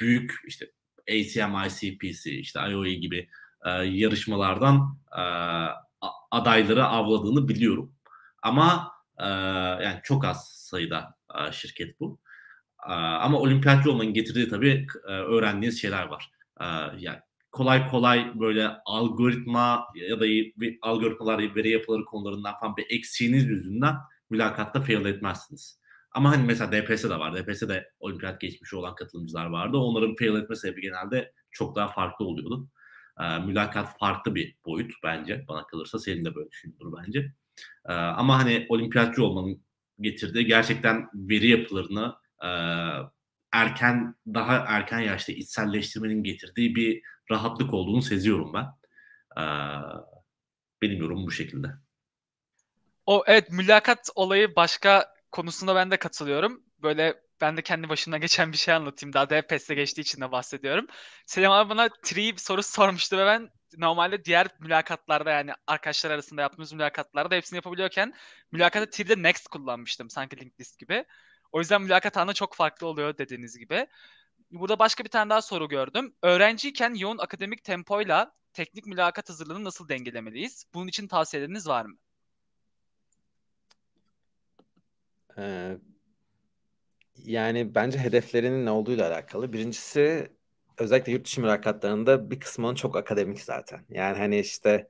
büyük işte A C M, I C P C, işte I O E gibi e, yarışmalardan e, adayları avladığını biliyorum. Ama e, yani çok az sayıda e, şirket bu. E, ama olimpiyatçı olmanın getirdiği tabii e, öğrendiğiniz şeyler var. E, yani kolay kolay böyle algoritma ya da algoritmalar, veri yapıları konularından falan bir eksiğiniz yüzünden mülakatta fail etmezsiniz. Ama hani mesela D P S de var. D P S'de olimpiyat geçmişi olan katılımcılar vardı. Onların fail etme sebebi genelde çok daha farklı oluyordu. E, mülakat farklı bir boyut bence. Bana kalırsa senin de böyle düşünüyordur bence. E, ama hani olimpiyatçı olmanın getirdiği gerçekten veri yapılarını e, erken, daha erken yaşta içselleştirmenin getirdiği bir rahatlık olduğunu seziyorum ben. E, benim yorumum bu şekilde. O evet, mülakat olayı başka konusunda ben de katılıyorum. Böyle ben de kendi başımdan geçen bir şey anlatayım. Daha D P S'e geçtiği için de bahsediyorum. Selim abi bana tree sorusu sormuştu ve ben normalde diğer mülakatlarda, yani arkadaşlar arasında yaptığımız mülakatlarda hepsini yapabiliyorken mülakatta tree'de next kullanmıştım sanki linked list gibi. O yüzden mülakat anı çok farklı oluyor dediğiniz gibi. Burada başka bir tane daha soru gördüm. Öğrenciyken yoğun akademik tempoyla teknik mülakat hazırlığını nasıl dengelemeliyiz? Bunun için tavsiyeleriniz var mı? Ee, yani bence hedeflerinin ne olduğuyla alakalı. Birincisi, özellikle yurt dışı mülakatlarında bir kısmının çok akademik zaten. Yani hani işte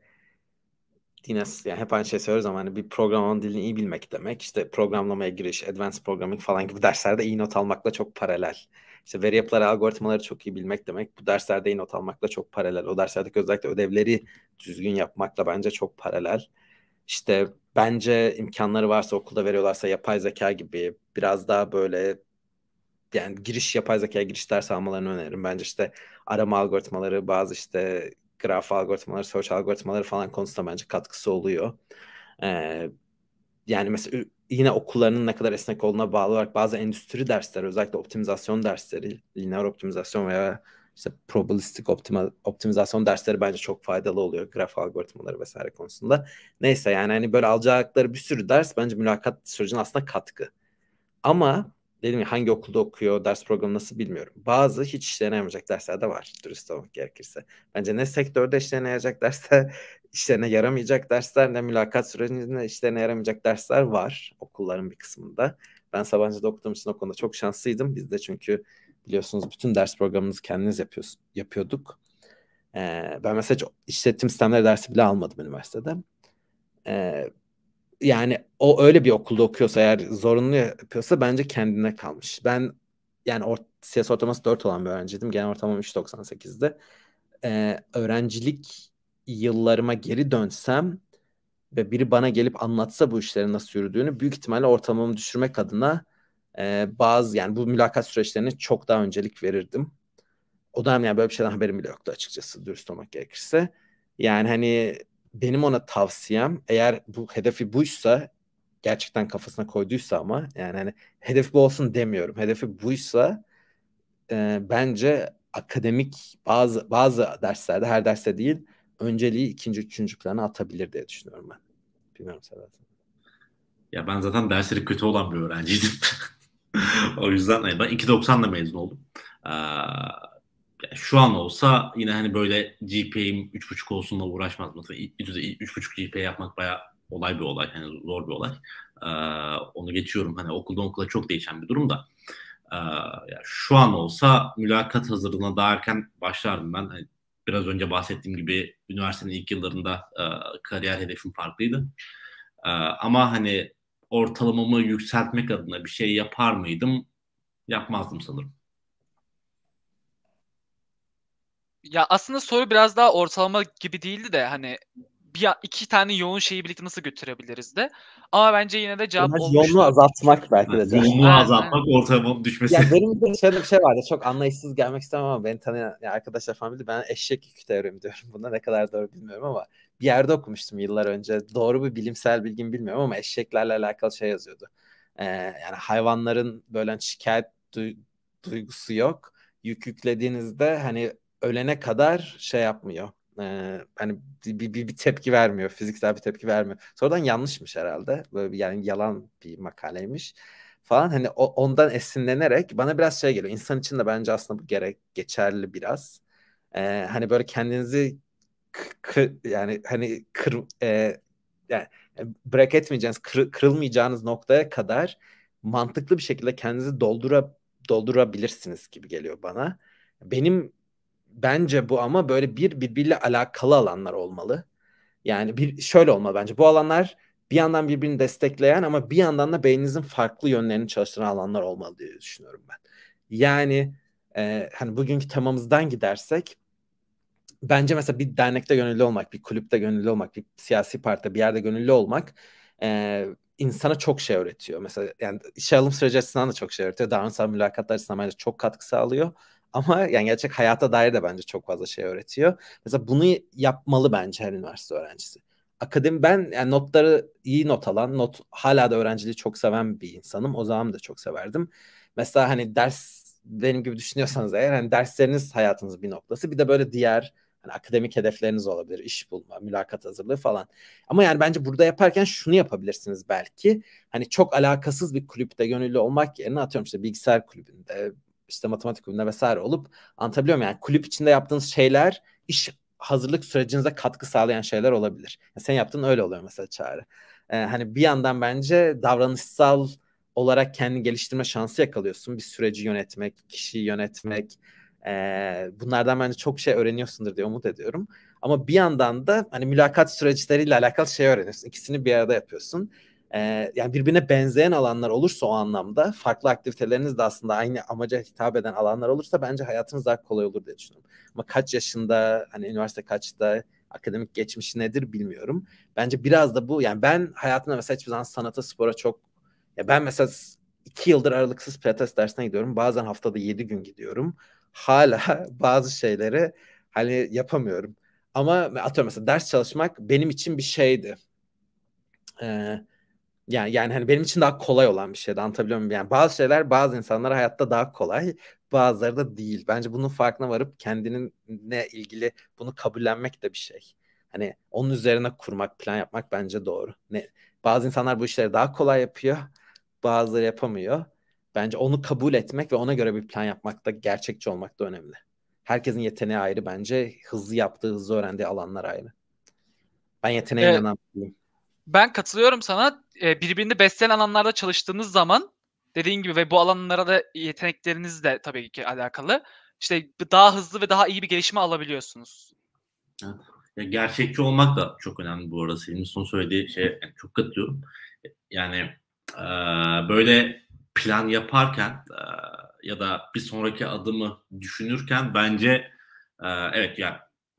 yine yani hep aynı şey söylüyoruz ama hani bir programlama dilini iyi bilmek demek. İşte programlamaya giriş, advanced programming falan gibi derslerde iyi not almakla çok paralel. İşte veri yapıları, algoritmaları çok iyi bilmek demek. Bu derslerde iyi not almakla çok paralel. O derslerdeki özellikle ödevleri düzgün yapmakla bence çok paralel. İşte bence imkanları varsa, okulda veriyorlarsa yapay zeka gibi biraz daha böyle, yani giriş, yapay zeka giriş ders almalarını öneririm. Bence işte arama algoritmaları, bazı işte graf algoritmaları, search algoritmaları falan konusunda bence katkısı oluyor. Ee, yani mesela yine okullarının ne kadar esnek olduğuna bağlı olarak bazı endüstri dersleri, özellikle optimizasyon dersleri, lineer optimizasyon veya işte probabilistik optima, optimizasyon dersleri bence çok faydalı oluyor. Graf algoritmaları vesaire konusunda. Neyse, yani hani böyle alacakları bir sürü ders bence mülakat sürecine aslında katkı. Ama dedim ya, hangi okulda okuyor, ders programı nasıl bilmiyorum. Bazı hiç işlerine yaramayacak dersler de var, dürüst olmak gerekirse. Bence ne sektörde işlerine yarayacak dersler, işlerine yaramayacak dersler, ne mülakat sürecinde işlerine yaramayacak dersler var okulların bir kısmında. Ben Sabancı'da okuduğum için o konuda çok şanslıydım. Biz de çünkü biliyorsunuz bütün ders programımızı kendimiz yapıyoruz, yapıyorduk. Ee, ben mesela hiç işletim sistemleri dersi bile almadım üniversitede. Ee, yani o öyle bir okulda okuyorsa, eğer zorunlu yapıyorsa, bence kendine kalmış. Ben yani or C S ortalaması dört olan bir öğrenciydim. Genel ortalamam üç virgül doksan sekizdi. Ee, öğrencilik yıllarıma geri dönsem ve biri bana gelip anlatsa bu işlerin nasıl yürüdüğünü, büyük ihtimalle ortalamamı düşürmek adına e, bazı, yani bu mülakat süreçlerine çok daha öncelik verirdim. O dönem yani böyle bir şeyden haberim bile yoktu açıkçası, dürüst olmak gerekirse. Yani hani benim ona tavsiyem, eğer bu hedefi buysa, gerçekten kafasına koyduysa, ama yani hani hedefi bu olsun demiyorum. Hedefi buysa e, bence akademik bazı bazı derslerde, her derste değil, önceliği ikinci, üçüncü plana atabilir diye düşünüyorum ben. Bilmiyorum Sedat. Ya ben zaten dersleri kötü olan bir öğrenciydim. O yüzden ben iki virgül doksanla mezun oldum. Ee, şu an olsa yine hani böyle G P A'im üç buçuk olsunla uğraşmaz. Mesela üç buçuk G P A yapmak bayağı olay bir olay. Hani zor bir olay. Ee, onu geçiyorum. Hani okuldan okula çok değişen bir durum da. Ee, ya şu an olsa mülakat hazırlığına daha erken başlardım ben. Hani biraz önce bahsettiğim gibi üniversitenin ilk yıllarında e, kariyer hedefim farklıydı. E, ama hani ortalamamı yükseltmek adına bir şey yapar mıydım? Yapmazdım sanırım. Ya aslında soru biraz daha ortalama gibi değildi de hani bir iki tane yoğun şeyi birlikte nasıl götürebiliriz de. Ama bence yine de cevap Bence yoğunluğu olmuştur. azaltmak belki Yani de cevap. yoğunluğu Aynen, aynen. azaltmak, ortalamanın düşmesi. Ya benim de şöyle bir şey vardı. Çok anlayışsız gelmek istemem ama beni tanıyan ya arkadaşlar falan bilir. Ben eşek yükü teoremi diyorum. Bunda ne kadar doğru bilmiyorum ama bir yerde okumuştum yıllar önce. Doğru bir bilimsel bilgim bilmiyorum ama eşeklerle alakalı şey yazıyordu. Ee, yani hayvanların böyle hani şikayet duy- duygusu yok. Yük yüklediğinizde hani ölene kadar şey yapmıyor. Ee, hani bir, bir, bir tepki vermiyor. Fiziksel bir tepki vermiyor. Sonradan yanlışmış herhalde. Böyle bir, yani yalan bir makaleymiş. falan. Hani o, ondan esinlenerek bana biraz şey geliyor. İnsan için de bence aslında bu gerek geçerli biraz. Ee, hani böyle kendinizi k- k- yani hani kır e, yani bırak etmeyeceğiniz, kır- kırılmayacağınız noktaya kadar mantıklı bir şekilde kendinizi doldura doldurabilirsiniz gibi geliyor bana. Benim bence bu ama böyle bir birbiriyle alakalı alanlar olmalı. Yani bir şöyle olmalı bence. Bu alanlar bir yandan birbirini destekleyen ama bir yandan da beyninizin farklı yönlerini çalıştıran alanlar olmalı diye düşünüyorum ben. Yani e, hani bugünkü temamızdan gidersek bence mesela bir dernekte gönüllü olmak, bir kulüpte gönüllü olmak, bir siyasi partide bir yerde gönüllü olmak e, insana çok şey öğretiyor. Mesela yani işe alım süreci açısından da çok şey öğretiyor. Davranışsal mülakatlar açısından bence çok katkı sağlıyor. Ama yani gerçek hayata dair de bence çok fazla şey öğretiyor. Mesela bunu yapmalı bence her üniversite öğrencisi. Akademi ben yani notları iyi not alan, not hala da öğrenciliği çok seven bir insanım. O zaman da çok severdim. Mesela hani ders benim gibi düşünüyorsanız eğer hani dersleriniz hayatınızın bir noktası. Bir de böyle diğer hani akademik hedefleriniz olabilir. İş bulma, mülakat hazırlığı falan. Ama yani bence burada yaparken şunu yapabilirsiniz belki. Hani çok alakasız bir kulüpte gönüllü olmak yerine atıyorum işte bilgisayar kulübünde, işte matematik kulübünde vesaire olup anlatabiliyor muyum? Yani kulüp içinde yaptığınız şeyler iş hazırlık sürecinize katkı sağlayan şeyler olabilir. Yani sen yaptığın öyle oluyor mesela Çağrı. Ee, hani bir yandan bence davranışsal olarak kendini geliştirme şansı yakalıyorsun. Bir süreci yönetmek, kişiyi yönetmek, ee, bunlardan bence çok şey öğreniyorsundur diye umut ediyorum. Ama bir yandan da hani mülakat süreçleriyle alakalı şey öğreniyorsun. İkisini bir arada yapıyorsun. Ee, yani birbirine benzeyen alanlar olursa o anlamda farklı aktiviteleriniz de aslında aynı amaca hitap eden alanlar olursa bence hayatınız daha kolay olur diye düşünüyorum. Ama kaç yaşında hani üniversite kaçta akademik geçmişi nedir bilmiyorum. Bence biraz da bu yani ben hayatımda mesela hiçbir zaman sanata spora çok ya ben mesela iki yıldır aralıksız pilates dersine gidiyorum. Bazen haftada yedi gün gidiyorum. Hala bazı şeyleri hani yapamıyorum. Ama atıyorum mesela ders çalışmak benim için bir şeydi. Ee, yani yani hani benim için daha kolay olan bir şeydi. Anlatabiliyor muyum? Yani bazı şeyler bazı insanlara hayatta daha kolay, bazıları da değil. Bence bunun farkına varıp kendine ilgili bunu kabullenmek de bir şey. Hani onun üzerine kurmak, plan yapmak bence doğru. Ne, bazı insanlar bu işleri daha kolay yapıyor, bazıları yapamıyor. Bence onu kabul etmek ve ona göre bir plan yapmak da gerçekçi olmak da önemli. Herkesin yeteneği ayrı bence. Hızlı yaptığı, hızlı öğrendiği alanlar ayrı. Ben yeteneğe Ee, inanan biriyim. Ben katılıyorum sana. Ee, birbirini besleyen alanlarda çalıştığınız zaman dediğin gibi ve bu alanlara da yetenekleriniz de tabii ki alakalı. İşte daha hızlı ve daha iyi bir gelişme alabiliyorsunuz. Evet. Ya gerçekçi olmak da çok önemli bu arada. Senin son söylediği şeye yani çok katılıyorum. Yani e, böyle plan yaparken e, ya da bir sonraki adımı düşünürken bence e, evet yani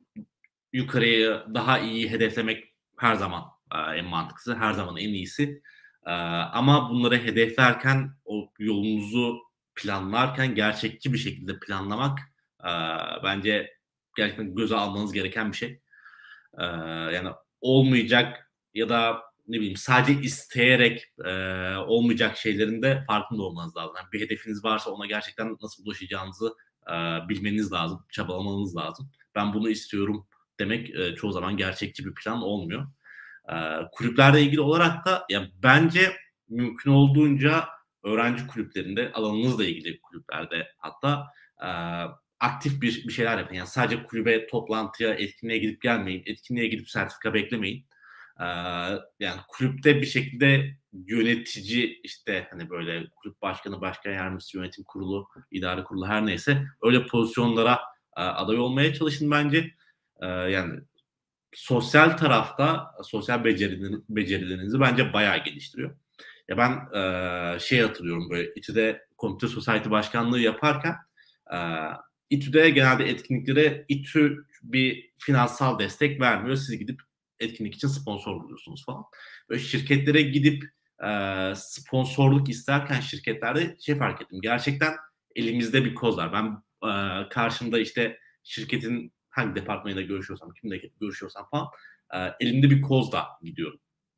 yukarıyı daha iyi hedeflemek her zaman e, en mantıklısı, her zaman en iyisi. E, ama bunları hedeflerken o yolunuzu planlarken gerçekçi bir şekilde planlamak e, bence gerçekten göze almanız gereken bir şey. Ee, yani olmayacak ya da ne bileyim sadece isteyerek e, olmayacak şeylerin de farkında olmanız lazım. Yani bir hedefiniz varsa ona gerçekten nasıl ulaşacağınızı e, bilmeniz lazım, çabalamanız lazım. Ben bunu istiyorum demek e, çoğu zaman gerçekçi bir plan olmuyor. E, kulüplerle ilgili olarak da ya bence mümkün olduğunca öğrenci kulüplerinde alanınızla ilgili kulüplerde hatta e, aktif bir, bir şeyler yapın. Yani sadece kulübe, toplantıya, etkinliğe gidip gelmeyin. Etkinliğe gidip sertifika beklemeyin. Ee, yani kulüpte bir şekilde yönetici işte hani böyle kulüp başkanı, başkan yardımcısı, yönetim kurulu, idare kurulu her neyse öyle pozisyonlara e, aday olmaya çalışın bence. Ee, yani sosyal tarafta sosyal becerilerinizi, becerilerinizi bence bayağı geliştiriyor. Ya ben e, şey hatırlıyorum böyle İTÜ'de Computer Society başkanlığı yaparken e, İTÜ'de genelde etkinliklere İTÜ bir finansal destek vermiyor. Siz gidip etkinlik için sponsor buluyorsunuz falan. Böyle şirketlere gidip e, sponsorluk isterken şirketlerde şey fark ettim. Gerçekten elimizde bir koz var. Ben e, karşımda işte şirketin hangi departmanıyla görüşüyorsam, kimle görüşüyorsam falan e, elimde bir kozla gidiyorum.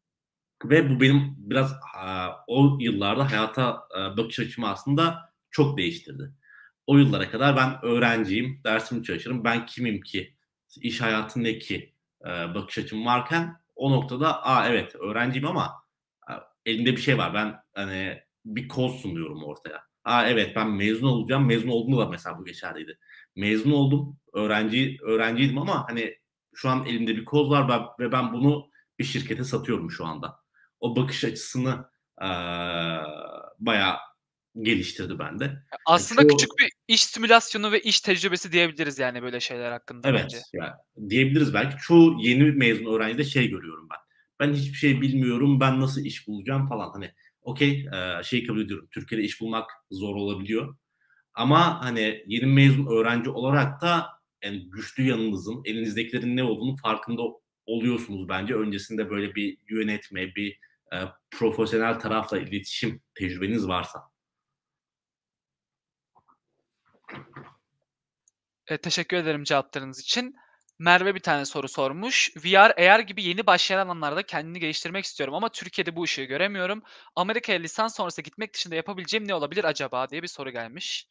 Ve bu benim biraz e, o yıllarda hayata e, bakış açımı aslında çok değiştirdi. O yıllara kadar ben öğrenciyim, dersimi çalışırım, ben kimim ki, iş hayatı ne ki e, bakış açım varken o noktada aa evet öğrenciyim ama e, elimde bir şey var. Ben hani bir koz sunuyorum ortaya. Aa evet ben mezun olacağım. Mezun olduğumda da mesela bu geçerliydi. Mezun oldum. Öğrenci öğrenciydim ama hani şu an elimde bir koz var ve ben bunu bir şirkete satıyorum şu anda. O bakış açısını ee, bayağı geliştirdi bende. Yani Aslında küçük çoğu, bir iş simülasyonu ve iş tecrübesi diyebiliriz yani böyle şeyler hakkında bence. evet ya diyebiliriz belki. Çoğu yeni mezun öğrencide şey görüyorum ben. Ben hiçbir şey bilmiyorum. Ben nasıl iş bulacağım falan. Hani okey şey kabul ediyorum. Türkiye'de iş bulmak zor olabiliyor. Ama hani yeni mezun öğrenci olarak da yani güçlü yanınızın, elinizdekilerin ne olduğunu farkında oluyorsunuz bence. Öncesinde böyle bir yönetme, bir e, profesyonel tarafla iletişim tecrübeniz varsa. E, teşekkür ederim cevaplarınız için. Merve bir tane soru sormuş. V R, A R gibi yeni başlayan alanlarda kendini geliştirmek istiyorum ama Türkiye'de bu ışığı göremiyorum. Amerika'ya lisans sonrası gitmek dışında yapabileceğim ne olabilir acaba diye bir soru gelmiş.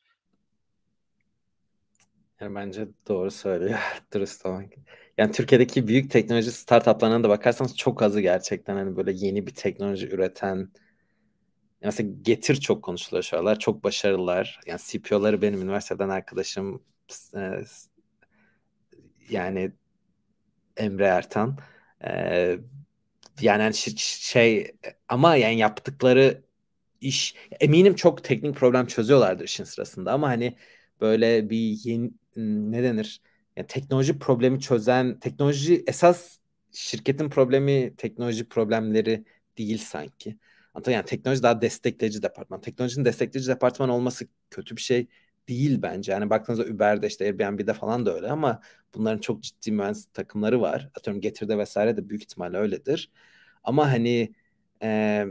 Yani bence doğru söylüyor dürüst olmak. Yani Türkiye'deki büyük teknoloji startuplarına da bakarsanız çok azı gerçekten hani böyle yeni bir teknoloji üreten. Mesela Getir çok konuşuluyor şu aralar. Çok başarılılar. Yani C P O'ları benim üniversiteden arkadaşım e, yani Emre Ertan. E, yani hani şi- şey ama yani yaptıkları iş eminim çok teknik problem çözüyorlardır işin sırasında ama hani böyle bir yeni ne denir? Yani teknoloji problemi çözen teknoloji esas şirketin problemi teknoloji problemleri değil sanki. Anlatabiliyor yani teknoloji daha destekleyici departman. Teknolojinin destekleyici departman olması kötü bir şey değil bence. Yani baktığınızda Uber'de işte Airbnb'de falan da öyle ama bunların çok ciddi mühendis takımları var. Atıyorum Getir'de vesaire de büyük ihtimalle öyledir. Ama hani e,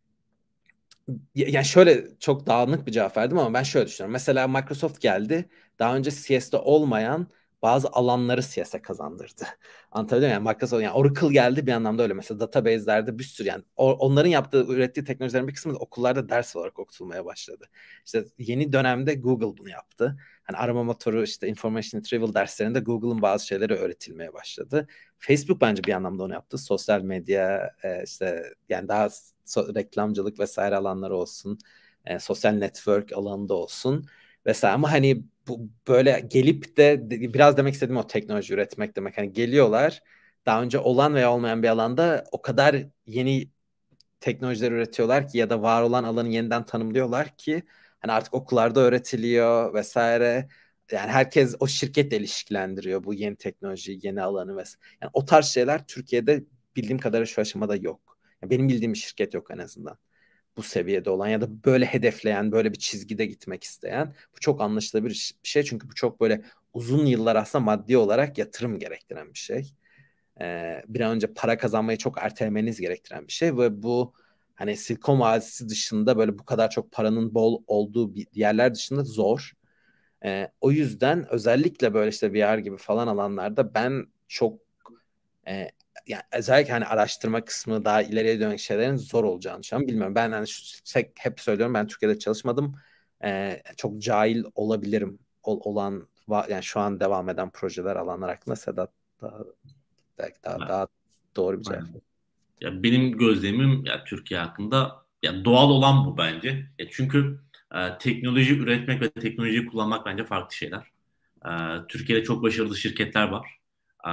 yani şöyle çok dağınık bir cevap verdim ama ben şöyle düşünüyorum. Mesela Microsoft geldi. Daha önce C S'de olmayan bazı alanları C S'e kazandırdı. Anlatabiliyor muyum? Yani Microsoft yani Oracle geldi bir anlamda öyle. Mesela database'lerde bir sürü yani o, onların yaptığı, ürettiği teknolojilerin bir kısmı da okullarda ders olarak okutulmaya başladı. İşte yeni dönemde Google bunu yaptı. Hani arama motoru işte information retrieval derslerinde Google'ın bazı şeyleri öğretilmeye başladı. Facebook bence bir anlamda onu yaptı. Sosyal medya e, işte yani daha so- reklamcılık vesaire alanları olsun. E, sosyal network alanında olsun vesaire. Ama hani bu böyle gelip de de- biraz demek istediğim o teknoloji üretmek demek. Hani geliyorlar daha önce olan veya olmayan bir alanda o kadar yeni teknolojiler üretiyorlar ki ya da var olan alanı yeniden tanımlıyorlar ki hani artık okullarda öğretiliyor vesaire. Yani herkes o şirketle ilişkilendiriyor bu yeni teknolojiyi, yeni alanı vesaire. Yani o tarz şeyler Türkiye'de bildiğim kadarıyla şu aşamada yok. Yani benim bildiğim bir şirket yok en azından. Bu seviyede olan ya da böyle hedefleyen, böyle bir çizgide gitmek isteyen. Bu çok anlaşılabilir bir şey çünkü bu çok böyle uzun yıllar aslında maddi olarak yatırım gerektiren bir şey. Ee, bir an önce para kazanmayı çok ertelemeniz gerektiren bir şey ve bu hani Silikon Vadisi dışında böyle bu kadar çok paranın bol olduğu bir yerler dışında zor. Ee, o yüzden özellikle böyle işte V R gibi falan alanlarda ben çok e, yani özellikle hani araştırma kısmı daha ileriye dönük şeylerin zor olacağını şu an bilmiyorum. Ben hani şu, hep söylüyorum ben Türkiye'de çalışmadım. Ee, çok cahil olabilirim ol, olan yani şu an devam eden projeler alanlar hakkında Sedat daha belki daha, Ben, daha doğru bir cevap. aynen. Ya benim gözlemim ya Türkiye hakkında ya doğal olan bu bence. Ya çünkü e, teknoloji üretmek ve teknolojiyi kullanmak bence farklı şeyler. E, Türkiye'de çok başarılı şirketler var. E,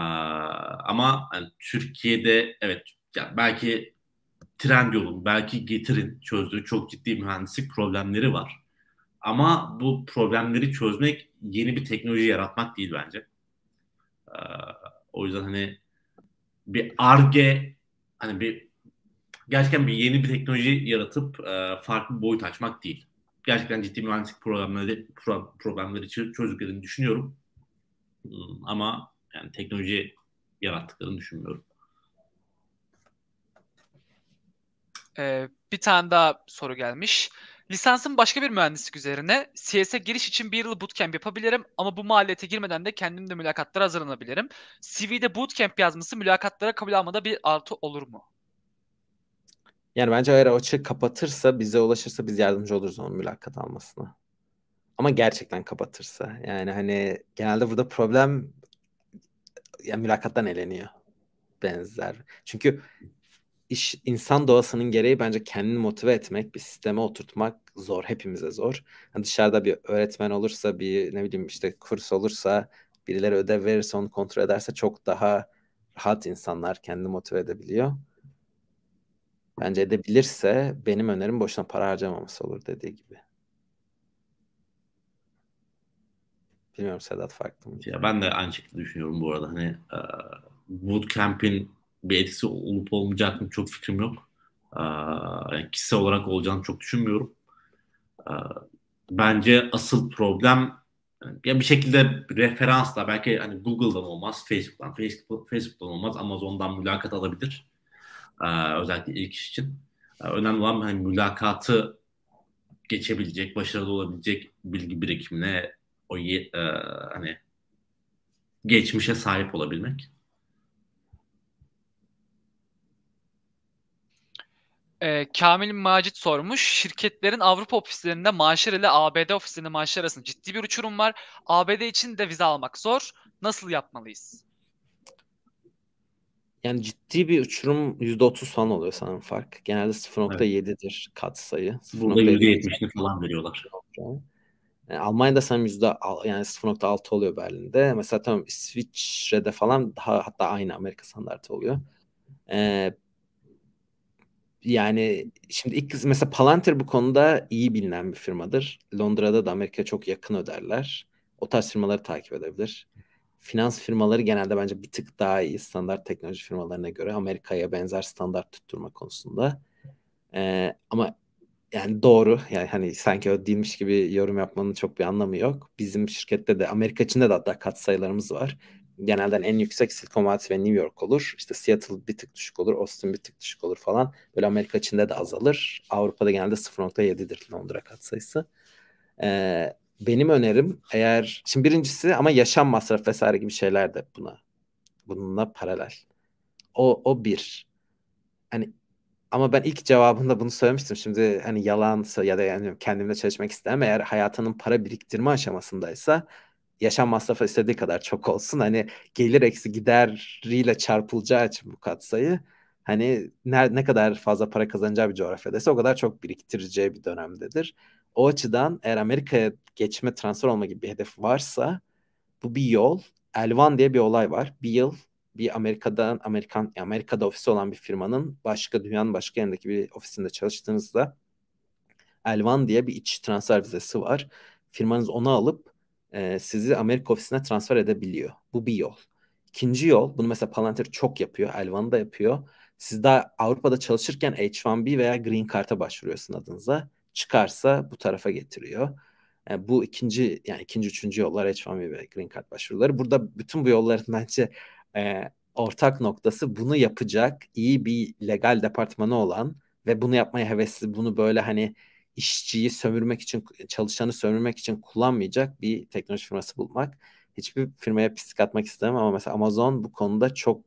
ama hani Türkiye'de evet ya belki Trendyol'un, belki Getir'in çözdüğü çok ciddi mühendislik problemleri var. Ama bu problemleri çözmek yeni bir teknoloji yaratmak değil bence. E, o yüzden hani bir Ar-Ge hani bir gerçekten bir yeni bir teknoloji yaratıp e, farklı bir boyut açmak değil. Gerçekten ciddi mühendislik problemleri pro- problemleri çö- çözdüklerini düşünüyorum. Hmm, Ama yani teknoloji yarattıklarını düşünmüyorum. Ee, bir tane daha soru gelmiş. Lisansım başka bir mühendislik üzerine. C S'e giriş için bir yıl bootcamp yapabilirim ama bu maliyete girmeden de kendim de mülakatlara hazırlanabilirim. C V'de bootcamp yazması mülakatlara kabul almada bir artı olur mu? Yani bence eğer o açığı kapatırsa bize ulaşırsa biz yardımcı oluruz onun mülakat almasına. Ama gerçekten kapatırsa yani hani genelde burada problem yani mülakattan eleniyor benzer. Çünkü iş, insan doğasının gereği bence kendini motive etmek, bir sisteme oturtmak zor. Hepimize zor. Yani dışarıda bir öğretmen olursa, bir ne bileyim işte kurs olursa, birileri ödev verirse, onu kontrol ederse çok daha rahat insanlar kendini motive edebiliyor. Bence edebilirse benim önerim boşuna para harcamaması olur dediği gibi. Bilmiyorum Sedat, farklı mı? Ya ben de aynı şekilde düşünüyorum bu arada. Hani e, bootcamp'in bir etkisi olup olmayacak mı çok fikrim yok. E, yani kişisel olarak olacağını çok düşünmüyorum. E, bence asıl problem ya bir şekilde referansla belki hani Google'dan olmaz, Facebook'tan, Facebook, Facebook'tan olmaz, Amazon'dan mülakat alabilir. E, özellikle ilk iş için. E, önemli olan hani mülakatı geçebilecek, başarılı olabilecek bilgi birikimine o ye- e, hani geçmişe sahip olabilmek. Ee, Kamil Macit sormuş. Şirketlerin Avrupa ofislerinde maaşlar ile A B D ofislerinde maaşlar arasında ciddi bir uçurum var. A B D için de vize almak zor. Nasıl yapmalıyız? Yani ciddi bir uçurum, yüzde otuz falan oluyor sanırım fark. Genelde sıfır nokta Evet. yedidir katsayı. Burada sıfır nokta yedi yüzde yetmişini falan veriyorlar. Yani Almanya'da sanırım yüzde yani sıfır nokta altı oluyor Berlin'de. Mesela tamam, İsviçre'de falan daha, hatta aynı Amerika standartı oluyor. Ee, yani şimdi ilk kız mesela Palantir bu konuda iyi bilinen bir firmadır. Londra'da da Amerika'ya çok yakın öderler. O tarz firmaları takip edebilir. Finans firmaları genelde bence bir tık daha iyi standart teknoloji firmalarına göre Amerika'ya benzer standart tutturma konusunda. Ee, ama yani doğru, yani hani sanki o değilmiş gibi yorum yapmanın çok bir anlamı yok. Bizim şirkette de Amerika içinde de hatta katsayılarımız var. Genelde en yüksek Silicon Valley ve New York olur. İşte Seattle bir tık düşük olur, Austin bir tık düşük olur falan. Böyle Amerika içinde de azalır. Avrupa'da genelde sıfır nokta yedidir Londra katsayısı. Ee, benim önerim, eğer şimdi birincisi ama yaşam masrafı vesaire gibi şeyler de buna bununla paralel. O o bir. Hani ama ben ilk cevabında bunu söylemiştim. Şimdi hani yalansa ya da yani kendimle çalışmak istemem. Eğer hayatının para biriktirme aşamasındaysa yaşam masrafı istediği kadar çok olsun. Hani gelir eksi gideriyle çarpılacağı için bu katsayı, hani ne, ne kadar fazla para kazanacağı bir coğrafyadaysa o kadar çok biriktireceği bir dönemdedir. O açıdan eğer Amerika'ya geçme, transfer olma gibi bir hedef varsa bu bir yol. Elvan diye bir olay var. Bir yıl bir Amerika'dan Amerikan Amerika'da ofisi olan bir firmanın başka dünyanın başka yerindeki bir ofisinde çalıştığınızda Elvan diye bir iç transfer vizesi var. Firmanız onu alıp e, sizi Amerika ofisine transfer edebiliyor. Bu bir yol. İkinci yol, bunu mesela Palantir çok yapıyor. Elvan da yapıyor. Siz daha Avrupa'da çalışırken H bir B veya Green Card'a başvuruyorsun adınıza. Çıkarsa bu tarafa getiriyor. Yani bu ikinci, yani ikinci, üçüncü yollar H bir B ve Green Card başvuruları. Burada bütün bu yolların bence e, ortak noktası, bunu yapacak iyi bir legal departmanı olan ve bunu yapmaya hevesli, bunu böyle hani işçiyi sömürmek için, çalışanı sömürmek için kullanmayacak bir teknoloji firması bulmak. Hiçbir firmaya pislik atmak istemem ama mesela Amazon bu konuda çok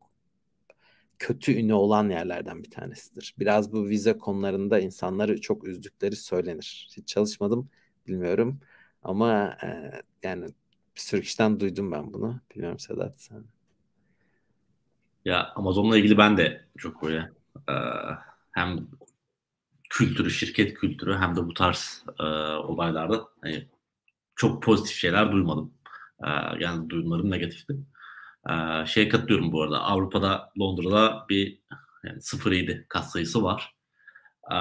kötü ünü olan yerlerden bir tanesidir. Biraz bu vize konularında insanları çok üzdükleri söylenir. Hiç çalışmadım, bilmiyorum ama e, yani bir sürü kişiden duydum ben bunu. Bilmiyorum Sedat, sen. Ya Amazon'la ilgili ben de çok böyle e, hem kültürü, şirket kültürü hem de bu tarz e, olaylarda hani çok pozitif şeyler duymadım. E, yani duyumlarım negatifti. E, şeye katılıyorum bu arada. Avrupa'da, Londra'da bir yani sıfır virgül yedi kat sayısı var. E,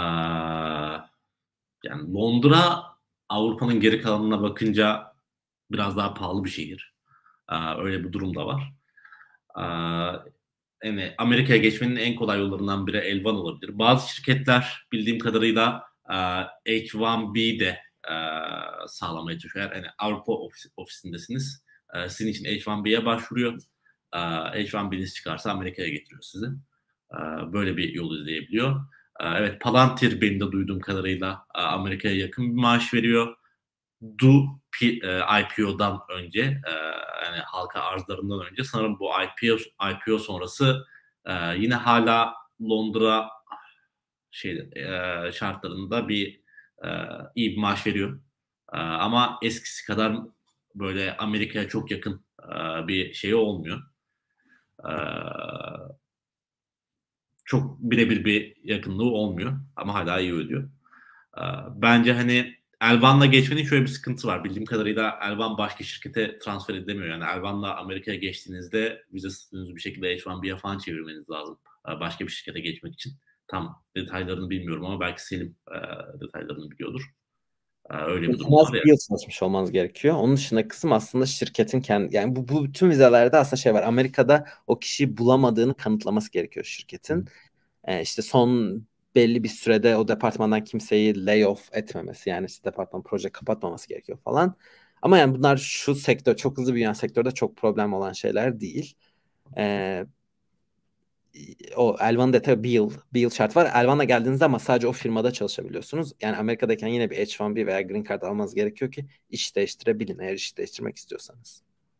yani Londra Avrupa'nın geri kalanına bakınca biraz daha pahalı bir şehir. E, öyle bir durum da var. E, yani Amerika'ya geçmenin en kolay yollarından biri Elvan olabilir. Bazı şirketler bildiğim kadarıyla e, H bir B de e, sağlamaya çalışıyor. Yani Avrupa ofis, ofisindesiniz. E, sizin için H bir B'ye başvuruyor. E, H bir B'niz çıkarsa Amerika'ya getiriyor sizi. E, böyle bir yol izleyebiliyor. E, evet, Palantir benim de duyduğum kadarıyla e, Amerika'ya yakın bir maaş veriyor. Du I P O'dan önce e, yani halka arzlarından önce sanırım bu I P O I P O sonrası e, yine hala Londra şey e, şartlarında bir e, iyi bir maaş veriyor. E, ama eskisi kadar böyle Amerika'ya çok yakın e, bir şey olmuyor. E, çok birebir bir yakınlığı olmuyor ama hala iyi ödüyor. Ee, bence hani Elvan'la geçmenin şöyle bir sıkıntı var. Bildiğim kadarıyla Elvan başka şirkete transfer edilemiyor. Yani Elvan'la Amerika'ya geçtiğinizde vize statünüzü bir şekilde H bir B'ye falan çevirmeniz lazım. Başka bir şirkete geçmek için. Tam detaylarını bilmiyorum ama belki Selim e, detaylarını biliyordur. E, öyle bir durum var ya. Bir yıl çalışmış olmanız gerekiyor. Onun dışında kısım aslında şirketin kendi, yani bu, bu bütün vizelerde aslında şey var. Amerika'da o kişiyi bulamadığını kanıtlaması gerekiyor şirketin. E, işte son belli bir sürede o departmandan kimseyi lay off etmemesi, yani işte departman proje kapatmaması gerekiyor falan. Ama yani bunlar şu sektör, çok hızlı büyüyen sektörde çok problem olan şeyler değil. E, o Elvan'ın detayı bir yıl, bir yıl şart var. Elvan'la geldiğinizde ama sadece o firmada çalışabiliyorsunuz. Yani Amerika'dayken yine bir H bir B veya Green Card almanız gerekiyor ki iş değiştirebilin, eğer iş değiştirmek istiyorsanız.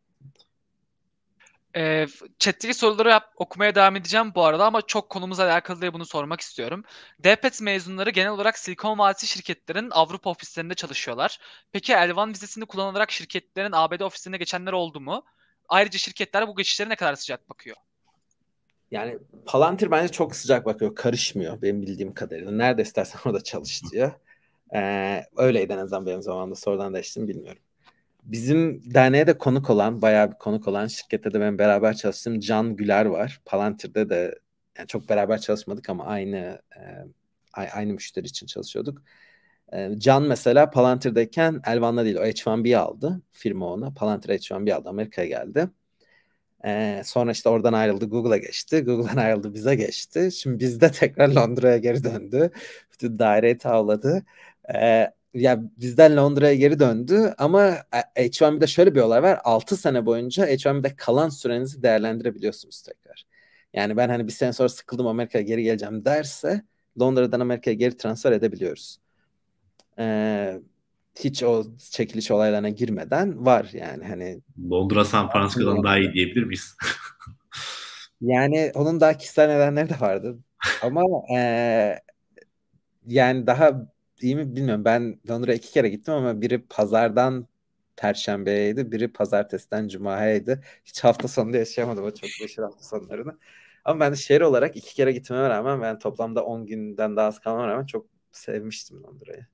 Ee, chat'teki soruları yap, okumaya devam edeceğim bu arada ama çok konumuzla alakalı diye bunu sormak istiyorum. D P E T mezunları genel olarak Silikon Vadisi şirketlerin Avrupa ofislerinde çalışıyorlar. Peki Elvan vizesini kullanarak şirketlerin A B D ofislerine geçenler oldu mu? Ayrıca şirketler bu geçişlere ne kadar sıcak bakıyor? Yani Palantir bence çok sıcak bakıyor, karışmıyor benim bildiğim kadarıyla. Nerede istersen orada çalış diyor. Ee, öyleydi en azından benim zamanımda, sonradan değiştim bilmiyorum. Bizim derneğe de konuk olan, bayağı bir konuk olan, şirkette de ben beraber çalıştığım Can Güler var. Palantir'de de yani çok beraber çalışmadık ama aynı e, aynı müşteri için çalışıyorduk. E, Can mesela Palantir'deyken Elvan'la değil, o H bir B'yi aldı. Firma ona. Palantir H bir B aldı. Amerika'ya geldi. Ee, sonra işte oradan ayrıldı, Google'a geçti. Google'dan ayrıldı, bize geçti. Şimdi bizde tekrar Londra'ya geri döndü. Bütün daireyi tavladı. Ee, ya bizden Londra'ya geri döndü ama H bir B'de şöyle bir olay var. altı sene boyunca H bir B'de kalan sürenizi değerlendirebiliyorsunuz tekrar. Yani ben hani bir sene sonra sıkıldım, Amerika'ya geri geleceğim derse Londra'dan Amerika'ya geri transfer edebiliyoruz. Ee, hiç o çekiliş olaylarına girmeden var yani hani. Londra San Francisco'dan daha iyi diyebilir miyiz? Yani onun daha kişisel nedenleri de vardı. Ama eee, yani daha iyi mi bilmiyorum. Ben Londra'ya iki kere gittim ama biri pazardan Perşembe'ydi, biri pazartesiden Cuma'ydı. Hiç hafta sonunda yaşayamadım o çok meşhur hafta sonlarını. Ama ben de şehir olarak iki kere gitmeme rağmen, ben toplamda on günden daha az kalmama rağmen çok sevmiştim Londra'yı.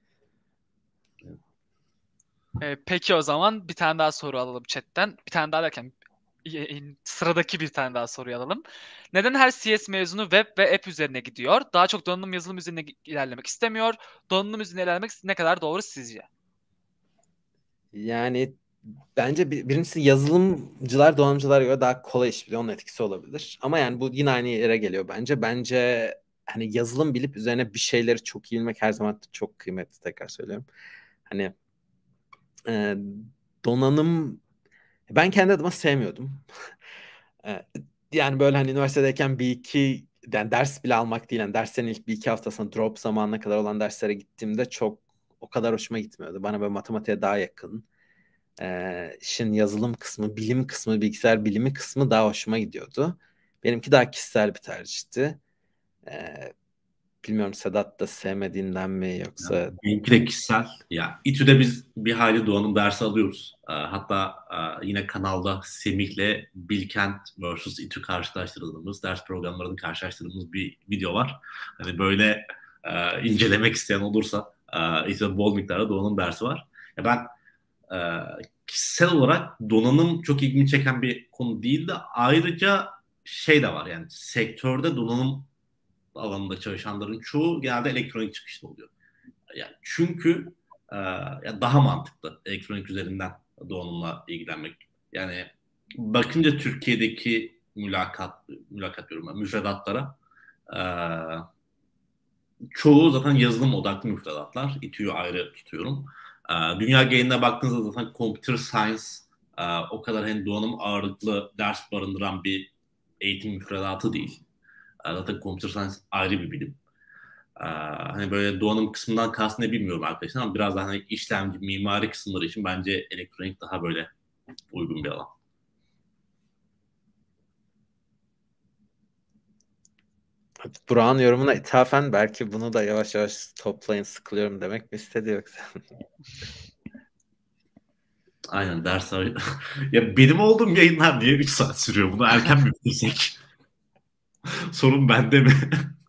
Ee, peki o zaman bir tane daha soru alalım chatten. Bir tane daha derken sıradaki bir tane daha soruyu alalım. Neden her C S mezunu web ve app üzerine gidiyor? Daha çok donanım yazılım üzerine ilerlemek istemiyor. Donanım üzerine ilerlemek ne kadar doğru sizce? Yani bence bir, birincisi yazılımcılar donanımcılara göre daha kolay iş biliyor. Onun etkisi olabilir. Ama yani bu yine aynı yere geliyor bence. Bence hani yazılım bilip üzerine bir şeyleri çok iyi bilmek her zaman çok kıymetli, tekrar söylüyorum. Hani e, donanım ben kendi adıma sevmiyordum. E, yani böyle hani üniversitedeyken bir iki yani ders bile almak değil. Yani derslerin ilk bir iki haftasında drop zamanına kadar olan derslere gittiğimde çok o kadar hoşuma gitmiyordu. Bana böyle matematiğe daha yakın. Ee, işin yazılım kısmı, bilim kısmı, bilgisayar bilimi kısmı daha hoşuma gidiyordu. Benimki daha kişisel bir tercihti. Ee, bilmiyorum Sedat da sevmediğinden mi yoksa... Yani benimki de kişisel. Ya İTÜ'de biz bir hayli donanım dersi alıyoruz. Ee, hatta e, yine kanalda Semih'le Bilkent versus İTÜ karşılaştırdığımız, ders programlarını karşılaştırdığımız bir video var. Hani böyle e, incelemek isteyen olursa e, İTÜ'de bol miktarda donanım dersi var. Ya ben e, kişisel olarak donanım çok ilgimi çeken bir konu değil de ayrıca şey de var, yani sektörde donanım alanında çalışanların çoğu genelde elektronik çıkışlı oluyor. Yani çünkü e, ya daha mantıklı elektronik üzerinden donanımla ilgilenmek. Yani bakınca Türkiye'deki mülakat mülakat diyorum ben, müfredatlara e, çoğu zaten yazılım odaklı müfredatlar. İTÜ'yü ayrı tutuyorum. E, dünya geneline baktığınızda zaten computer science e, o kadar hani donanım ağırlıklı ders barındıran bir eğitim müfredatı değil. E, zaten computer science ayrı bir bilim. Ee, hani böyle donanım kısmından kastı ne bilmiyorum arkadaşlar ama biraz daha hani işlemci, mimari kısımları için bence elektronik daha böyle uygun bir alan. Burak'ın yorumuna ithafen belki bunu da yavaş yavaş toplayın, sıkılıyorum demek mi istedi yoksa? Aynen ders ya benim olduğum yayınlar niye üç saat sürüyor? Bunu erken mi bitirsek? Sorun bende mi?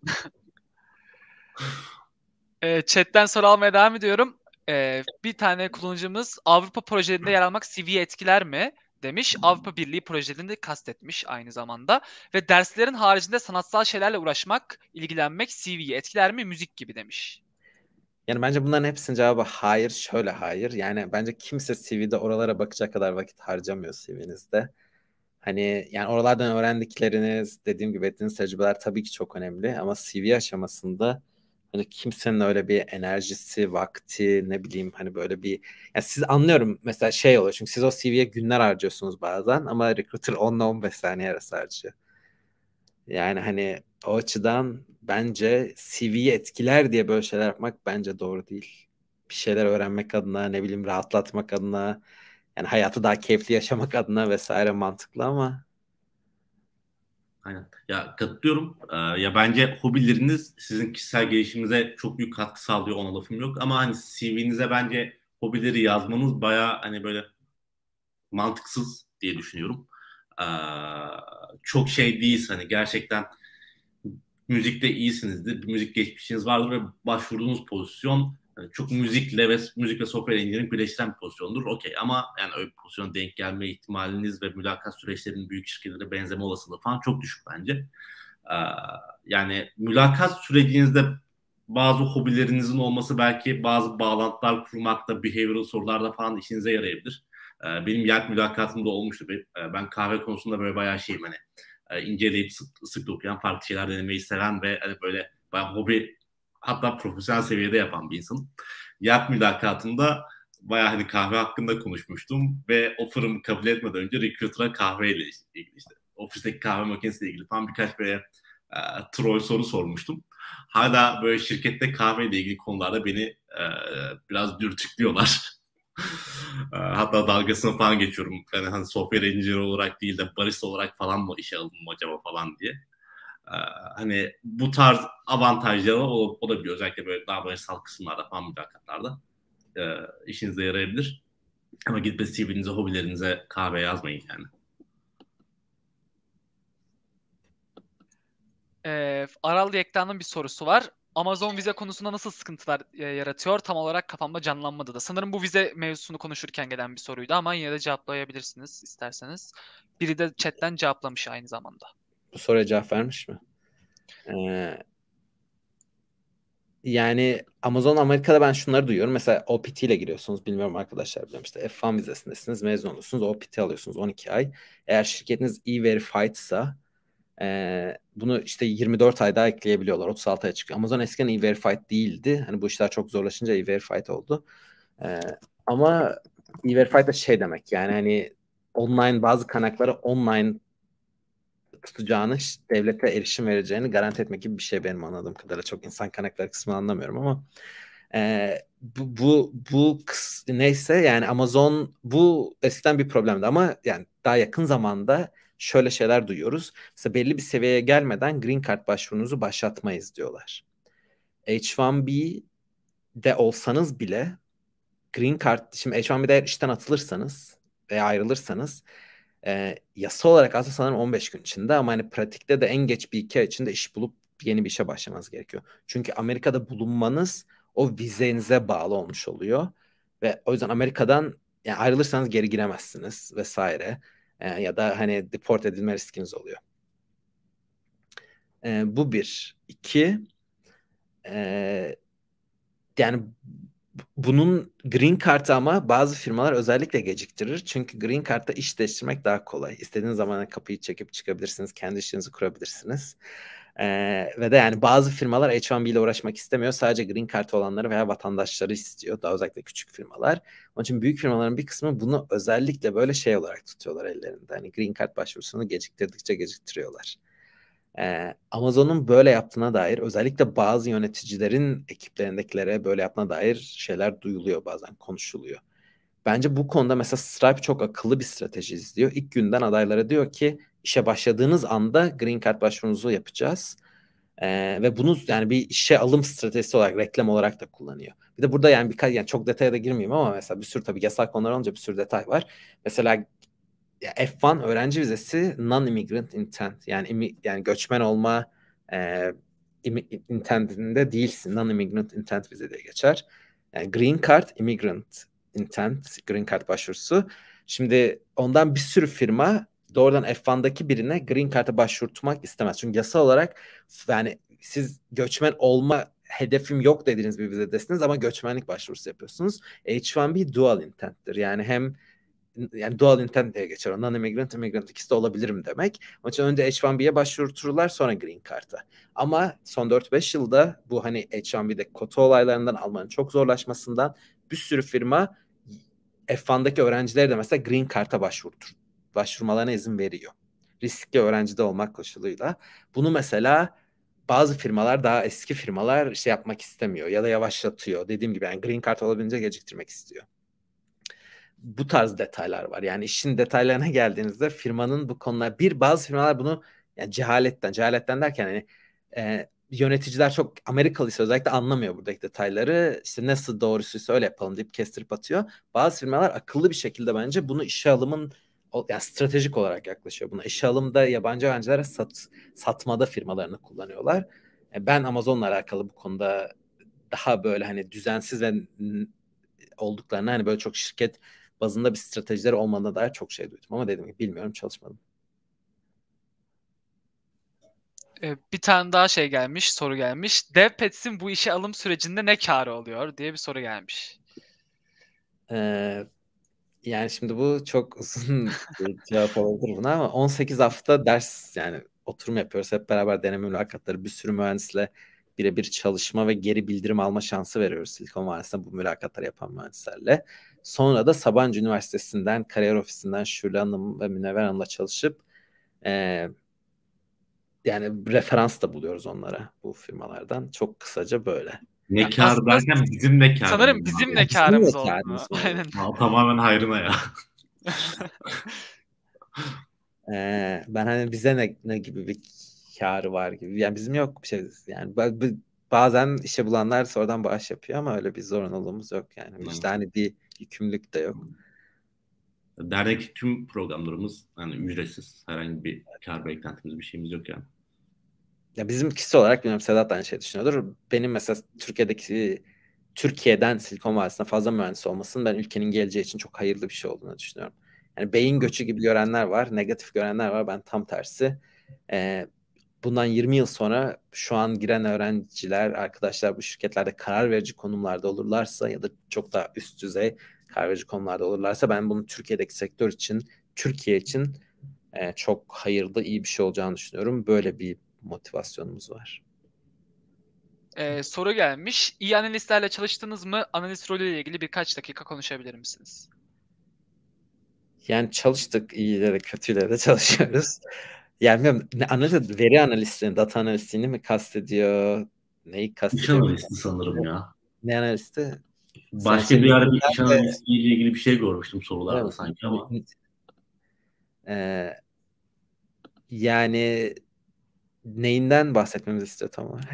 E, chatten soru almaya devam ediyorum. E, bir tane kullanıcımız Avrupa projelerinde yer almak C V'yi etkiler mi demiş. Avrupa Birliği projelerini de kastetmiş aynı zamanda. Ve derslerin haricinde sanatsal şeylerle uğraşmak, ilgilenmek C V'yi etkiler mi? Müzik gibi demiş. Yani bence bunların hepsinin cevabı hayır. Şöyle hayır. Yani bence kimse C V'de oralara bakacak kadar vakit harcamıyor C V'nizde. Hani yani oralardan öğrendikleriniz, dediğim gibi ettiğiniz tecrübeler tabii ki çok önemli. Ama C V aşamasında hani kimsenin öyle bir enerjisi, vakti, ne bileyim hani böyle bir... Yani siz anlıyorum mesela şey oluyor. Çünkü siz o C V'ye günler harcıyorsunuz bazen. Ama recruiter on ile on beş saniye arası harcıyor. Yani hani o açıdan bence C V'yi etkiler diye böyle şeyler yapmak bence doğru değil. Bir şeyler öğrenmek adına, ne bileyim rahatlatmak adına, yani hayatı daha keyifli yaşamak adına vesaire mantıklı ama Aynen. Ya katılıyorum. Ee, ya bence hobileriniz sizin kişisel gelişiminize çok büyük katkı sağlıyor. Ona lafım yok. Ama hani C V'nize bence hobileri yazmanız baya hani böyle mantıksız diye düşünüyorum. Ee, çok şey değilse hani gerçekten müzikte iyisinizdir. Bir müzik geçmişiniz vardır ve başvurduğunuz pozisyon hani çok müzikle ve müzik ve software engineering birleştiren bir pozisyondur. Okey ama yani öyle bir pozisyona denk gelme ihtimaliniz ve mülakat süreçlerinin büyük şirketlere benzeme olasılığı falan çok düşük bence. Ee, yani mülakat sürecinizde bazı hobilerinizin olması belki bazı bağlantılar kurmakta, behavioral sorularda falan işinize yarayabilir. Ee, benim yak mülakatımda olmuştu. Ben kahve konusunda böyle bayağı şeyim hani inceleyip sık, sık okuyan, farklı şeyler denemeyi seven ve hani böyle bayağı hobi hatta profesyonel seviyede yapan bir insanım. Yak mülakatında bayağı hani kahve hakkında konuşmuştum ve offer'ımı kabul etmeden önce recruiter'a kahveyle ilgili işte ofisteki kahve makinesiyle ilgili falan birkaç böyle e, troll soru sormuştum. Hala böyle şirkette kahveyle ilgili konularda beni e, biraz dürtüklüyorlar. Hatta dalgasını falan geçiyorum. Yani hani software engineer olarak değil de barista olarak falan mı işe alındım acaba falan diye. Ee, hani bu tarz avantajları olabiliyor. Özellikle böyle daha barışsal kısımlarda falan mülakatlarda e, işinize yarayabilir. Ama gidip de C V'nize, hobilerinize kahve yazmayın yani. Ee, Aral Yektan'ın bir sorusu var. Amazon vize konusunda nasıl sıkıntılar e, yaratıyor? Tam olarak kafamda canlanmadı da. Sanırım bu vize mevzusunu konuşurken gelen bir soruydu ama yine de cevaplayabilirsiniz isterseniz. Biri de chatten cevaplamış aynı zamanda. bu soruya cevap vermiş mi? Ee, yani Amazon Amerika'da ben şunları duyuyorum. Mesela O P T ile giriyorsunuz. Bilmiyorum arkadaşlar biliyorum işte F bir vizesindesiniz. Mezun olursunuz. O P T alıyorsunuz on iki ay. Eğer şirketiniz E-Verified ise Ee, bunu işte yirmi dört ay daha ekleyebiliyorlar. otuz altı ay çıkıyor. Amazon eskiden E-Verified değildi. Hani bu işler çok zorlaşınca E-Verified oldu. Ee, ama E-Verified de şey demek yani hani online bazı kaynakları online tutacağını, devlete erişim vereceğini garanti etmek gibi bir şey benim anladığım kadarıyla. Çok insan kaynakları kısmını anlamıyorum ama e, bu, bu, bu kıs, neyse yani Amazon bu eskiden bir problemdi ama yani daha yakın zamanda şöyle şeyler duyuyoruz. Mesela belli bir seviyeye gelmeden Green Card başvurunuzu başlatmayız diyorlar. H bir B'de olsanız bile Green Card, şimdi H bir B'de işten atılırsanız veya ayrılırsanız e, yasa olarak aslında sanırım on beş gün içinde ama hani pratikte de en geç bir iki ay içinde iş bulup yeni bir işe başlamanız gerekiyor. Çünkü Amerika'da bulunmanız o vizenize bağlı olmuş oluyor. Ve o yüzden Amerika'dan yani ayrılırsanız geri giremezsiniz vesaire. E, ya da hani deport edilme riskiniz oluyor. E, bu bir. İki, e, yani bunun Green Card'ı ama bazı firmalar özellikle geciktirir. Çünkü Green Card'da iş değiştirmek daha kolay. İstediğiniz zaman kapıyı çekip çıkabilirsiniz. Kendi işinizi kurabilirsiniz. Ee, ve de yani bazı firmalar H bir B ile uğraşmak istemiyor. Sadece Green Card olanları veya vatandaşları istiyor. Daha özellikle küçük firmalar. Onun için büyük firmaların bir kısmı bunu özellikle böyle şey olarak tutuyorlar ellerinde. Hani Green Card başvurusunu geciktirdikçe geciktiriyorlar. Ee, Amazon'un böyle yaptığına dair özellikle bazı yöneticilerin ekiplerindekilere böyle yaptığına dair şeyler duyuluyor, bazen konuşuluyor. Bence bu konuda mesela Stripe çok akıllı bir strateji izliyor. İlk günden adaylara diyor ki işe başladığınız anda Green Card başvurunuzu yapacağız. Ee, ve bunu yani bir işe alım stratejisi olarak, reklam olarak da kullanıyor. Bir de burada yani birkaç, yani çok detaya da girmeyeyim ama mesela bir sürü tabii yasal konular olunca bir sürü detay var. Mesela ya F bir öğrenci vizesi non-immigrant intent. Yani imi, yani göçmen olma e, intentinde değilsin. Non-immigrant intent vize diye geçer. Yani green card, immigrant intent, green card başvurusu. Şimdi ondan bir sürü firma doğrudan F birdeki birine green card'a başvurtmak istemez. Çünkü yasal olarak yani siz göçmen olma hedefim yok dediğiniz bir vizedesiniz ama göçmenlik başvurusu yapıyorsunuz. H bir B dual intent'tir. Yani hem yani dual intent diye geçer. Non-immigrant, immigrant ikisi de olabilirim demek. Onun için önce H bir B'ye başvurturlar sonra Green Card'a. Ama son dört beş yılda bu hani H bir B'de kota olaylarından almanın çok zorlaşmasından bir sürü firma F birdeki öğrencileri de mesela Green Card'a başvurtur. Başvurmalarına izin veriyor. Riskli öğrencide olmak koşuluyla. Bunu mesela bazı firmalar daha eski firmalar şey yapmak istemiyor ya da yavaşlatıyor. Dediğim gibi yani Green Card olabildiğince geciktirmek istiyor. Bu tarz detaylar var. Yani işin detaylarına geldiğinizde firmanın bu konular bir bazı firmalar bunu yani cehaletten cehaletten derken hani e, yöneticiler çok Amerikalıysa özellikle anlamıyor buradaki detayları. İşte nasıl doğrusuysa öyle yapalım deyip kestirip atıyor. Bazı firmalar akıllı bir şekilde bence bunu işe alımın yani stratejik olarak yaklaşıyor buna. İşe alımda yabancı öğrencilere sat, satmada firmalarını kullanıyorlar. E, ben Amazon'la alakalı bu konuda daha böyle hani düzensiz ve olduklarını hani böyle çok şirket bazında bir stratejileri olmadığına dair çok şey duydum. Ama dediğim gibi bilmiyorum, çalışmadım. Ee, bir tane daha şey gelmiş, soru gelmiş. DevPets'in bu işe alım sürecinde ne kârı oluyor diye bir soru gelmiş. Ee, yani şimdi bu çok uzun bir cevap olabilir buna ama on sekiz hafta ders yani oturum yapıyoruz. Hep beraber deneme mülakatları, bir sürü mühendisle birebir çalışma ve geri bildirim alma şansı veriyoruz Silikon Vadisi'nde bu mülakatları yapan mühendislerle. Sonra da Sabancı Üniversitesi'nden, kariyer ofisinden Şule Hanım ve Münevver Hanım'la çalışıp e, yani referans da buluyoruz onlara bu firmalardan. Çok kısaca böyle. Ne Ya kar aslında derken bizim ne sanırım karımız var bizim yani. ne Bizim de kârımız oldu. kârımız var. Aynen. Ha, tamamen hayrına ya. Ee, ben hani bize ne, ne gibi bir kârı var gibi. Yani bizim yok bir şey. Yani ba- b- bazen işe bulanlar sonradan bağış yapıyor ama öyle bir zorunluluğumuz yok yani. İşte hani bir yükümlülük de yok. Dernek tüm programlarımız yani ücretsiz. Herhangi bir kar beklentimiz bir şeyimiz yok yani. Ya bizim kişi olarak bilmiyorum, Sedat da aynı şey düşünüyordur. Benim mesela Türkiye'deki Türkiye'den Silikon Vadisi'ne fazla mühendis olmasının ben ülkenin geleceği için çok hayırlı bir şey olduğunu düşünüyorum. Yani beyin göçü gibi görenler var, negatif görenler var. Ben tam tersi. Ee, bundan yirmi yıl sonra şu an giren öğrenciler, arkadaşlar bu şirketlerde karar verici konumlarda olurlarsa ya da çok daha üst düzey karar verici konumlarda olurlarsa ben bunun Türkiye'deki sektör için, Türkiye için e, çok hayırlı, iyi bir şey olacağını düşünüyorum. Böyle bir motivasyonumuz var. Ee, soru gelmiş. İyi analistlerle çalıştınız mı? Analist rolüyle ilgili birkaç dakika konuşabilir misiniz? Yani çalıştık, iyiyle de kötüyle de çalışıyoruz. Yani bilmiyorum, ne, analiz, veri analistliğini, data analistliğini mi kastediyor? Neyi İş kastediyor? analisti sanırım ya. Ne analisti? Yani Başka şey, bir ara bir iş LinkedIn'de de- analistiyle ilgili bir şey görmüştüm sorularda evet, sanki ama. e, yani neyinden bahsetmemizi istiyor tam olarak?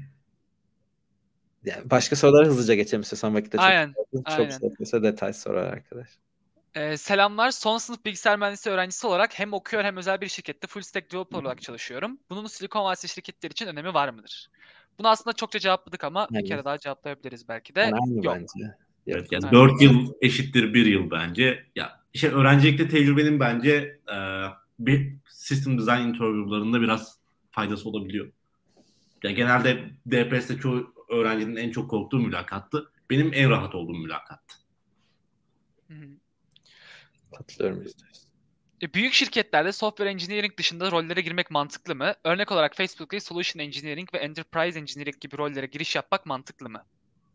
Yani başka sorulara hızlıca geçelim istiyorsan, vakit de çok Aynen. çok Aynen. şey yapıyorsa detay sorar arkadaş. Ee, selamlar. Son sınıf bilgisayar mühendisliği öğrencisi olarak hem okuyor hem özel bir şirkette full stack developer olarak çalışıyorum. Bunun Silikon Vadisi şirketleri için önemi var mıdır? Bunu aslında çokça cevapladık ama bir Yani, kere daha cevaplayabiliriz belki yani de. aynı Yok. bence. Evet Yok. yani Aynen. dört yıl eşittir bir yıl bence. Ya işte öğrencilikte tecrübenin bence e, bir system design interview'larında biraz faydası olabiliyor. Ya genelde D P S'te çoğu öğrencinin en çok korktuğu mülakattı. Benim en rahat olduğum mülakattı. Hı hı. Katılıyorum yüzde yüz. E, büyük şirketlerde software engineering dışında rollere girmek mantıklı mı? Örnek olarak Facebook'ta solution engineering ve enterprise engineering gibi rollere giriş yapmak mantıklı mı?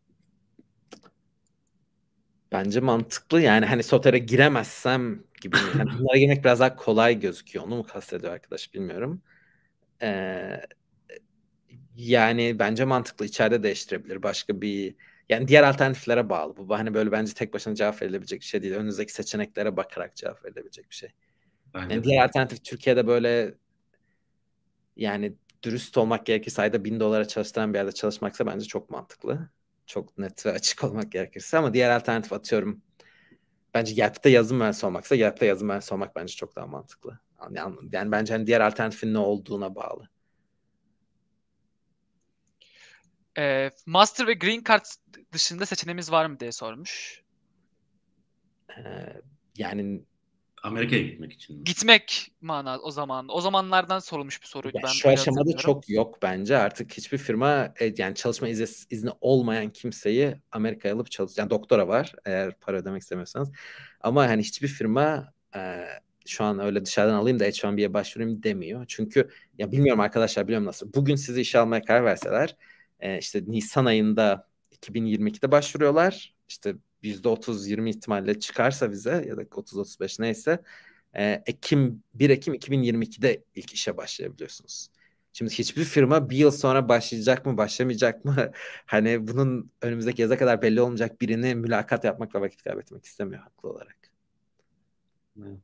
Bence mantıklı yani hani SOTER'e giremezsem gibi mi? Hani bunlara girmek biraz daha kolay gözüküyor. Onu mu kastediyor arkadaş bilmiyorum. Ee, yani bence mantıklı. İçeride değiştirebilir. Başka bir yani diğer alternatiflere bağlı. Bu hani böyle bence tek başına cevap verilebilecek bir şey değil. Önünüzdeki seçeneklere bakarak cevap verilebilecek bir şey. Bence Yani de. diğer alternatif Türkiye'de böyle yani dürüst olmak gerekirse ayda bin dolara çalıştıran bir yerde çalışmaksa bence çok mantıklı. Çok net ve açık olmak gerekirse ama diğer alternatif atıyorum bence Yelp'te yazım mühendisi olmaksa Yelp'te yazım mühendisi olmak bence çok daha mantıklı. Yani, yani bence hani diğer alternatifin ne olduğuna bağlı. Ee, Master ve Green Card dışında seçeneğimiz var mı diye sormuş. Ee, yani Amerika'ya gitmek için mi? Gitmek mana o zaman. O zamanlardan sorulmuş bir soruydu. ya Ben şu öyle aşamada hatırlıyorum. çok yok bence. Artık hiçbir firma e, yani çalışma izni, izni olmayan kimseyi Amerika'ya alıp çalış. Yani doktora var eğer para ödemek istemiyorsanız. Ama hani hiçbir firma e, şu an öyle dışarıdan alayım da H bir B'ye başvurayım demiyor. Çünkü ya bilmiyorum arkadaşlar, biliyorum nasıl. Bugün sizi işe almaya karar verseler e, işte Nisan ayında iki bin yirmi ikide başvuruyorlar. İşte yüzde otuz yirmi ihtimalle çıkarsa vize ya da otuz otuz beş neyse e, Ekim bir Ekim iki bin yirmi ikide ilk işe başlayabiliyorsunuz. Şimdi hiçbir firma bir yıl sonra başlayacak mı başlamayacak mı hani bunun önümüzdeki yaza kadar belli olmayacak birini mülakat yapmakla vakit kaybetmek istemiyor haklı olarak. Evet.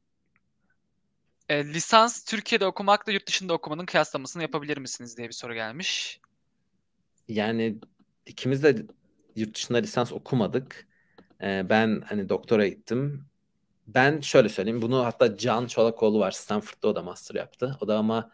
E, lisans Türkiye'de okumakla yurt dışında okumanın kıyaslamasını yapabilir misiniz diye bir soru gelmiş. Yani ikimiz de yurt dışında lisans okumadık. Ee, ben hani doktora gittim. Ben şöyle söyleyeyim, bunu hatta Can Çolakoğlu var, Stanford'da o da master yaptı. O da ama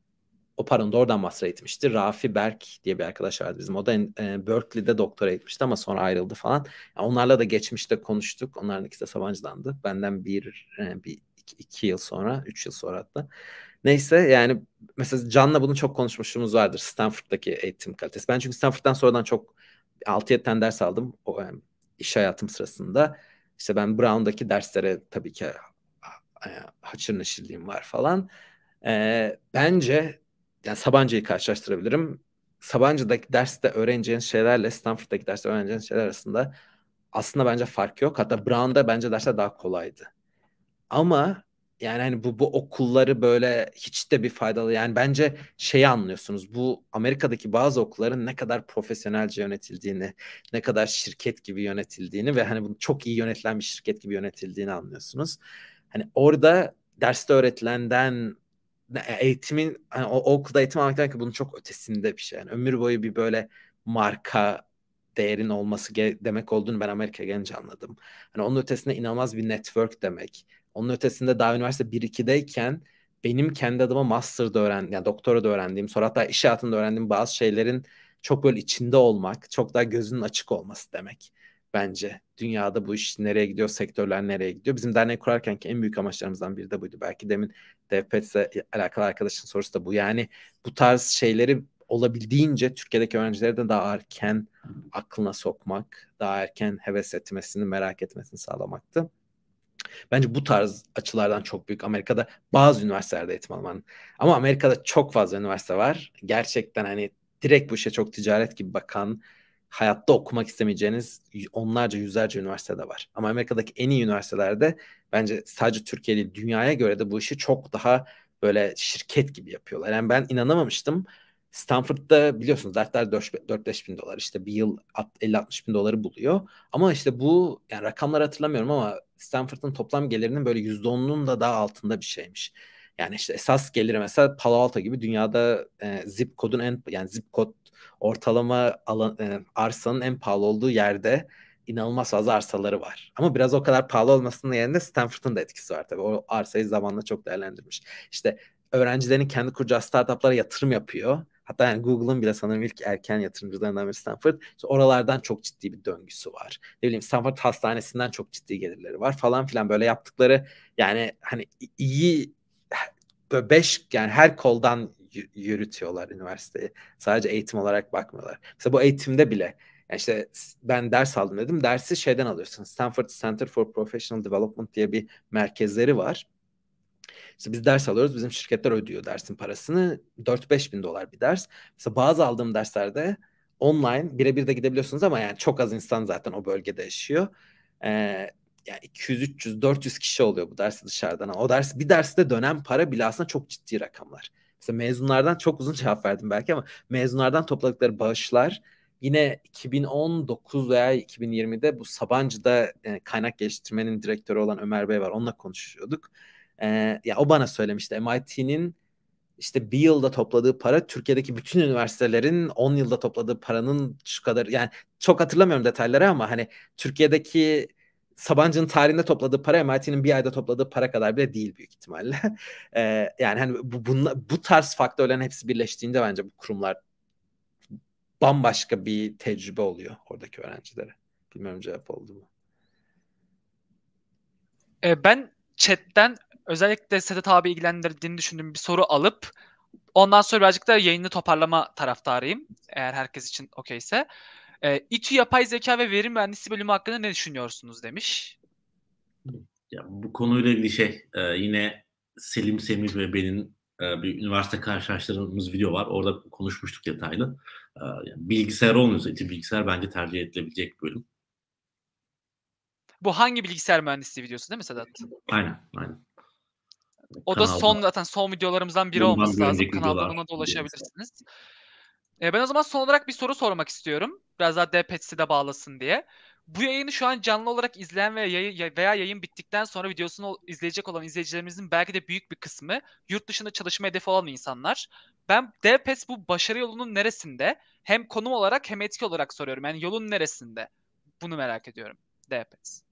o pardon doğrudan master eğitmişti. Rafi Berk diye bir arkadaş vardı bizim. O da e, Berkeley'de doktora eğitmişti ama sonra ayrıldı falan. Yani onlarla da geçmişte konuştuk. Onların ikisi de Sabancı'dandı. Benden bir, e, bir iki, iki yıl sonra, üç yıl sonra hatta. Neyse yani mesela Can'la bunu çok konuşmuşluğumuz vardır. Stanford'daki eğitim kalitesi. Ben çünkü Stanford'dan sonradan çok altı yedi tane ders aldım. O, yani iş hayatım sırasında. İşte ben Brown'daki derslere tabii ki e, haçır neşirliğim var falan. E, bence yani Sabancı'yı karşılaştırabilirim. Sabancı'daki derste öğreneceğiniz şeylerle Stanford'daki derste öğreneceğiniz şeyler arasında aslında bence fark yok. Hatta Brown'da bence dersler daha kolaydı. Ama yani hani bu bu okulları böyle hiç de bir faydalı, yani bence şeyi anlıyorsunuz. Bu Amerika'daki bazı okulların ne kadar profesyonelce yönetildiğini, ne kadar şirket gibi yönetildiğini ve hani bunu çok iyi yönetilen bir şirket gibi yönetildiğini anlıyorsunuz. Hani orada derste öğretilenden eğitimin hani o, o okulda eğitim almak demek ki bunun çok ötesinde bir şey. Yani ömür boyu bir böyle marka değerin olması demek olduğunu ben Amerika'ya gelince anladım. Hani onun ötesinde inanılmaz bir network demek. Onun ötesinde daha üniversite bir ikideyken benim kendi adıma master'da öğren, yani doktora da öğrendiğim, sonra hatta iş hayatında öğrendiğim bazı şeylerin çok böyle içinde olmak, çok daha gözünün açık olması demek. Bence dünyada bu iş nereye gidiyor, sektörler nereye gidiyor. Bizim derneği kurarken ki en büyük amaçlarımızdan biri de buydu. Belki demin D F S'le alakalı arkadaşın sorusu da bu. Yani bu tarz şeyleri olabildiğince Türkiye'deki öğrencilere de daha erken aklına sokmak, daha erken heves etmesini, merak etmesini sağlamaktı. Bence bu tarz açılardan çok büyük. Amerika'da bazı üniversitelerde eğitim almanın. Ama Amerika'da çok fazla üniversite var. Gerçekten hani direkt bu işe çok ticaret gibi bakan, hayatta okumak istemeyeceğiniz onlarca, yüzlerce üniversite de var. Ama Amerika'daki en iyi üniversitelerde bence sadece Türkiye değil, dünyaya göre de bu işi çok daha böyle şirket gibi yapıyorlar. Yani ben inanamamıştım. Stanford'da biliyorsunuz dersler dört beş bin dolar, işte bir yıl elli altmış bin doları buluyor. Ama işte bu, yani rakamları hatırlamıyorum ama Stanford'ın toplam gelirinin böyle yüzde onunun da daha altında bir şeymiş. Yani işte esas geliri mesela Palo Alto gibi dünyada e, zip kodun en, yani zip kod ortalama alan, e, arsanın en pahalı olduğu yerde inanılmaz fazla arsaları var. Ama biraz o kadar pahalı olmasının yerine Stanford'ın da etkisi var tabii. O arsayı zamanla çok değerlendirmiş. İşte öğrencilerin kendi kuracağı startuplara yatırım yapıyor. Hatta yani Google'ın bile sanırım ilk erken yatırımcılarından biri Stanford. İşte oralardan çok ciddi bir döngüsü var. Ne bileyim Stanford Hastanesi'nden çok ciddi gelirleri var falan filan, böyle yaptıkları yani hani iyi böyle beş, yani her koldan yürütüyorlar üniversiteyi. Sadece eğitim olarak bakmıyorlar. Mesela bu eğitimde bile yani işte ben ders aldım dedim. Dersi şeyden alıyorsun. Stanford Center for Professional Development diye bir merkezleri var. İşte biz ders alıyoruz. Bizim şirketler ödüyor dersin parasını. dört beş bin dolar bir ders. Mesela bazı aldığım derslerde online birebir de gidebiliyorsunuz ama yani çok az insan zaten o bölgede yaşıyor. Ee, yani iki yüz, üç yüz, dört yüz kişi oluyor bu dersi dışarıdan. O ders, bir derste dönen para bile aslında çok ciddi rakamlar. Mesela mezunlardan çok uzun cevap verdim belki ama mezunlardan topladıkları bağışlar yine iki bin on dokuz veya iki bin yirmide bu Sabancı'da e, kaynak geliştirmenin direktörü olan Ömer Bey var. Onunla konuşuyorduk. Ee, ya o bana söylemişti. M I T'nin işte bir yılda topladığı para Türkiye'deki bütün üniversitelerin on yılda topladığı paranın şu kadar, yani çok hatırlamıyorum detayları ama hani Türkiye'deki Sabancı'nın tarihinde topladığı para M I T'nin bir ayda topladığı para kadar bile değil büyük ihtimalle. e, yani hani bu, bunla, bu tarz faktörlerin hepsi birleştiğinde bence bu kurumlar bambaşka bir tecrübe oluyor oradaki öğrencilere. Bilmiyorum cevap oldu mu? E, ben chatten özellikle Sedat abi ilgilendirdiğini düşündüğüm bir soru alıp ondan sonra birazcık da yayını toparlama taraftarıyım. Eğer herkes için okeyse. E, İTÜ Yapay Zeka ve Veri Mühendisliği bölümü hakkında ne düşünüyorsunuz demiş. Ya, bu konuyla ilgili şey e, yine Selim Semih ve benim e, bir üniversite karşılaştırdığımız video var. Orada konuşmuştuk detaylı. E, yani bilgisayar olmuyorsa İTÜ bilgisayar bence tercih edilebilecek bir bölüm. Bu hangi bilgisayar mühendisliği videosu değil mi Sedat? Aynen, aynen. O da Kanalda son zaten son videolarımızdan biri bundan olması bir lazım. önceki Kanaldan videolar ona da videomuz. ulaşabilirsiniz. E, ben o zaman son olarak bir soru sormak istiyorum. Biraz daha D-Pets'i de bağlasın diye. Bu yayını şu an canlı olarak izleyen veya yayın, veya yayın bittikten sonra videosunu izleyecek olan izleyicilerimizin belki de büyük bir kısmı yurt dışında çalışma hedefi olan insanlar. Ben D-Pets bu başarı yolunun neresinde? Hem konum olarak hem etki olarak soruyorum. Yani yolun neresinde? Bunu merak ediyorum. D-Pets.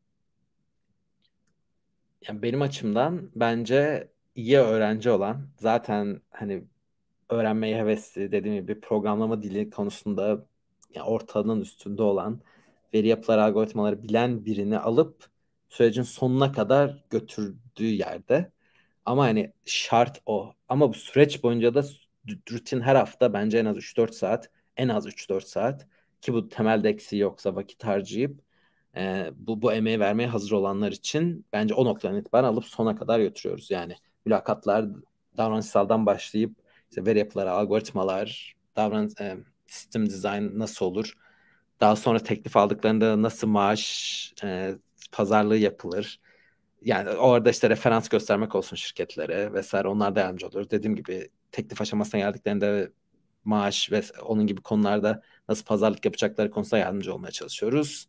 Yani benim açımdan bence iyi öğrenci olan, zaten hani öğrenmeye hevesli, dediğim gibi programlama dili konusunda yani ortalığın üstünde olan, veri yapıları, algoritmaları bilen birini alıp sürecin sonuna kadar götürdüğü yerde. Ama hani şart o. Ama bu süreç boyunca da rutin her hafta bence en az üç dört saat, en az üç dört saat, ki bu temelde eksiği yoksa vakit harcayıp e, bu, bu emeği vermeye hazır olanlar için bence o noktadan itibaren alıp sona kadar götürüyoruz. Yani mülakatlar davranışsaldan başlayıp işte veri yapıları, algoritmalar, davranış, e, sistem design nasıl olur? Daha sonra teklif aldıklarında nasıl maaş e, pazarlığı yapılır? Yani orada işte referans göstermek olsun şirketlere vesaire, onlar da yardımcı olur. Dediğim gibi teklif aşamasına geldiklerinde maaş ve onun gibi konularda nasıl pazarlık yapacakları konusunda yardımcı olmaya çalışıyoruz.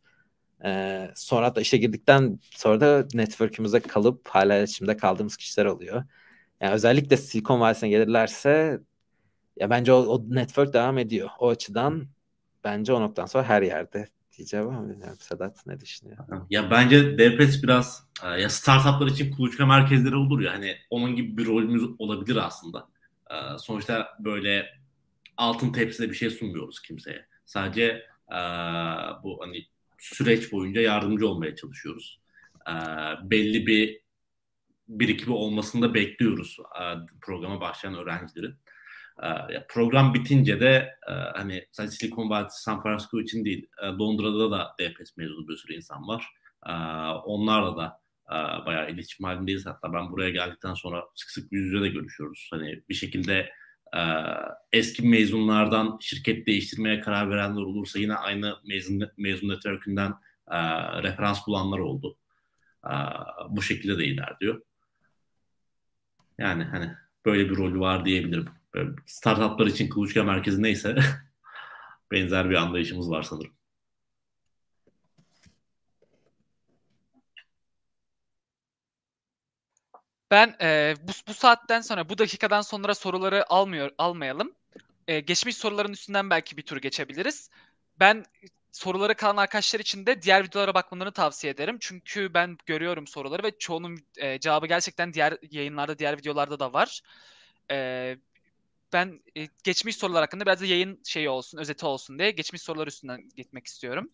Ee, sonra da işe girdikten sonra da network'ümüzde kalıp hala iletişimde kaldığımız kişiler oluyor. Yani özellikle Silikon Vadisi'ne gelirlerse ya bence o, o network devam ediyor. O açıdan bence o noktadan sonra her yerde diyeceğim ama bilmiyorum. Sedat ne düşünüyor? Ya bence D-Pets biraz e, ya startuplar için kuluçka merkezleri olur ya, hani onun gibi bir rolümüz olabilir aslında. E, sonuçta böyle altın tepside bir şey sunmuyoruz kimseye. Sadece e, bu hani süreç boyunca yardımcı olmaya çalışıyoruz. E, belli bir birikimi olmasını da bekliyoruz e, programa başlayan öğrencilerin. E, ya program bitince de e, hani sadece Silikon Vadisi, San Francisco için değil, e, Londra'da da D-Pets mezunu bir sürü insan var. E, onlarla da e, bayağı iletişim halindeyiz. Hatta ben buraya geldikten sonra sık sık yüz yüze de görüşüyoruz. Hani bir şekilde e, eski mezunlardan şirket değiştirmeye karar verenler olursa yine aynı mezun, mezun network'ünden e, referans bulanlar oldu. E, bu şekilde de ilerliyor. Yani hani böyle bir rolü var diyebilirim. Böyle startuplar için kuluçka merkezi neyse benzer bir anlayışımız var sanırım. Ben e, bu, bu saatten sonra, bu dakikadan sonra soruları almıyor, almayalım. E, geçmiş soruların üstünden belki bir tur geçebiliriz. Ben soruları kalan arkadaşlar için de diğer videolara bakmalarını tavsiye ederim. Çünkü ben görüyorum soruları ve çoğunun e, cevabı gerçekten diğer yayınlarda, diğer videolarda da var. E, ben e, geçmiş sorular hakkında biraz da yayın şeyi olsun, özeti olsun diye geçmiş sorular üstünden gitmek istiyorum.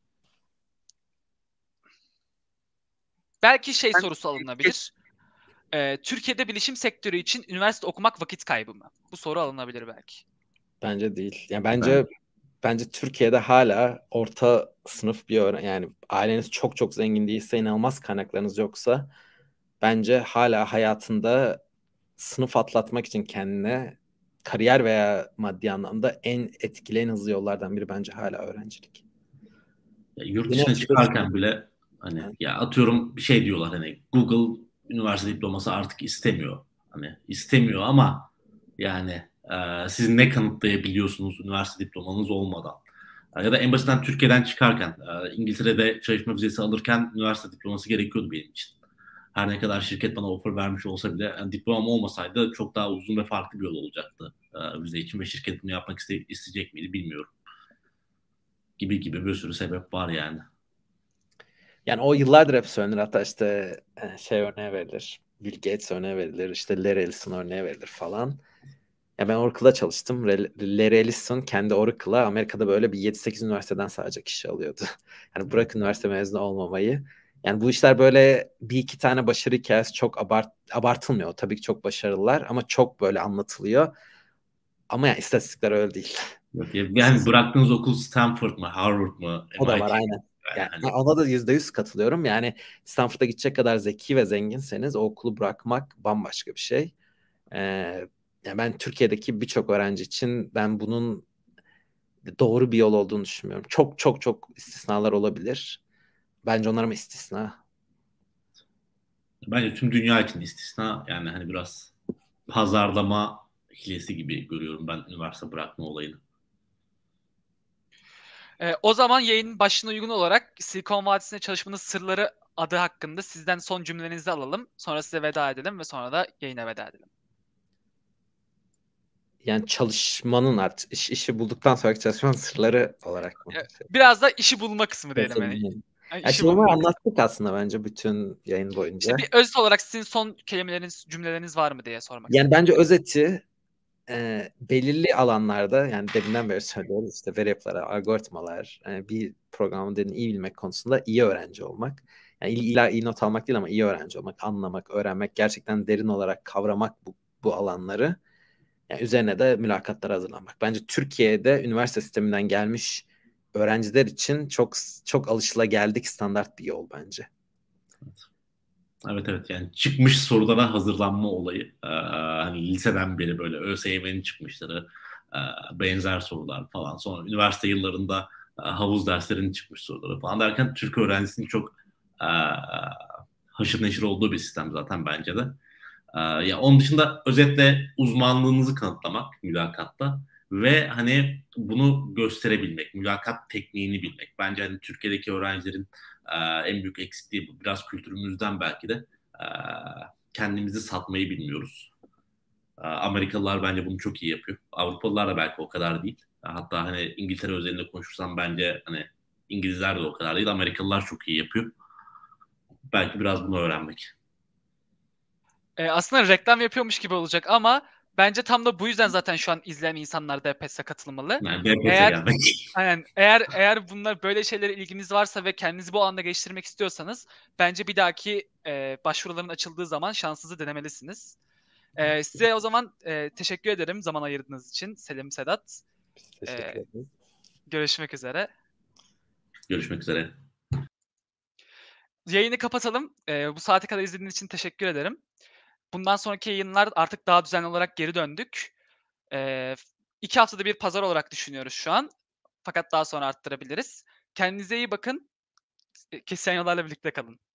Belki şey sorusu alınabilir. E, Türkiye'de bilişim sektörü için üniversite okumak vakit kaybı mı? Bu soru alınabilir belki. Bence değil. Yani bence bence Türkiye'de hala orta sınıf bir öğren, yani aileniz çok çok zengin değilse, inanılmaz kaynaklarınız yoksa bence hala hayatında sınıf atlatmak için kendine kariyer veya maddi anlamda en etkili, en hızlı yollardan biri bence hala öğrencilik. Ya, yurt Bunu dışına açıkçası çıkarken bile hani ya atıyorum bir şey diyorlar, hani Google üniversite diploması artık istemiyor. Hani istemiyor ama yani e, siz ne kanıtlayabiliyorsunuz üniversite diplomanız olmadan? E, ya da en basitinden Türkiye'den çıkarken e, İngiltere'de çalışma vizesi alırken üniversite diploması gerekiyordu benim için. Her ne kadar şirket bana offer vermiş olsa bile yani diplomam olmasaydı çok daha uzun ve farklı bir yol olacaktı e, vize için ve şirket bunu yapmak iste- isteyecek miydi bilmiyorum. Gibi gibi bir sürü sebep var yani. Yani o yıllardır hep söylenir. Hatta işte e, şey örneği verilir. Bill Gates örneği verilir. İşte Larry Ellison örneği verilir falan. Ya ben Oracle'da çalıştım. Re- Larry Ellison kendi Oracle'a Amerika'da böyle bir yedi sekiz üniversiteden sadece kişi alıyordu. Yani bırak üniversite mezunu olmamayı. Yani bu işler böyle bir iki tane başarı hikayesi çok abart abartılmıyor. Tabii ki çok başarılılar ama çok böyle anlatılıyor. Ama yani istatistikler öyle değil. Yok, Yani Siz, bıraktığınız okul Stanford mı, Harvard mı, o da var M I T mi? aynen. Yani Yani hani ona da yüzde yüz katılıyorum. Yani Stanford'a gidecek kadar zeki ve zenginseniz o okulu bırakmak bambaşka bir şey. Ee, yani ben Türkiye'deki birçok öğrenci için ben bunun doğru bir yol olduğunu düşünmüyorum. Çok çok çok istisnalar olabilir. Bence onlar ama istisna. bence tüm dünya için istisna. Yani hani biraz pazarlama hilesi gibi görüyorum ben üniversite bırakma olayını. Ee, o zaman yayının başına uygun olarak Silikon Vadisi'nde çalışmanın sırları adı hakkında sizden son cümlelerinizi alalım. Sonra size veda edelim ve sonra da yayına veda edelim. Yani çalışmanın artık iş, işi bulduktan sonraki çalışmanın sırları olarak mı? Ee, Biraz da işi bulma kısmı diyelim. Nasıl Yani, bilmiyorum. yani Ya işi işte onları bulma kısmı. anlattık aslında bence bütün yayın İşte boyunca. bir özet olarak sizin son kelimeleriniz, cümleleriniz var mı diye sormak Yani istedim. bence özeti e, belirli alanlarda yani deminden beri söylüyoruz işte veri yapıları, algoritmalar, e, bir programın dilini iyi bilmek konusunda iyi öğrenci olmak. Yani illa iyi not almak değil ama iyi öğrenci olmak, anlamak, öğrenmek, gerçekten derin olarak kavramak bu, bu alanları. Yani üzerine de mülakatlara hazırlanmak. Bence Türkiye'de üniversite sisteminden gelmiş öğrenciler için çok çok alışılageldik standart bir yol bence. Evet evet yani çıkmış sorulara hazırlanma olayı. Ee, hani liseden beri böyle ÖSYM'nin çıkmışları, e, benzer sorular falan. Sonra üniversite yıllarında e, havuz derslerinin çıkmış soruları falan derken Türk öğrencisinin çok e, haşır neşir olduğu bir sistem zaten bence de. Ee, ya onun dışında özetle uzmanlığınızı kanıtlamak mülakatta ve hani bunu gösterebilmek, mülakat tekniğini bilmek. Bence hani Türkiye'deki öğrencilerin e, en büyük eksikliği bu. Biraz kültürümüzden belki de e, kendimizi satmayı bilmiyoruz. E, Amerikalılar bence bunu çok iyi yapıyor. Avrupalılar da belki o kadar değil. E, hatta hani İngiltere özelinde konuşursam bence hani İngilizler de o kadar değil. Amerikalılar çok iyi yapıyor. Belki biraz bunu öğrenmek. Ee, aslında reklam yapıyormuş gibi olacak ama bence tam da bu yüzden zaten şu an izleyen insanlar D P S S'e katılmalı. Yani D P S'e Eğer gelmek. aynen, eğer eğer bunlar böyle şeylere ilginiz varsa ve kendinizi bu alanda geliştirmek istiyorsanız bence bir dahaki e, başvuruların açıldığı zaman şansınızı denemelisiniz. E, size o zaman e, teşekkür ederim zaman ayırdığınız için Selim, Sedat. Biz teşekkür E, ederiz. Görüşmek üzere. Görüşmek üzere. Yayını kapatalım. E, bu saate kadar izlediğiniz için teşekkür ederim. Bundan sonraki yayınlar artık daha düzenli olarak geri döndük. E, iki haftada bir pazar olarak düşünüyoruz şu an. Fakat daha sonra arttırabiliriz. Kendinize iyi bakın. Kesen yollarla birlikte kalın.